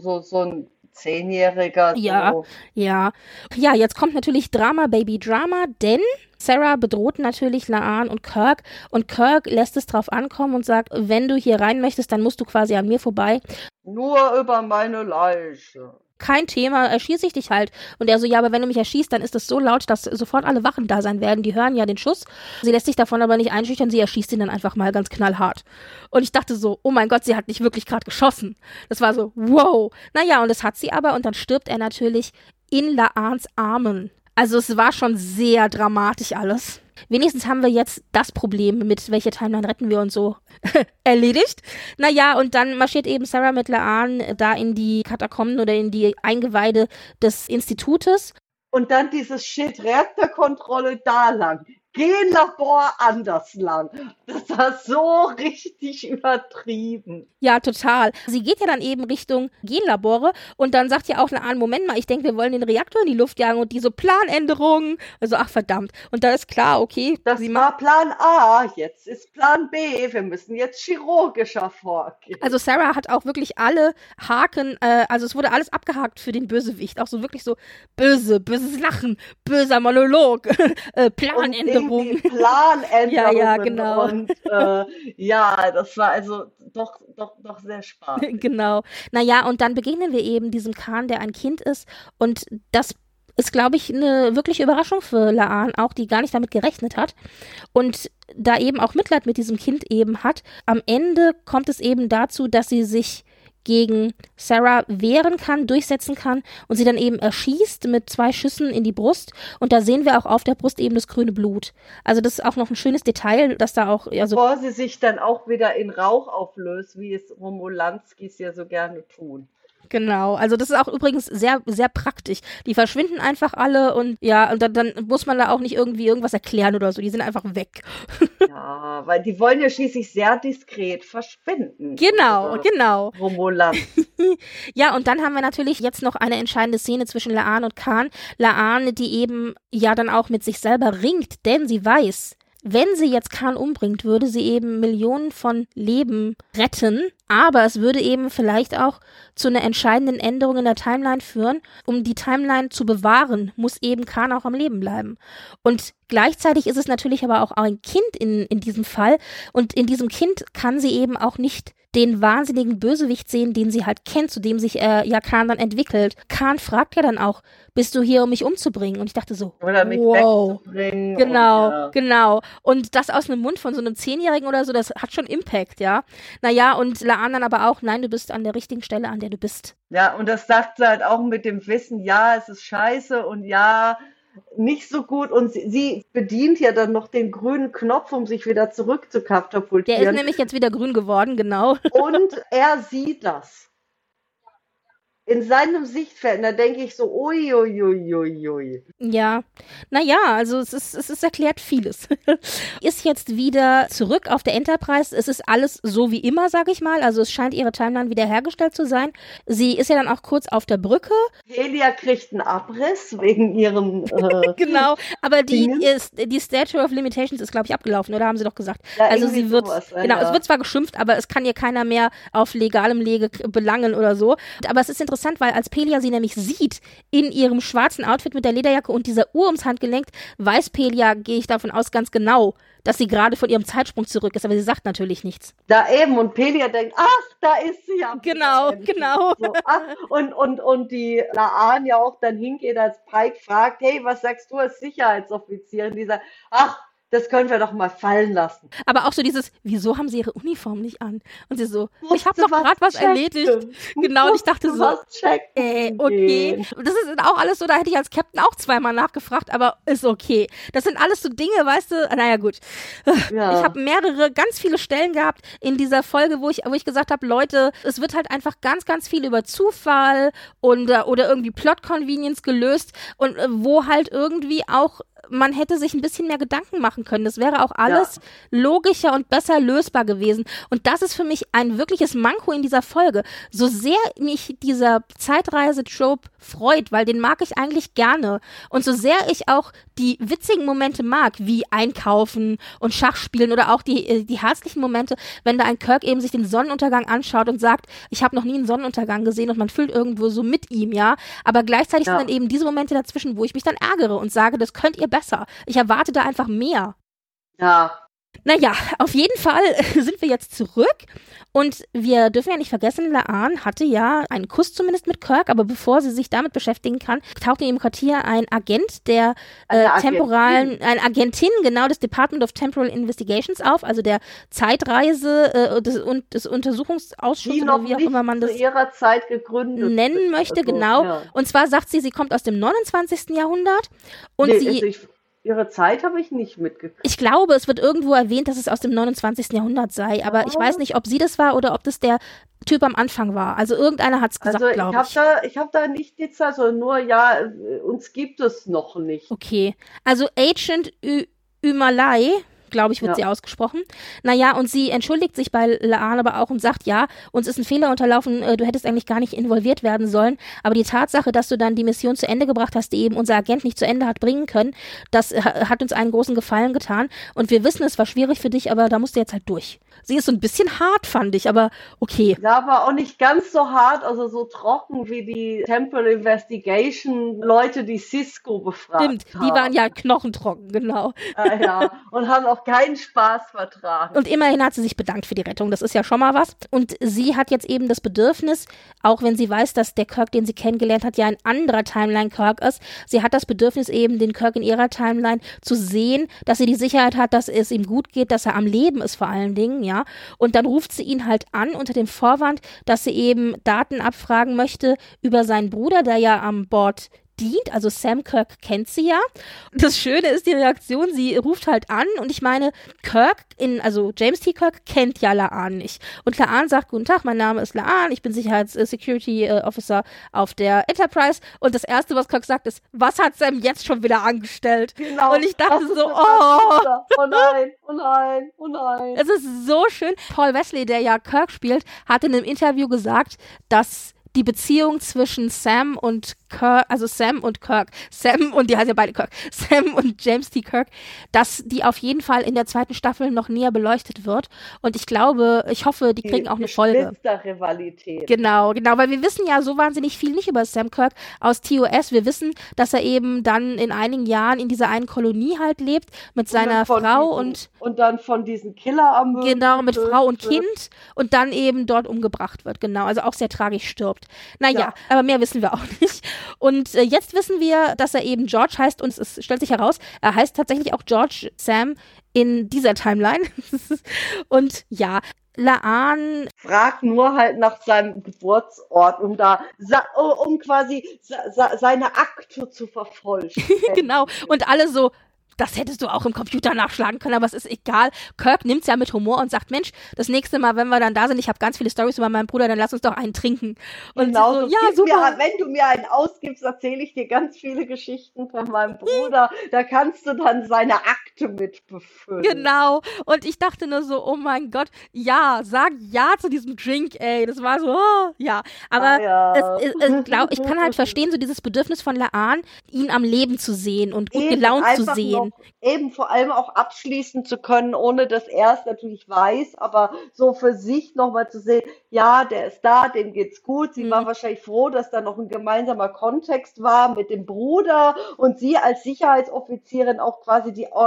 Speaker 3: 10-Jähriger.
Speaker 2: Ja, ja. Ja, jetzt kommt natürlich Drama, Baby Drama, denn Sarah bedroht natürlich La'an und Kirk lässt es drauf ankommen und sagt, wenn du hier rein möchtest, dann musst du quasi an mir vorbei.
Speaker 3: Nur über meine Leiche.
Speaker 2: Kein Thema, erschieße ich dich halt. Und er so, ja, aber wenn du mich erschießt, dann ist das so laut, dass sofort alle Wachen da sein werden. Die hören ja den Schuss. Sie lässt sich davon aber nicht einschüchtern, sie erschießt ihn dann einfach mal ganz knallhart. Und ich dachte so, oh mein Gott, sie hat nicht wirklich gerade geschossen. Das war so, wow. Naja, und das hat sie aber und dann stirbt er natürlich in La'ans Armen. Also es war schon sehr dramatisch alles. Wenigstens haben wir jetzt das Problem mit welcher Timeline retten wir uns so erledigt. Naja, und dann marschiert eben Sarah mit La'an da in die Katakomben oder in die Eingeweide des Institutes.
Speaker 3: Und dann dieses Shit, Reaktorkontrolle da lang. Genlabor anders lang. Das war so richtig übertrieben.
Speaker 2: Ja, total. Sie geht ja dann eben Richtung Genlabore und dann sagt ja auch La'an, Moment mal, ich denke, wir wollen den Reaktor in die Luft jagen und diese Planänderungen. Also, ach verdammt. Und da ist klar, okay.
Speaker 3: Das war Plan A, jetzt ist Plan B. Wir müssen jetzt chirurgischer vorgehen.
Speaker 2: Also Sarah hat auch wirklich alle Haken, also es wurde alles abgehakt für den Bösewicht. Auch so wirklich so böses Lachen, böser Monolog, Planänderung.
Speaker 3: Die Planänderungen.
Speaker 2: Ja, genau.
Speaker 3: Und das war also doch sehr spannend.
Speaker 2: Genau. Naja, und dann begegnen wir eben diesem Khan, der ein Kind ist. Und das ist, glaube ich, eine wirkliche Überraschung für La'an, auch die gar nicht damit gerechnet hat. Und da eben auch Mitleid mit diesem Kind eben hat. Am Ende kommt es eben dazu, dass sie sich gegen Sarah wehren kann, durchsetzen kann und sie dann eben erschießt mit 2 Schüssen in die Brust und da sehen wir auch auf der Brust eben das grüne Blut. Also das ist auch noch ein schönes Detail, dass da auch...
Speaker 3: Bevor sie sich dann auch wieder in Rauch auflöst, wie es Romulanskis ja so gerne tun.
Speaker 2: Genau, also das ist auch übrigens sehr, sehr praktisch. Die verschwinden einfach alle und ja, und dann muss man da auch nicht irgendwie irgendwas erklären oder so, die sind einfach weg.
Speaker 3: Ja, weil die wollen ja schließlich sehr diskret verschwinden.
Speaker 2: Genau.
Speaker 3: Romulans.
Speaker 2: Ja, und dann haben wir natürlich jetzt noch eine entscheidende Szene zwischen La'an und Khan. La'an, die eben ja dann auch mit sich selber ringt, denn sie weiß, wenn sie jetzt Khan umbringt, würde sie eben Millionen von Leben retten, aber es würde eben vielleicht auch zu einer entscheidenden Änderung in der Timeline führen. Um die Timeline zu bewahren, muss eben Khan auch am Leben bleiben. Und gleichzeitig ist es natürlich aber auch ein Kind in diesem Fall und in diesem Kind kann sie eben auch nicht den wahnsinnigen Bösewicht sehen, den sie halt kennt, zu dem sich ja Khan dann entwickelt. Khan fragt ja dann auch, bist du hier, um mich umzubringen? Und ich dachte so,
Speaker 3: oder mich
Speaker 2: wow,
Speaker 3: wegzubringen.
Speaker 2: Genau. Und das aus dem Mund von so einem 10-Jährigen oder so, das hat schon Impact, ja. Naja, und La'an dann aber auch, nein, du bist an der richtigen Stelle, an der du bist.
Speaker 3: Ja, und das sagt sie halt auch mit dem Wissen, ja, es ist scheiße und ja, nicht so gut. Und sie bedient ja dann noch den grünen Knopf, um sich wieder zurück zu katapultieren.
Speaker 2: Der ist nämlich jetzt wieder grün geworden, genau.
Speaker 3: Und er sieht das. In seinem Sichtfeld, da denke ich so, uiuiuiui.
Speaker 2: Ja, naja, also es erklärt vieles. Ist jetzt wieder zurück auf der Enterprise. Es ist alles so wie immer, sag ich mal. Also es scheint ihre Timeline wiederhergestellt zu sein. Sie ist ja dann auch kurz auf der Brücke.
Speaker 3: Helia kriegt einen Abriss wegen ihrem
Speaker 2: genau, aber die Statute of Limitations ist, glaube ich, abgelaufen, oder haben sie doch gesagt? Ja, also sie wird, genau, es wird zwar geschimpft, aber es kann ihr keiner mehr auf legalem Wege belangen oder so. Aber es ist interessant, weil als Pelia sie nämlich sieht, in ihrem schwarzen Outfit mit der Lederjacke und dieser Uhr ums Handgelenk, weiß Pelia, gehe ich davon aus, ganz genau, dass sie gerade von ihrem Zeitsprung zurück ist, aber sie sagt natürlich nichts.
Speaker 3: Da eben, und Pelia denkt, ach, da ist sie ja.
Speaker 2: Genau.
Speaker 3: So, und die La'an ja auch dann hingeht, als Pike fragt, hey, was sagst du als Sicherheitsoffizierin? Die sagt, ach, das können wir doch mal fallen lassen.
Speaker 2: Aber auch so dieses, wieso haben sie ihre Uniform nicht an? Und sie so, ich habe doch gerade was erledigt. Genau, und ich dachte so, okay. Und das ist auch alles so, da hätte ich als Captain auch zweimal nachgefragt, aber ist okay. Das sind alles so Dinge, weißt du, naja gut. Ja. Ich habe ganz viele Stellen gehabt in dieser Folge, wo ich gesagt habe, Leute, es wird halt einfach ganz, ganz viel über Zufall und oder irgendwie Plot-Convenience gelöst und wo halt irgendwie auch man hätte sich ein bisschen mehr Gedanken machen können. Das wäre auch alles logischer und besser lösbar gewesen. Und das ist für mich ein wirkliches Manko in dieser Folge. So sehr mich dieser Zeitreise-Trope freut, weil den mag ich eigentlich gerne. Und so sehr ich auch die witzigen Momente mag, wie Einkaufen und Schachspielen oder auch die herzlichen Momente, wenn da ein Kirk eben sich den Sonnenuntergang anschaut und sagt, ich habe noch nie einen Sonnenuntergang gesehen und man fühlt irgendwo so mit ihm, ja. Aber gleichzeitig sind dann eben diese Momente dazwischen, wo ich mich dann ärgere und sage, das könnt ihr besser. Ich erwarte da einfach mehr.
Speaker 3: Ja.
Speaker 2: Naja, auf jeden Fall sind wir jetzt zurück und wir dürfen ja nicht vergessen, La'an hatte ja einen Kuss zumindest mit Kirk, aber bevor sie sich damit beschäftigen kann, taucht in ihrem Quartier ein Agent der eine Agentin, genau, des Department of Temporal Investigations auf, also der Zeitreise des Untersuchungsausschusses, oder wie auch immer man das
Speaker 3: zu ihrer Zeit gegründet
Speaker 2: nennen möchte, also, genau. Ja. Und zwar sagt sie kommt aus dem 29. Jahrhundert und
Speaker 3: Ihre Zeit habe ich nicht mitgekriegt.
Speaker 2: Ich glaube, es wird irgendwo erwähnt, dass es aus dem 29. Jahrhundert sei, aber ich weiß nicht, ob sie das war oder ob das der Typ am Anfang war. Also irgendeiner hat es gesagt, glaube ich.
Speaker 3: Ich habe da nicht die Zeit, sondern nur, uns gibt es noch nicht.
Speaker 2: Okay, also Agent Umalai, glaube ich, wird sie ausgesprochen. Naja, und sie entschuldigt sich bei La'an aber auch und sagt, ja, uns ist ein Fehler unterlaufen, du hättest eigentlich gar nicht involviert werden sollen, aber die Tatsache, dass du dann die Mission zu Ende gebracht hast, die eben unser Agent nicht zu Ende hat bringen können, das hat uns einen großen Gefallen getan und wir wissen, es war schwierig für dich, aber da musst du jetzt halt durch. Sie ist so ein bisschen hart, fand ich, aber okay.
Speaker 3: Ja, aber auch nicht ganz so hart, also so trocken wie die Temporal Investigation Leute, die Cisco befragt haben.
Speaker 2: Stimmt, die waren ja knochentrocken, genau.
Speaker 3: Ja, und haben auch keinen Spaß vertragen.
Speaker 2: Und immerhin hat sie sich bedankt für die Rettung, das ist ja schon mal was. Und sie hat jetzt eben das Bedürfnis, auch wenn sie weiß, dass der Kirk, den sie kennengelernt hat, ja ein anderer Timeline-Kirk ist, sie hat das Bedürfnis eben, den Kirk in ihrer Timeline zu sehen, dass sie die Sicherheit hat, dass es ihm gut geht, dass er am Leben ist vor allen Dingen, ja. Und dann ruft sie ihn halt an unter dem Vorwand, dass sie eben Daten abfragen möchte über seinen Bruder, der ja an Bord dient, also Sam Kirk kennt sie ja. Das Schöne ist die Reaktion, sie ruft halt an und ich meine, also James T. Kirk kennt ja La'an nicht. Und La'an sagt, guten Tag, mein Name ist La'an, ich bin Sicherheits-Security Officer auf der Enterprise und das Erste, was Kirk sagt, ist, was hat Sam jetzt schon wieder angestellt?
Speaker 3: Genau.
Speaker 2: Und ich dachte so,
Speaker 3: oh nein, oh nein, oh nein.
Speaker 2: Es ist so schön. Paul Wesley, der ja Kirk spielt, hat in einem Interview gesagt, dass die Beziehung zwischen Sam und Kirk, die heißen ja beide Kirk, Sam und James T. Kirk, dass die auf jeden Fall in der zweiten Staffel noch näher beleuchtet wird. Und ich hoffe, die kriegen auch eine Folge.
Speaker 3: Rivalität.
Speaker 2: Genau, weil wir wissen ja so wahnsinnig viel nicht über Sam Kirk aus TOS. Wir wissen, dass er eben dann in einigen Jahren in dieser einen Kolonie halt lebt mit seiner Frau und
Speaker 3: dann von diesen Killerarmen.
Speaker 2: Genau, mit Frau und Kind und dann eben dort umgebracht wird. Genau, also auch sehr tragisch stirbt. Naja, aber mehr wissen wir auch nicht. Und jetzt wissen wir, dass er eben George heißt und es stellt sich heraus, er heißt tatsächlich auch George Sam in dieser Timeline. Und ja, La'an
Speaker 3: fragt nur halt nach seinem Geburtsort, um quasi seine Akte zu vervollständigen.
Speaker 2: Genau, und alle so, das hättest du auch im Computer nachschlagen können, aber es ist egal. Kirk nimmt's ja mit Humor und sagt, Mensch, das nächste Mal, wenn wir dann da sind, ich habe ganz viele Storys über meinen Bruder, dann lass uns doch einen trinken. Und
Speaker 3: genau,
Speaker 2: so, ja, super.
Speaker 3: Wenn du mir einen ausgibst, erzähle ich dir ganz viele Geschichten von meinem Bruder. Da kannst du dann seine Akte mit befüllen.
Speaker 2: Genau. Und ich dachte nur so, oh mein Gott, ja, sag ja zu diesem Drink, ey. Das war so, ja. Aber ich kann halt verstehen, so dieses Bedürfnis von La'an, ihn am Leben zu sehen und gut gelaunt zu sehen.
Speaker 3: Eben vor allem auch abschließen zu können, ohne dass er es natürlich weiß, aber so für sich nochmal zu sehen, ja, der ist da, dem geht's gut. Sie war wahrscheinlich froh, dass da noch ein gemeinsamer Kontext war mit dem Bruder und sie als Sicherheitsoffizierin auch quasi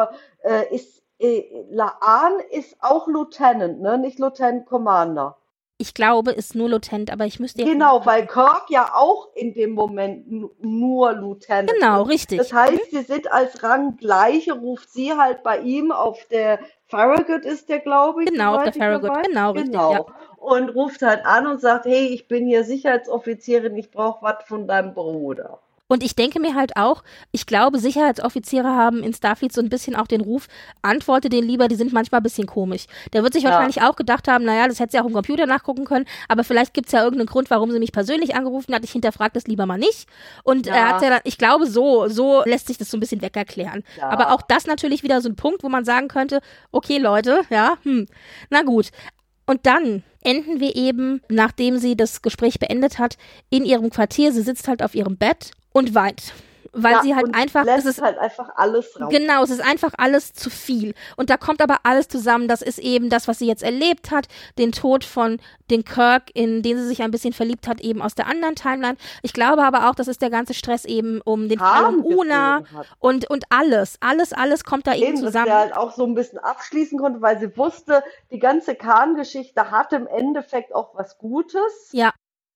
Speaker 3: La'an ist auch Lieutenant, ne? Nicht Lieutenant Commander.
Speaker 2: Ich glaube, ist nur Lieutenant, aber ich müsste jetzt...
Speaker 3: Genau, weil Kirk ja auch in dem Moment nur Lieutenant ist.
Speaker 2: Genau, richtig.
Speaker 3: Das heißt, sie sind als Ranggleiche, ruft sie halt bei ihm auf der Farragut ist der, glaube ich.
Speaker 2: Genau, auf der Farragut, genau, richtig, ja.
Speaker 3: Und ruft halt an und sagt, hey, ich bin hier Sicherheitsoffizierin, ich brauche was von deinem Bruder.
Speaker 2: Und ich denke mir halt auch, ich glaube, Sicherheitsoffiziere haben in Starfleet so ein bisschen auch den Ruf, antworte denen lieber, die sind manchmal ein bisschen komisch. Der wird sich wahrscheinlich auch gedacht haben, naja, das hätte sie auch im Computer nachgucken können, aber vielleicht gibt's ja irgendeinen Grund, warum sie mich persönlich angerufen hat. Ich hinterfrage das lieber mal nicht. Und er hat ja dann, ich glaube, so lässt sich das so ein bisschen wegerklären. Ja. Aber auch das natürlich wieder so ein Punkt, wo man sagen könnte, okay, Leute, na gut. Und dann enden wir eben, nachdem sie das Gespräch beendet hat, in ihrem Quartier. Sie sitzt halt auf ihrem Bett und weint. Weil sie halt einfach,
Speaker 3: es ist halt einfach alles raus.
Speaker 2: Genau, es ist einfach alles zu viel. Und da kommt aber alles zusammen. Das ist eben das, was sie jetzt erlebt hat. Den Tod von den Kirk, in den sie sich ein bisschen verliebt hat, eben aus der anderen Timeline. Ich glaube aber auch, das ist der ganze Stress eben um den Fall um Una und alles kommt da eben zusammen.
Speaker 3: Dass sie halt auch so ein bisschen abschließen konnte, weil sie wusste, die ganze Khan-Geschichte hat im Endeffekt auch was Gutes.
Speaker 2: Ja.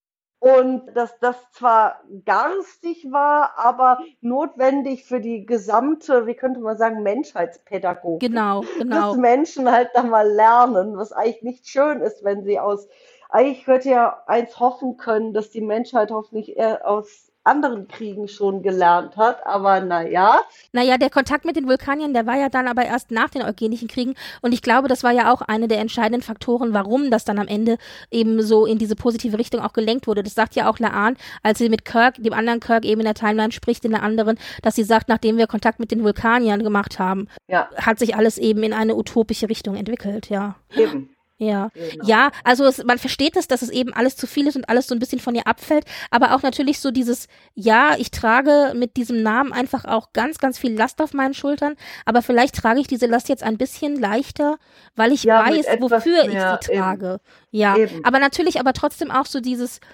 Speaker 3: Und dass das zwar garstig war, aber notwendig für die gesamte, wie könnte man sagen, Menschheitspädagogik.
Speaker 2: Genau.
Speaker 3: Dass Menschen halt da mal lernen, was eigentlich nicht schön ist, wenn sie eigentlich hätte ja eins hoffen können, dass die Menschheit hoffentlich eher aus anderen Kriegen schon gelernt hat, aber naja.
Speaker 2: Naja, der Kontakt mit den Vulkaniern, der war ja dann aber erst nach den Eugenischen Kriegen und ich glaube, das war ja auch eine der entscheidenden Faktoren, warum das dann am Ende eben so in diese positive Richtung auch gelenkt wurde. Das sagt ja auch La'an, als sie mit Kirk, dem anderen Kirk eben in der Timeline spricht, in der anderen, dass sie sagt, nachdem wir Kontakt mit den Vulkaniern gemacht haben, hat sich alles eben in eine utopische Richtung entwickelt, ja.
Speaker 3: Eben.
Speaker 2: Ja, genau. Ja, also man versteht es, dass es eben alles zu viel ist und alles so ein bisschen von ihr abfällt, aber auch natürlich so dieses, ich trage mit diesem Namen einfach auch ganz, ganz viel Last auf meinen Schultern, aber vielleicht trage ich diese Last jetzt ein bisschen leichter, weil ich weiß, wofür ich sie trage. Eben. Aber natürlich aber trotzdem auch so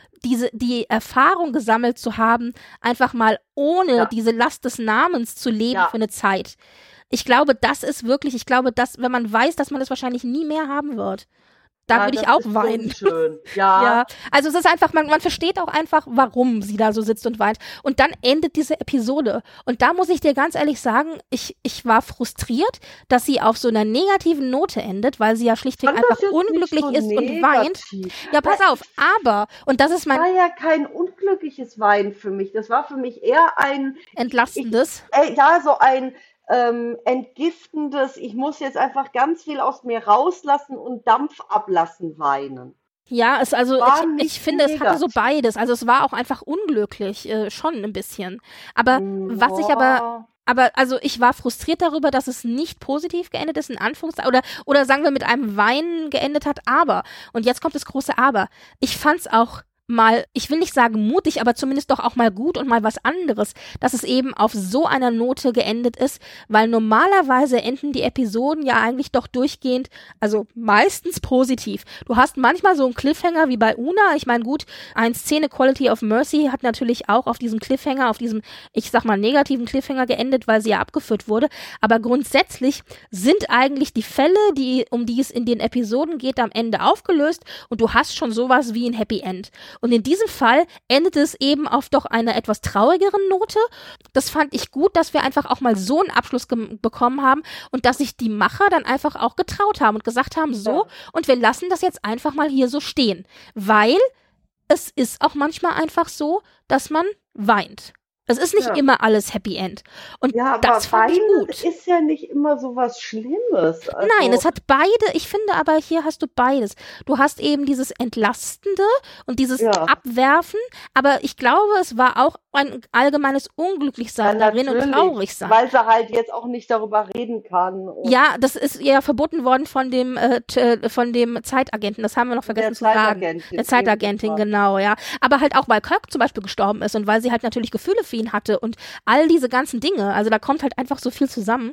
Speaker 2: die Erfahrung gesammelt zu haben, einfach mal ohne diese Last des Namens zu leben für eine Zeit. Ich glaube, das ist wirklich, dass, wenn man weiß, dass man das wahrscheinlich nie mehr haben wird, da würde ich auch weinen.
Speaker 3: Schön. Ja.
Speaker 2: Also es ist einfach, man versteht auch einfach, warum sie da so sitzt und weint. Und dann endet diese Episode. Und da muss ich dir ganz ehrlich sagen, ich war frustriert, dass sie auf so einer negativen Note endet, weil sie ja schlichtweg einfach unglücklich ist und weint. Ja, pass auf, aber, und das ist
Speaker 3: war ja kein unglückliches Weinen für mich. Das war für mich eher ein
Speaker 2: entlastendes.
Speaker 3: So ein entgiftendes, ich muss jetzt einfach ganz viel aus mir rauslassen und Dampf ablassen weinen.
Speaker 2: Ja, ich finde, es hatte so beides. Also es war auch einfach unglücklich, schon ein bisschen. Aber was ich also ich war frustriert darüber, dass es nicht positiv geendet ist, in Anführungszeichen, oder sagen wir mit einem Weinen geendet hat, und jetzt kommt das große Aber, ich fand's auch mal, ich will nicht sagen mutig, aber zumindest doch auch mal gut und mal was anderes, dass es eben auf so einer Note geendet ist, weil normalerweise enden die Episoden ja eigentlich doch durchgehend, also meistens positiv. Du hast manchmal so einen Cliffhanger wie bei Una, ich meine gut, eine Szene Quality of Mercy hat natürlich auch auf diesem Cliffhanger, auf diesem, ich sag mal, negativen Cliffhanger geendet, weil sie ja abgeführt wurde, aber grundsätzlich sind eigentlich die Fälle, um die es in den Episoden geht, am Ende aufgelöst und du hast schon sowas wie ein Happy End. Und in diesem Fall endet es eben auf doch einer etwas traurigeren Note. Das fand ich gut, dass wir einfach auch mal so einen Abschluss bekommen haben und dass sich die Macher dann einfach auch getraut haben und gesagt haben, so, und wir lassen das jetzt einfach mal hier so stehen. Weil es ist auch manchmal einfach so, dass man weint. Es ist nicht immer alles Happy End. Und das fand ich gut.
Speaker 3: Ist ja nicht immer so was Schlimmes. Also
Speaker 2: nein, es hat beide, ich finde aber, hier hast du beides. Du hast eben dieses Entlastende und dieses Abwerfen, aber ich glaube, es war auch ein allgemeines Unglücklichsein darin und Traurigsein.
Speaker 3: Weil sie halt jetzt auch nicht darüber reden kann.
Speaker 2: Ja, das ist ja verboten worden von dem Zeitagenten, das haben wir noch vergessen zu sagen. Der Zeitagentin, genau, ja. Aber halt auch, weil Kirk zum Beispiel gestorben ist und weil sie halt natürlich Gefühle für ihn hatte und all diese ganzen Dinge. Also da kommt halt einfach so viel zusammen.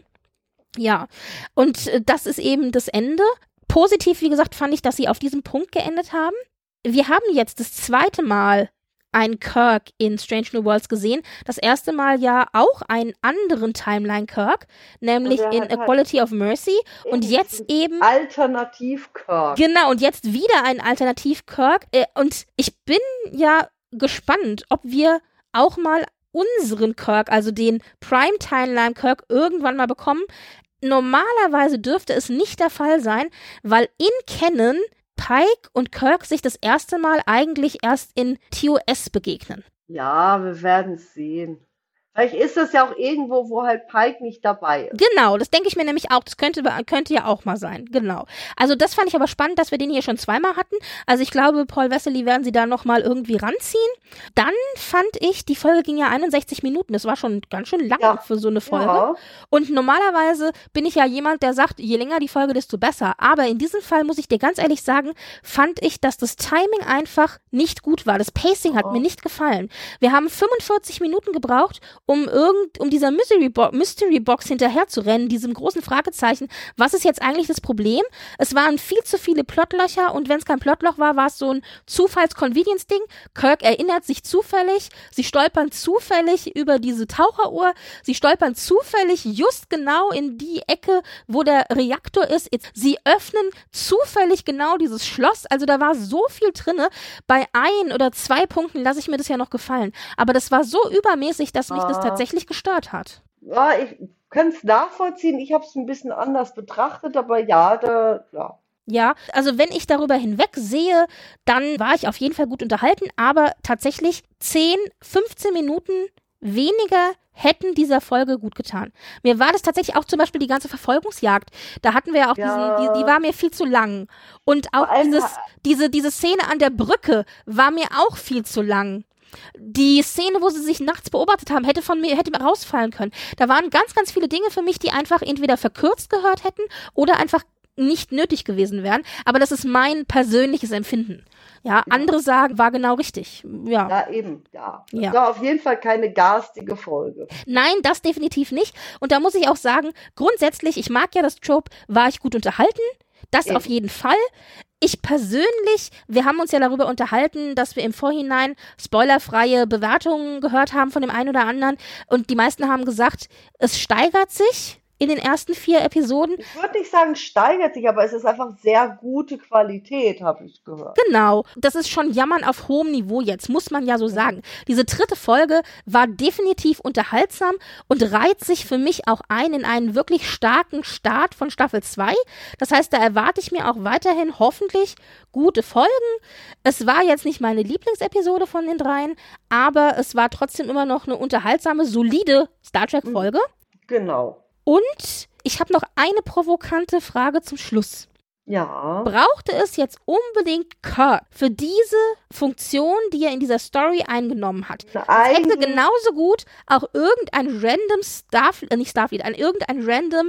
Speaker 2: Ja, und das ist eben das Ende. Positiv, wie gesagt, fand ich, dass sie auf diesem Punkt geendet haben. Wir haben jetzt das zweite Mal einen Kirk in Strange New Worlds gesehen. Das erste Mal ja auch einen anderen Timeline-Kirk, nämlich in Equality of Mercy. Und jetzt eben
Speaker 3: Alternativ-Kirk.
Speaker 2: Genau, und jetzt wieder ein Alternativ-Kirk. Und ich bin ja gespannt, ob wir auch mal unseren Kirk, also den Prime-Timeline-Kirk, irgendwann mal bekommen. Normalerweise dürfte es nicht der Fall sein, weil in Canon Pike und Kirk sich das erste Mal eigentlich erst in TOS begegnen.
Speaker 3: Ja, wir werden es sehen. Vielleicht ist das ja auch irgendwo, wo halt Pike nicht dabei ist.
Speaker 2: Genau, das denke ich mir nämlich auch. Das könnte ja auch mal sein, genau. Also das fand ich aber spannend, dass wir den hier schon zweimal hatten. Also ich glaube, Paul Wesley werden sie da nochmal irgendwie ranziehen. Dann fand ich, die Folge ging ja 61 Minuten. Das war schon ganz schön lang für so eine Folge. Ja. Und normalerweise bin ich ja jemand, der sagt, je länger die Folge, desto besser. Aber in diesem Fall, muss ich dir ganz ehrlich sagen, fand ich, dass das Timing einfach nicht gut war. Das Pacing hat mir nicht gefallen. Wir haben 45 Minuten gebraucht, um dieser Mystery Box hinterher zu rennen, diesem großen Fragezeichen. Was ist jetzt eigentlich das Problem? Es waren viel zu viele Plotlöcher und wenn es kein Plotloch war, war es so ein Zufalls-Convenience-Ding. Kirk erinnert sich zufällig, sie stolpern zufällig über diese Taucheruhr, sie stolpern zufällig just genau in die Ecke, wo der Reaktor ist. Sie öffnen zufällig genau dieses Schloss, also da war so viel drinne. Bei 1 oder 2 Punkten lasse ich mir das ja noch gefallen. Aber das war so übermäßig, dass mich das tatsächlich gestört hat.
Speaker 3: Ja, ich kann es nachvollziehen. Ich habe es ein bisschen anders betrachtet, aber ja.
Speaker 2: Ja, also wenn ich darüber hinweg sehe, dann war ich auf jeden Fall gut unterhalten, aber tatsächlich 10, 15 Minuten weniger hätten dieser Folge gut getan. Mir war das tatsächlich auch zum Beispiel die ganze Verfolgungsjagd. Da hatten wir ja auch die war mir viel zu lang. Und auch diese Szene an der Brücke war mir auch viel zu lang. Die Szene, wo sie sich nachts beobachtet haben, hätte rausfallen können. Da waren ganz, ganz viele Dinge für mich, die einfach entweder verkürzt gehört hätten oder einfach nicht nötig gewesen wären. Aber das ist mein persönliches Empfinden. Ja, andere sagen, war genau richtig.
Speaker 3: Ja, eben, ja. Das war auf jeden Fall keine garstige Folge.
Speaker 2: Nein, das definitiv nicht. Und da muss ich auch sagen, grundsätzlich, ich mag ja das Trope, war ich gut unterhalten. Das auf jeden Fall. Ich persönlich, wir haben uns ja darüber unterhalten, dass wir im Vorhinein spoilerfreie Bewertungen gehört haben von dem einen oder anderen. Und die meisten haben gesagt, es steigert sich in den ersten 4 Episoden.
Speaker 3: Ich würde nicht sagen, steigert sich, aber es ist einfach sehr gute Qualität, habe ich gehört.
Speaker 2: Genau, das ist schon Jammern auf hohem Niveau jetzt, muss man ja so sagen. Diese 3. Folge war definitiv unterhaltsam und reiht sich für mich auch ein in einen wirklich starken Start von Staffel 2. Das heißt, da erwarte ich mir auch weiterhin hoffentlich gute Folgen. Es war jetzt nicht meine Lieblingsepisode von den 3, aber es war trotzdem immer noch eine unterhaltsame, solide Star Trek-Folge.
Speaker 3: Genau.
Speaker 2: Und ich habe noch eine provokante Frage zum Schluss. brauchte es jetzt unbedingt Kirk für diese Funktion, die er in dieser Story eingenommen hat. Es hätte genauso gut auch irgendein random irgendein random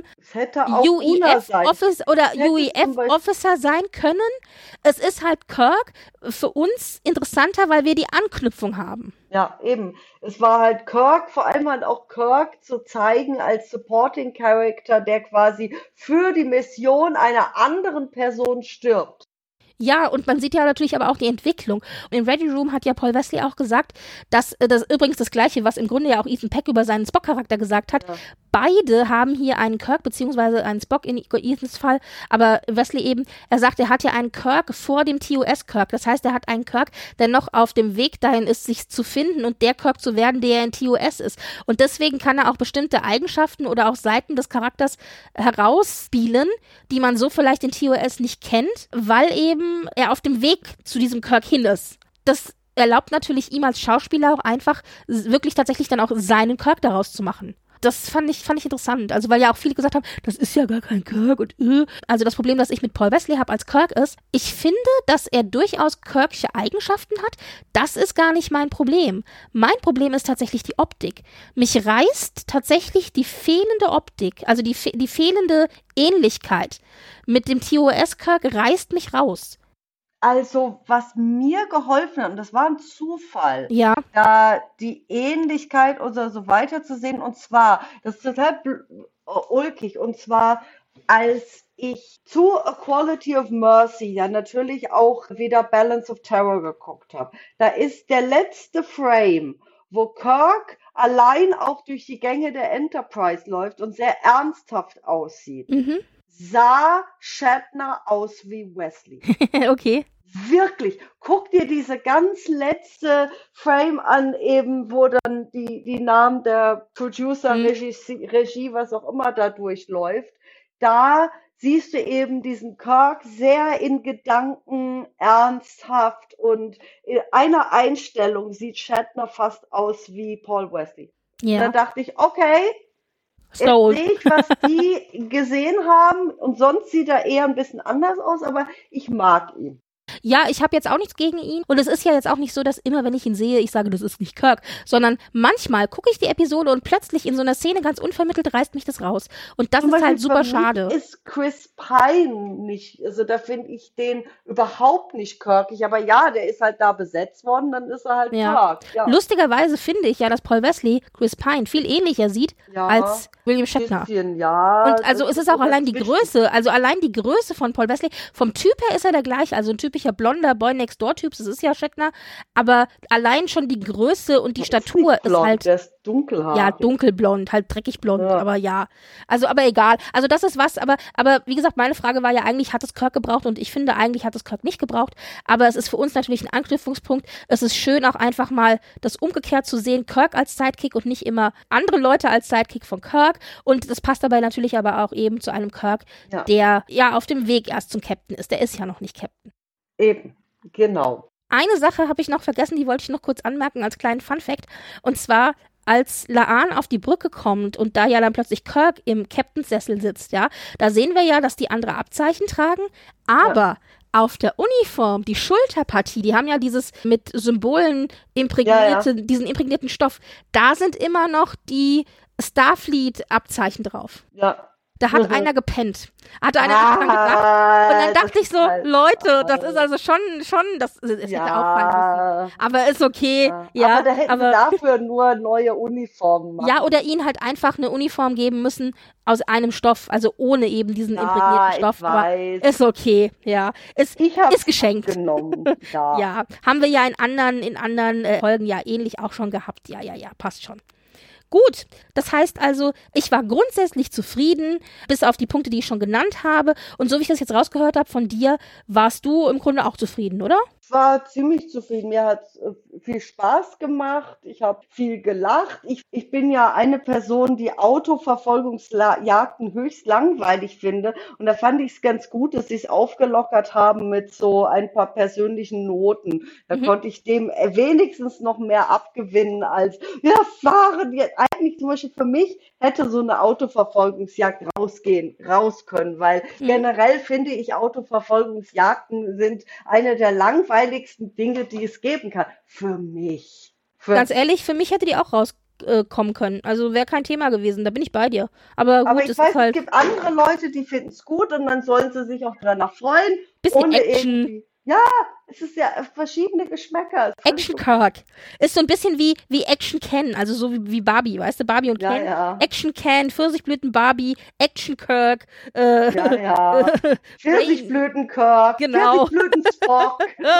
Speaker 2: UEF-Officer oder UEF-Officer sein können. Es ist halt Kirk für uns interessanter, weil wir die Anknüpfung haben.
Speaker 3: Ja, eben. Es war halt Kirk, vor allem halt auch Kirk zu zeigen als Supporting Character, der quasi für die Mission einer anderen Person stirbt.
Speaker 2: Ja, und man sieht ja natürlich aber auch die Entwicklung. Und im Ready Room hat ja Paul Wesley auch gesagt, dass das übrigens das Gleiche, was im Grunde ja auch Ethan Peck über seinen Spock-Charakter gesagt hat. Ja. Beide haben hier einen Kirk, beziehungsweise einen Spock in Ethans Fall, aber Wesley eben, er sagt, er hat ja einen Kirk vor dem TOS-Kirk. Das heißt, er hat einen Kirk, der noch auf dem Weg dahin ist, sich zu finden und der Kirk zu werden, der in TOS ist. Und deswegen kann er auch bestimmte Eigenschaften oder auch Seiten des Charakters herausspielen, die man so vielleicht in TOS nicht kennt, weil eben er auf dem Weg zu diesem Kirk hin ist. Das erlaubt natürlich ihm als Schauspieler auch einfach wirklich tatsächlich dann auch seinen Kirk daraus zu machen. Das fand ich interessant. Also, weil ja auch viele gesagt haben, das ist ja gar kein Kirk und Also das Problem, das ich mit Paul Wesley habe als Kirk ist, ich finde, dass er durchaus Kirk'sche Eigenschaften hat. Das ist gar nicht mein Problem. Mein Problem ist tatsächlich die Optik. Mich reißt tatsächlich die fehlende Optik, also die fehlende Ähnlichkeit mit dem TOS-Kirk reißt mich raus.
Speaker 3: Also, was mir geholfen hat, und das war ein Zufall,
Speaker 2: da
Speaker 3: die Ähnlichkeit oder so weiter zu sehen, und zwar, das ist total ulkig, und zwar, als ich zu A Quality of Mercy ja natürlich auch wieder Balance of Terror geguckt habe, da ist der letzte Frame, wo Kirk allein auch durch die Gänge der Enterprise läuft und sehr ernsthaft aussieht. Sah Shatner aus wie Wesley.
Speaker 2: Okay.
Speaker 3: Wirklich, guck dir diese ganz letzte Frame an, eben, wo dann die Namen der Producer, Regie, was auch immer da durchläuft. Da siehst du eben diesen Kirk sehr in Gedanken, ernsthaft, und in einer Einstellung sieht Shatner fast aus wie Paul Wesley.
Speaker 2: Ja.
Speaker 3: Da dachte ich, okay, jetzt sehe ich, was die gesehen haben, und sonst sieht er eher ein bisschen anders aus, aber ich mag ihn.
Speaker 2: Ja, ich habe jetzt auch nichts gegen ihn. Und es ist ja jetzt auch nicht so, dass immer, wenn ich ihn sehe, ich sage, das ist nicht Kirk. Sondern manchmal gucke ich die Episode und plötzlich in so einer Szene ganz unvermittelt reißt mich das raus. Und das ist halt super schade.
Speaker 3: Ist Chris Pine nicht, also da finde ich den überhaupt nicht Kirkig. Aber ja, der ist halt da besetzt worden, dann ist er halt Kirk. Ja.
Speaker 2: Lustigerweise finde ich ja, dass Paul Wesley Chris Pine viel ähnlicher sieht als William Shatner.
Speaker 3: Bisschen,
Speaker 2: und also es ist auch allein die Größe, von Paul Wesley. Vom Typ her ist er der gleiche, also ein typischer blonder Boy-Next-Door-Typ, das ist ja Shatner, aber allein schon die Größe und die Statur ist halt...
Speaker 3: Der ist dunkelhaarig.
Speaker 2: Ja, dunkelblond, halt dreckig blond, aber ja. Also, aber egal. Also das ist was, aber wie gesagt, meine Frage war ja eigentlich, hat es Kirk gebraucht? Und ich finde, eigentlich hat es Kirk nicht gebraucht, aber es ist für uns natürlich ein Anknüpfungspunkt. Es ist schön, auch einfach mal das umgekehrt zu sehen, Kirk als Sidekick und nicht immer andere Leute als Sidekick von Kirk. Und das passt dabei natürlich aber auch eben zu einem Kirk, der ja auf dem Weg erst zum Captain ist. Der ist ja noch nicht Captain.
Speaker 3: Eben, genau.
Speaker 2: Eine Sache habe ich noch vergessen, die wollte ich noch kurz anmerken als kleinen Funfact. Und zwar, als La'an auf die Brücke kommt und da ja dann plötzlich Kirk im Captainsessel sitzt, ja, da sehen wir ja, dass die andere Abzeichen tragen, aber auf der Uniform, die Schulterpartie, die haben ja dieses mit Symbolen diesen imprägnierten Stoff, da sind immer noch die Starfleet-Abzeichen drauf. Ja. Da hat einer gepennt. Hatte einer dran gedacht. Und dann dachte ich so, Leute, das ist also schon, das hätte auffallen müssen. Aber ist okay. Ja,
Speaker 3: aber da hätten sie dafür nur neue Uniformen machen.
Speaker 2: Ja, oder ihnen halt einfach eine Uniform geben müssen aus einem Stoff, also ohne eben diesen imprägnierten Stoff. Aber ist okay, ja. Ist geschenkt.
Speaker 3: Genommen.
Speaker 2: Ja, haben wir ja in anderen Folgen ja ähnlich auch schon gehabt. Ja, passt schon. Gut, das heißt also, ich war grundsätzlich zufrieden, bis auf die Punkte, die ich schon genannt habe. Und so wie ich das jetzt rausgehört habe von dir, warst du im Grunde auch zufrieden, oder?
Speaker 3: war ziemlich zufrieden. Mir hat viel Spaß gemacht. Ich habe viel gelacht. Ich bin ja eine Person, die Autoverfolgungsjagden höchst langweilig finde. Und da fand ich es ganz gut, dass sie es aufgelockert haben mit so ein paar persönlichen Noten. Da konnte ich dem wenigstens noch mehr abgewinnen als, ja, fahren jetzt. Eigentlich zum Beispiel für mich hätte so eine Autoverfolgungsjagd raus können, weil generell finde ich, Autoverfolgungsjagden sind eine der langweiligsten Dinge, die es geben kann. Für mich.
Speaker 2: Ganz ehrlich, für mich hätte die auch rauskommen können. Also wäre kein Thema gewesen, da bin ich bei dir. Aber gut,
Speaker 3: ich weiß, es gibt andere Leute, die finden es gut und dann sollen sie sich auch danach freuen.
Speaker 2: Bisschen Action.
Speaker 3: Ja, es ist ja verschiedene Geschmäcker.
Speaker 2: Action Kirk. Ist so ein bisschen wie Action Ken, also so wie Barbie, weißt du, Barbie und Ken.
Speaker 3: Ja.
Speaker 2: Action Ken, Pfirsichblüten Barbie, Action Kirk.
Speaker 3: Pfirsichblüten Kirk,
Speaker 2: genau.
Speaker 3: Pfirsichblüten Spock.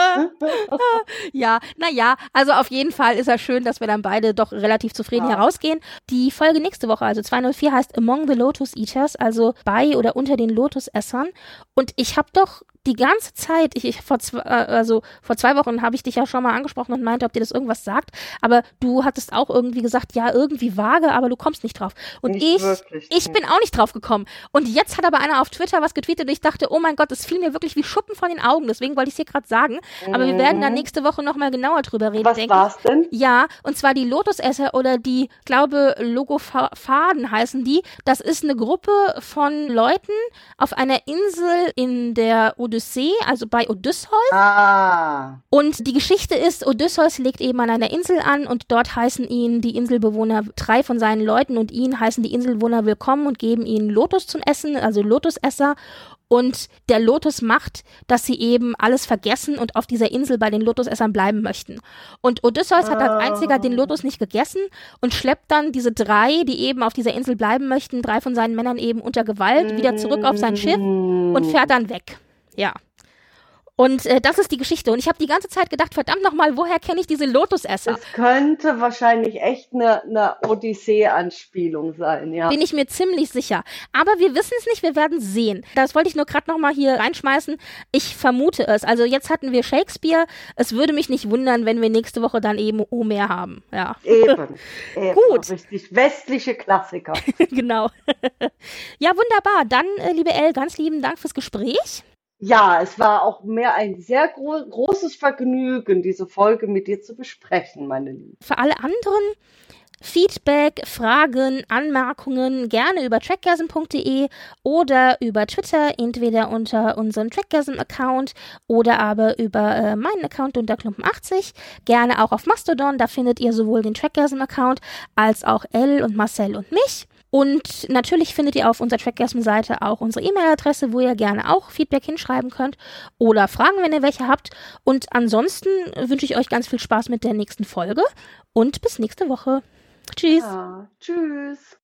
Speaker 2: Ja, naja, also auf jeden Fall ist es schön, dass wir dann beide doch relativ zufrieden herausgehen. Die Folge nächste Woche, also 204, heißt Among the Lotus Eaters, also bei oder unter den Lotusessern. Und ich habe doch die ganze Zeit, vor 2 Wochen habe ich dich ja schon mal angesprochen und meinte, ob dir das irgendwas sagt, aber du hattest auch irgendwie gesagt, ja, irgendwie vage, aber du kommst nicht drauf. Und ich bin auch nicht drauf gekommen. Und jetzt hat aber einer auf Twitter was getweetet und ich dachte, oh mein Gott, das fiel mir wirklich wie Schuppen von den Augen, deswegen wollte ich es hier gerade sagen, aber wir werden dann nächste Woche nochmal genauer drüber reden.
Speaker 3: Was war's denn?
Speaker 2: Ja, und zwar die Lotusesser oder die, glaube, Logophaden heißen die. Das ist eine Gruppe von Leuten auf einer Insel in der Odyssee, also bei Odysseus. Und die Geschichte ist, Odysseus legt eben an einer Insel an und dort heißen ihn die Inselbewohner, 3 von seinen Leuten und ihn heißen die Inselbewohner willkommen und geben ihnen Lotus zum Essen, also Lotusesser. Und der Lotus macht, dass sie eben alles vergessen und auf dieser Insel bei den Lotusessern bleiben möchten. Und Odysseus hat als einziger den Lotus nicht gegessen und schleppt dann diese 3, die eben auf dieser Insel bleiben möchten, 3 von seinen Männern eben unter Gewalt, wieder zurück auf sein Schiff und fährt dann weg. Ja. Und das ist die Geschichte. Und ich habe die ganze Zeit gedacht, verdammt nochmal, woher kenne ich diese Lotusesser?
Speaker 3: Es könnte wahrscheinlich echt eine Odyssee-Anspielung sein, ja.
Speaker 2: Bin ich mir ziemlich sicher. Aber wir wissen es nicht, wir werden sehen. Das wollte ich nur gerade nochmal hier reinschmeißen. Ich vermute es. Also jetzt hatten wir Shakespeare. Es würde mich nicht wundern, wenn wir nächste Woche dann eben Homer haben. Ja.
Speaker 3: Eben.
Speaker 2: Gut.
Speaker 3: Richtig westliche Klassiker.
Speaker 2: Genau. Ja, wunderbar. Dann, liebe Elle, ganz lieben Dank fürs Gespräch.
Speaker 3: Ja, es war auch mir ein sehr großes Vergnügen, diese Folge mit dir zu besprechen, meine Liebe.
Speaker 2: Für alle anderen Feedback, Fragen, Anmerkungen gerne über trackgasm.de oder über Twitter, entweder unter unserem Trackgasm-Account oder aber über meinen Account unter Klumpen80. Gerne auch auf Mastodon, da findet ihr sowohl den Trackgasm-Account als auch Elle und Marcel und mich. Und natürlich findet ihr auf unserer Trackgasm-Seite auch unsere E-Mail-Adresse, wo ihr gerne auch Feedback hinschreiben könnt oder Fragen, wenn ihr welche habt. Und ansonsten wünsche ich euch ganz viel Spaß mit der nächsten Folge und bis nächste Woche. Tschüss.
Speaker 3: Ja, tschüss.